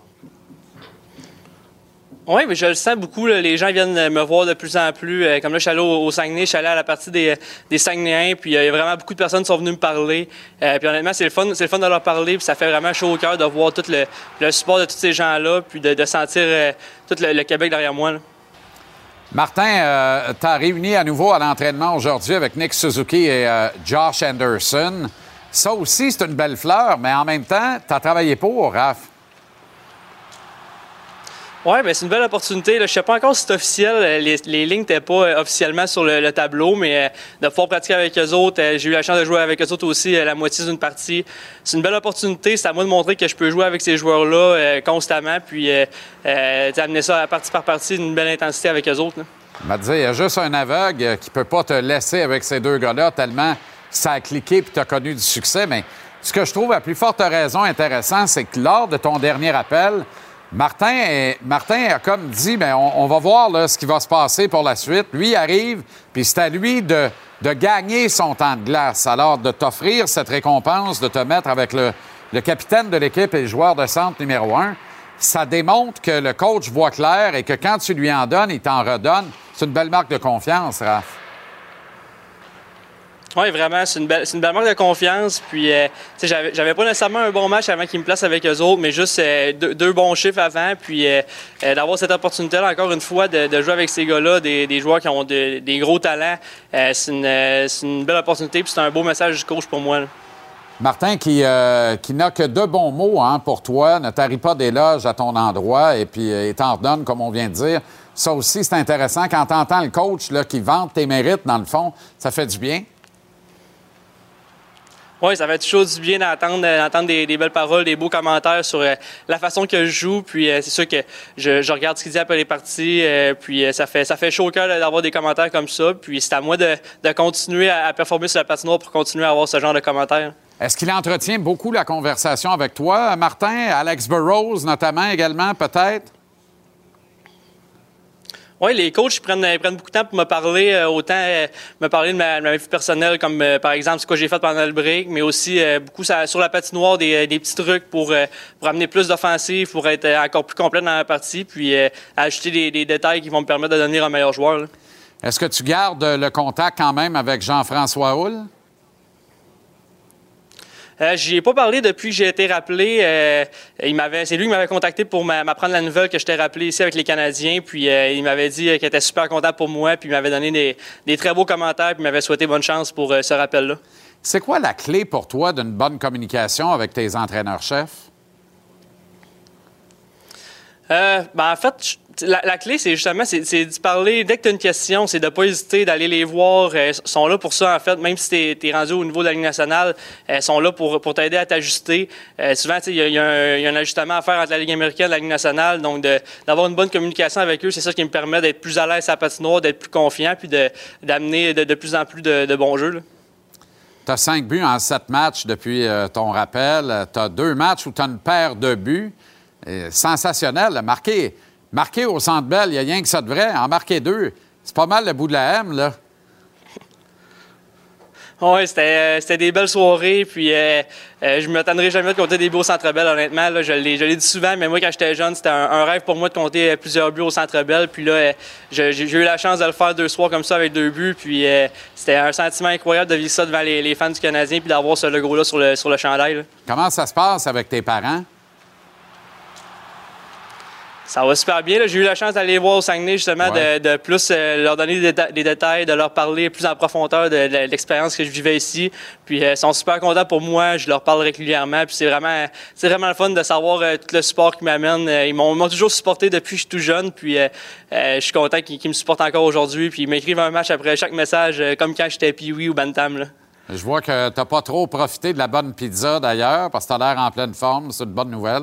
Oui, mais je le sens beaucoup. Là. Les gens viennent me voir de plus en plus. Comme là, je suis allé au Saguenay, je suis allé à la partie des Saguenayens, puis il y a vraiment beaucoup de personnes qui sont venues me parler. Puis honnêtement, c'est le fun de leur parler, puis ça fait vraiment chaud au cœur de voir tout le support de tous ces gens-là, puis de sentir tout le Québec derrière moi. Là. Martin, tu as réuni à nouveau à l'entraînement aujourd'hui avec Nick Suzuki et Josh Anderson. Ça aussi, c'est une belle fleur, mais en même temps, tu as travaillé pour, Raph. Oui, bien, c'est une belle opportunité. Là. Je ne sais pas encore si c'est officiel. Les lignes n'étaient pas officiellement sur le tableau, mais de pouvoir pratiquer avec eux autres, j'ai eu la chance de jouer avec eux autres aussi la moitié d'une partie. C'est une belle opportunité. C'est à moi de montrer que je peux jouer avec ces joueurs-là constamment, puis amener ça partie par partie d'une belle intensité avec eux autres. Il m'a dit, il y a juste un aveugle qui ne peut pas te laisser avec ces deux gars-là tellement ça a cliqué et tu as connu du succès. Mais ce que je trouve à plus forte raison intéressant, c'est que lors de ton dernier appel, Martin a comme dit, bien, on va voir là, ce qui va se passer pour la suite. Lui arrive, puis c'est à lui de gagner son temps de glace. Alors, de t'offrir cette récompense, de te mettre avec le capitaine de l'équipe et le joueur de centre numéro 1, ça démontre que le coach voit clair et que quand tu lui en donnes, il t'en redonne. C'est une belle marque de confiance, Raph. Oui, vraiment, c'est une belle marque de confiance. Puis, j'avais pas nécessairement un bon match avant qu'ils me placent avec eux autres, mais juste deux bons chiffres avant. Puis, d'avoir cette opportunité-là, encore une fois, de jouer avec ces gars-là, des joueurs qui ont des gros talents, c'est une belle opportunité. Puis, c'est un beau message du coach pour moi, là. Martin, qui n'a que de bons mots pour toi, ne tarit pas d'éloges à ton endroit et puis il t'en redonne, comme on vient de dire. Ça aussi, c'est intéressant. Quand tu entends le coach là, qui vante tes mérites, dans le fond, ça fait du bien. Oui, ça fait toujours du bien d'entendre des belles paroles, des beaux commentaires sur la façon que je joue. Puis c'est sûr que je regarde ce qu'il dit après les parties. Puis ça fait chaud au cœur d'avoir des commentaires comme ça. Puis c'est à moi de continuer à performer sur la patinoire pour continuer à avoir ce genre de commentaires. Est-ce qu'il entretient beaucoup la conversation avec toi, Martin? Alex Burrows, notamment, également, peut-être? Oui, les coachs prennent beaucoup de temps pour me parler, autant me parler de ma vie personnelle, comme par exemple ce que j'ai fait pendant le break, mais aussi beaucoup sur la patinoire, des petits trucs pour amener plus d'offensive, pour être encore plus complet dans la partie, puis ajouter des détails qui vont me permettre de devenir un meilleur joueur, là. Est-ce que tu gardes le contact quand même avec Jean-François Houle? J'y ai pas parlé depuis que j'ai été rappelé. C'est lui qui m'avait contacté pour m'apprendre la nouvelle que j'étais rappelé ici avec les Canadiens. Puis il m'avait dit qu'il était super content pour moi. Puis il m'avait donné des très beaux commentaires. Puis il m'avait souhaité bonne chance pour ce rappel-là. C'est quoi la clé pour toi d'une bonne communication avec tes entraîneurs-chefs? En fait, la clé, c'est justement c'est de parler. Dès que tu as une question, c'est de ne pas hésiter d'aller les voir. Ils sont là pour ça, en fait. Même si tu es rendu au niveau de la Ligue nationale, ils sont là pour t'aider à t'ajuster. Souvent, il y a un ajustement à faire entre la Ligue américaine et la Ligue nationale. Donc, d'avoir une bonne communication avec eux, c'est ça qui me permet d'être plus à l'aise à la patinoire, d'être plus confiant puis d'amener de plus en plus de bons jeux, là. Tu as 5 buts en 7 matchs depuis ton rappel. Tu as 2 matchs où tu as une paire de buts. Sensationnel. Marqué au Centre Bell, il n'y a rien que ça de vrai. En marquer 2, c'est pas mal le bout de la M, là. Oui, c'était des belles soirées. Puis je ne m'attendrai jamais de compter des buts au Centre Bell, honnêtement. Là, je l'ai dit souvent, mais moi, quand j'étais jeune, c'était un rêve pour moi de compter plusieurs buts au Centre Bell. Puis là, j'ai eu la chance de le faire 2 soirs comme ça avec 2 buts. Puis c'était un sentiment incroyable de vivre ça devant les fans du Canadien puis d'avoir ce logo-là sur le chandail, là. Comment ça se passe avec tes parents? Ça va super bien, là. J'ai eu la chance d'aller voir au Saguenay, justement, de plus leur donner des détails, de leur parler plus en profondeur de l'expérience que je vivais ici. Puis ils sont super contents pour moi, je leur parle régulièrement. Puis c'est vraiment le fun de savoir tout le support qu'ils m'amènent. Ils m'ont toujours supporté depuis que je suis tout jeune. Puis je suis content qu'ils me supportent encore aujourd'hui. Puis ils m'écrivent un match après chaque message, comme quand j'étais Pee-Wee ou Bantam, là. Je vois que tu n'as pas trop profité de la bonne pizza, d'ailleurs, parce que tu as l'air en pleine forme. C'est une bonne nouvelle.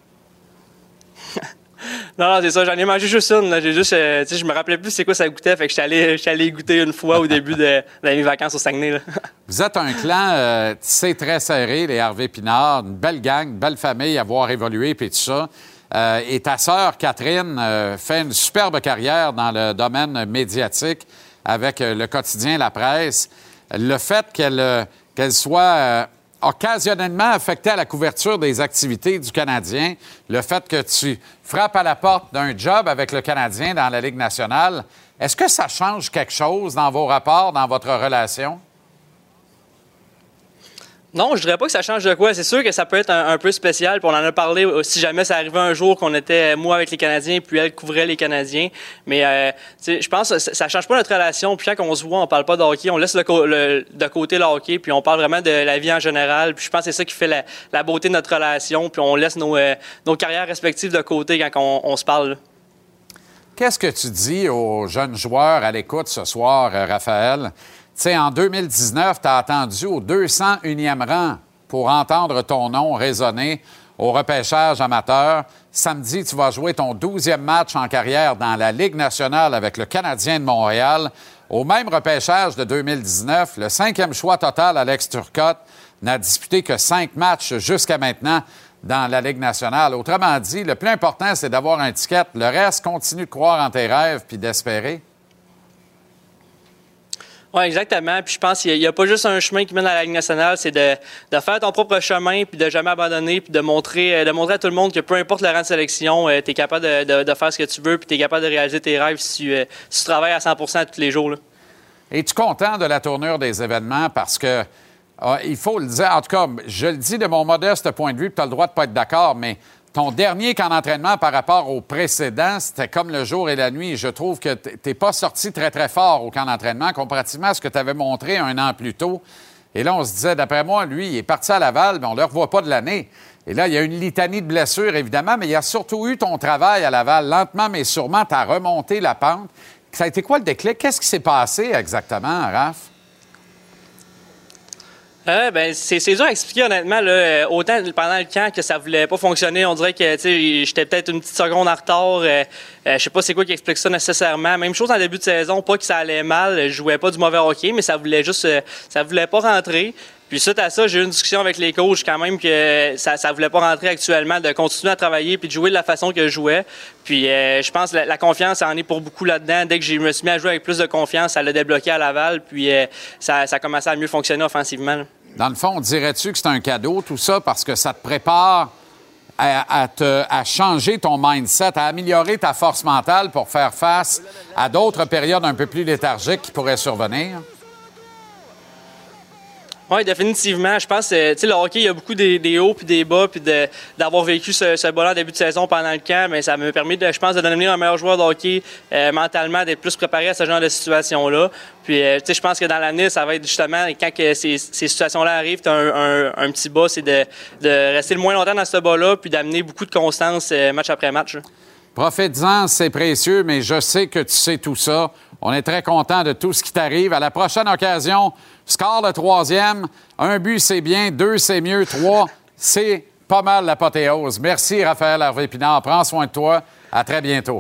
Non, c'est ça. J'en ai mangé juste une, là. Je me rappelais plus c'est quoi ça goûtait. Fait que j'étais allé goûter une fois au début de mes vacances au Saguenay, là. Vous êtes un clan, très serré, les Harvey Pinard. Une belle gang, une belle famille à voir évoluer, puis tout ça. Et ta sœur, Catherine, fait une superbe carrière dans le domaine médiatique avec le quotidien La Presse. Le fait qu'elle soit occasionnellement affectée à la couverture des activités du Canadien, le fait que tu frappes à la porte d'un job avec le Canadien dans la Ligue nationale, est-ce que ça change quelque chose dans vos rapports, dans votre relation? Non, je dirais pas que ça change de quoi. C'est sûr que ça peut être un peu spécial. Puis on en a parlé si jamais ça arrivait un jour qu'on était, moi, avec les Canadiens, puis elle couvrait les Canadiens. Mais je pense que ça change pas notre relation. Puis quand on se voit, on parle pas de hockey. On laisse de côté le hockey, puis on parle vraiment de la vie en général. Puis je pense que c'est ça qui fait la beauté de notre relation. Puis on laisse nos carrières respectives de côté quand on se parle. Là. Qu'est-ce que tu dis aux jeunes joueurs à l'écoute ce soir, Raphaël? Tu sais, en 2019, tu as attendu au 201e rang pour entendre ton nom résonner au repêchage amateur. Samedi, tu vas jouer ton 12e match en carrière dans la Ligue nationale avec le Canadien de Montréal. Au même repêchage de 2019, le 5e choix total, Alex Turcotte, n'a disputé que 5 matchs jusqu'à maintenant dans la Ligue nationale. Autrement dit, le plus important, c'est d'avoir un ticket. Le reste, continue de croire en tes rêves puis d'espérer. Oui, exactement. Puis je pense qu'il n'y a pas juste un chemin qui mène à la Ligue nationale, c'est de faire ton propre chemin, puis de jamais abandonner, puis de montrer à tout le monde que peu importe le rang de sélection, tu es capable de faire ce que tu veux, puis tu es capable de réaliser tes rêves si tu travailles à 100% tous les jours. Là. Es-tu content de la tournure des événements? Parce que il faut le dire, en tout cas, je le dis de mon modeste point de vue, tu as le droit de ne pas être d'accord, mais ton dernier camp d'entraînement par rapport au précédent, c'était comme le jour et la nuit. Je trouve que tu n'es pas sorti très, très fort au camp d'entraînement comparativement à ce que tu avais montré un an plus tôt. Et là, on se disait, d'après moi, lui, il est parti à Laval, mais on ne le revoit pas de l'année. Et là, il y a une litanie de blessures, évidemment, mais il y a surtout eu ton travail à Laval. Lentement, mais sûrement, tu as remonté la pente. Ça a été quoi le déclic? Qu'est-ce qui s'est passé exactement, Raph? C'est dur à expliquer, honnêtement. Là, autant pendant le camp que ça voulait pas fonctionner, on dirait que j'étais peut-être une petite seconde en retard. Je sais pas c'est quoi qui explique ça nécessairement. Même chose en début de saison, pas que ça allait mal. Je jouais pas du mauvais hockey, mais ça voulait pas rentrer. Puis suite à ça, j'ai eu une discussion avec les coachs quand même que ça voulait pas rentrer actuellement, de continuer à travailler puis de jouer de la façon que je jouais. Puis je pense que la confiance en est pour beaucoup là-dedans. Dès que je me suis mis à jouer avec plus de confiance, ça l'a débloqué à Laval. Puis ça a commencé à mieux fonctionner offensivement. Là. Dans le fond, dirais-tu que c'est un cadeau, tout ça, parce que ça te prépare à changer ton mindset, à améliorer ta force mentale pour faire face à d'autres périodes un peu plus léthargiques qui pourraient survenir? Oui, définitivement. Je pense que le hockey, il y a beaucoup des hauts puis des bas, puis d'avoir vécu ce bas-là en début de saison pendant le camp, mais ça m'a permis, je pense, de devenir un meilleur joueur de hockey mentalement, d'être plus préparé à ce genre de situation-là. Puis, je pense que dans l'année, ça va être justement, quand que ces situations-là arrivent, tu as un petit bas, c'est de rester le moins longtemps dans ce bas-là, puis d'amener beaucoup de constance match après match. Là. Profites-en, c'est précieux, mais je sais que tu sais tout ça. On est très content de tout ce qui t'arrive. À la prochaine occasion, score le 3e. 1 but, c'est bien. 2, c'est mieux. 3, c'est pas mal l'apothéose. Merci, Raphaël Harvey-Pinard. Prends soin de toi. À très bientôt.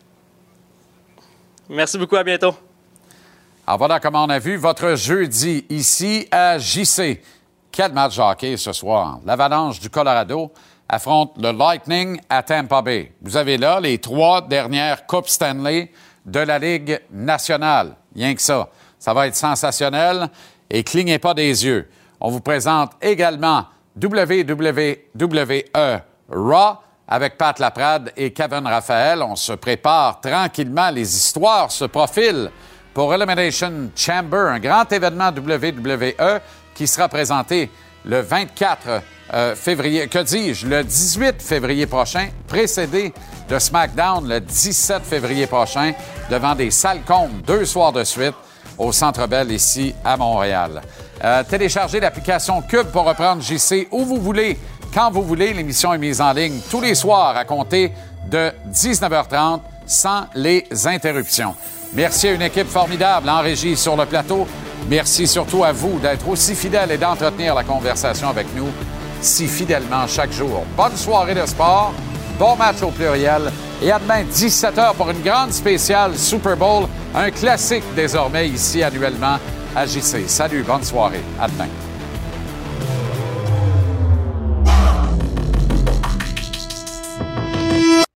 Merci beaucoup. À bientôt. Alors voilà comment on a vu votre jeudi ici à JC. Quel match de hockey ce soir. L'Avalanche du Colorado affronte le Lightning à Tampa Bay. Vous avez là les 3 dernières Coupes Stanley de la Ligue nationale. Rien que ça. Ça va être sensationnel et clignez pas des yeux. On vous présente également WWE Raw avec Pat Laprade et Kevin Raphaël. On se prépare tranquillement. Les histoires se profilent pour Elimination Chamber, un grand événement WWE qui sera présenté le 24 février, le 18 février prochain, précédé de SmackDown le 17 février prochain, devant des salles combles 2 soirs de suite au Centre Bell ici à Montréal. Téléchargez l'application Cube pour reprendre JC où vous voulez, quand vous voulez. L'émission est mise en ligne tous les soirs à compter de 19h30 sans les interruptions. Merci à une équipe formidable en régie sur le plateau. Merci surtout à vous d'être aussi fidèles et d'entretenir la conversation avec nous si fidèlement chaque jour. Bonne soirée de sport, bon match au pluriel et à demain 17h pour une grande spéciale Super Bowl, un classique désormais ici annuellement à JC. Salut, bonne soirée, à demain.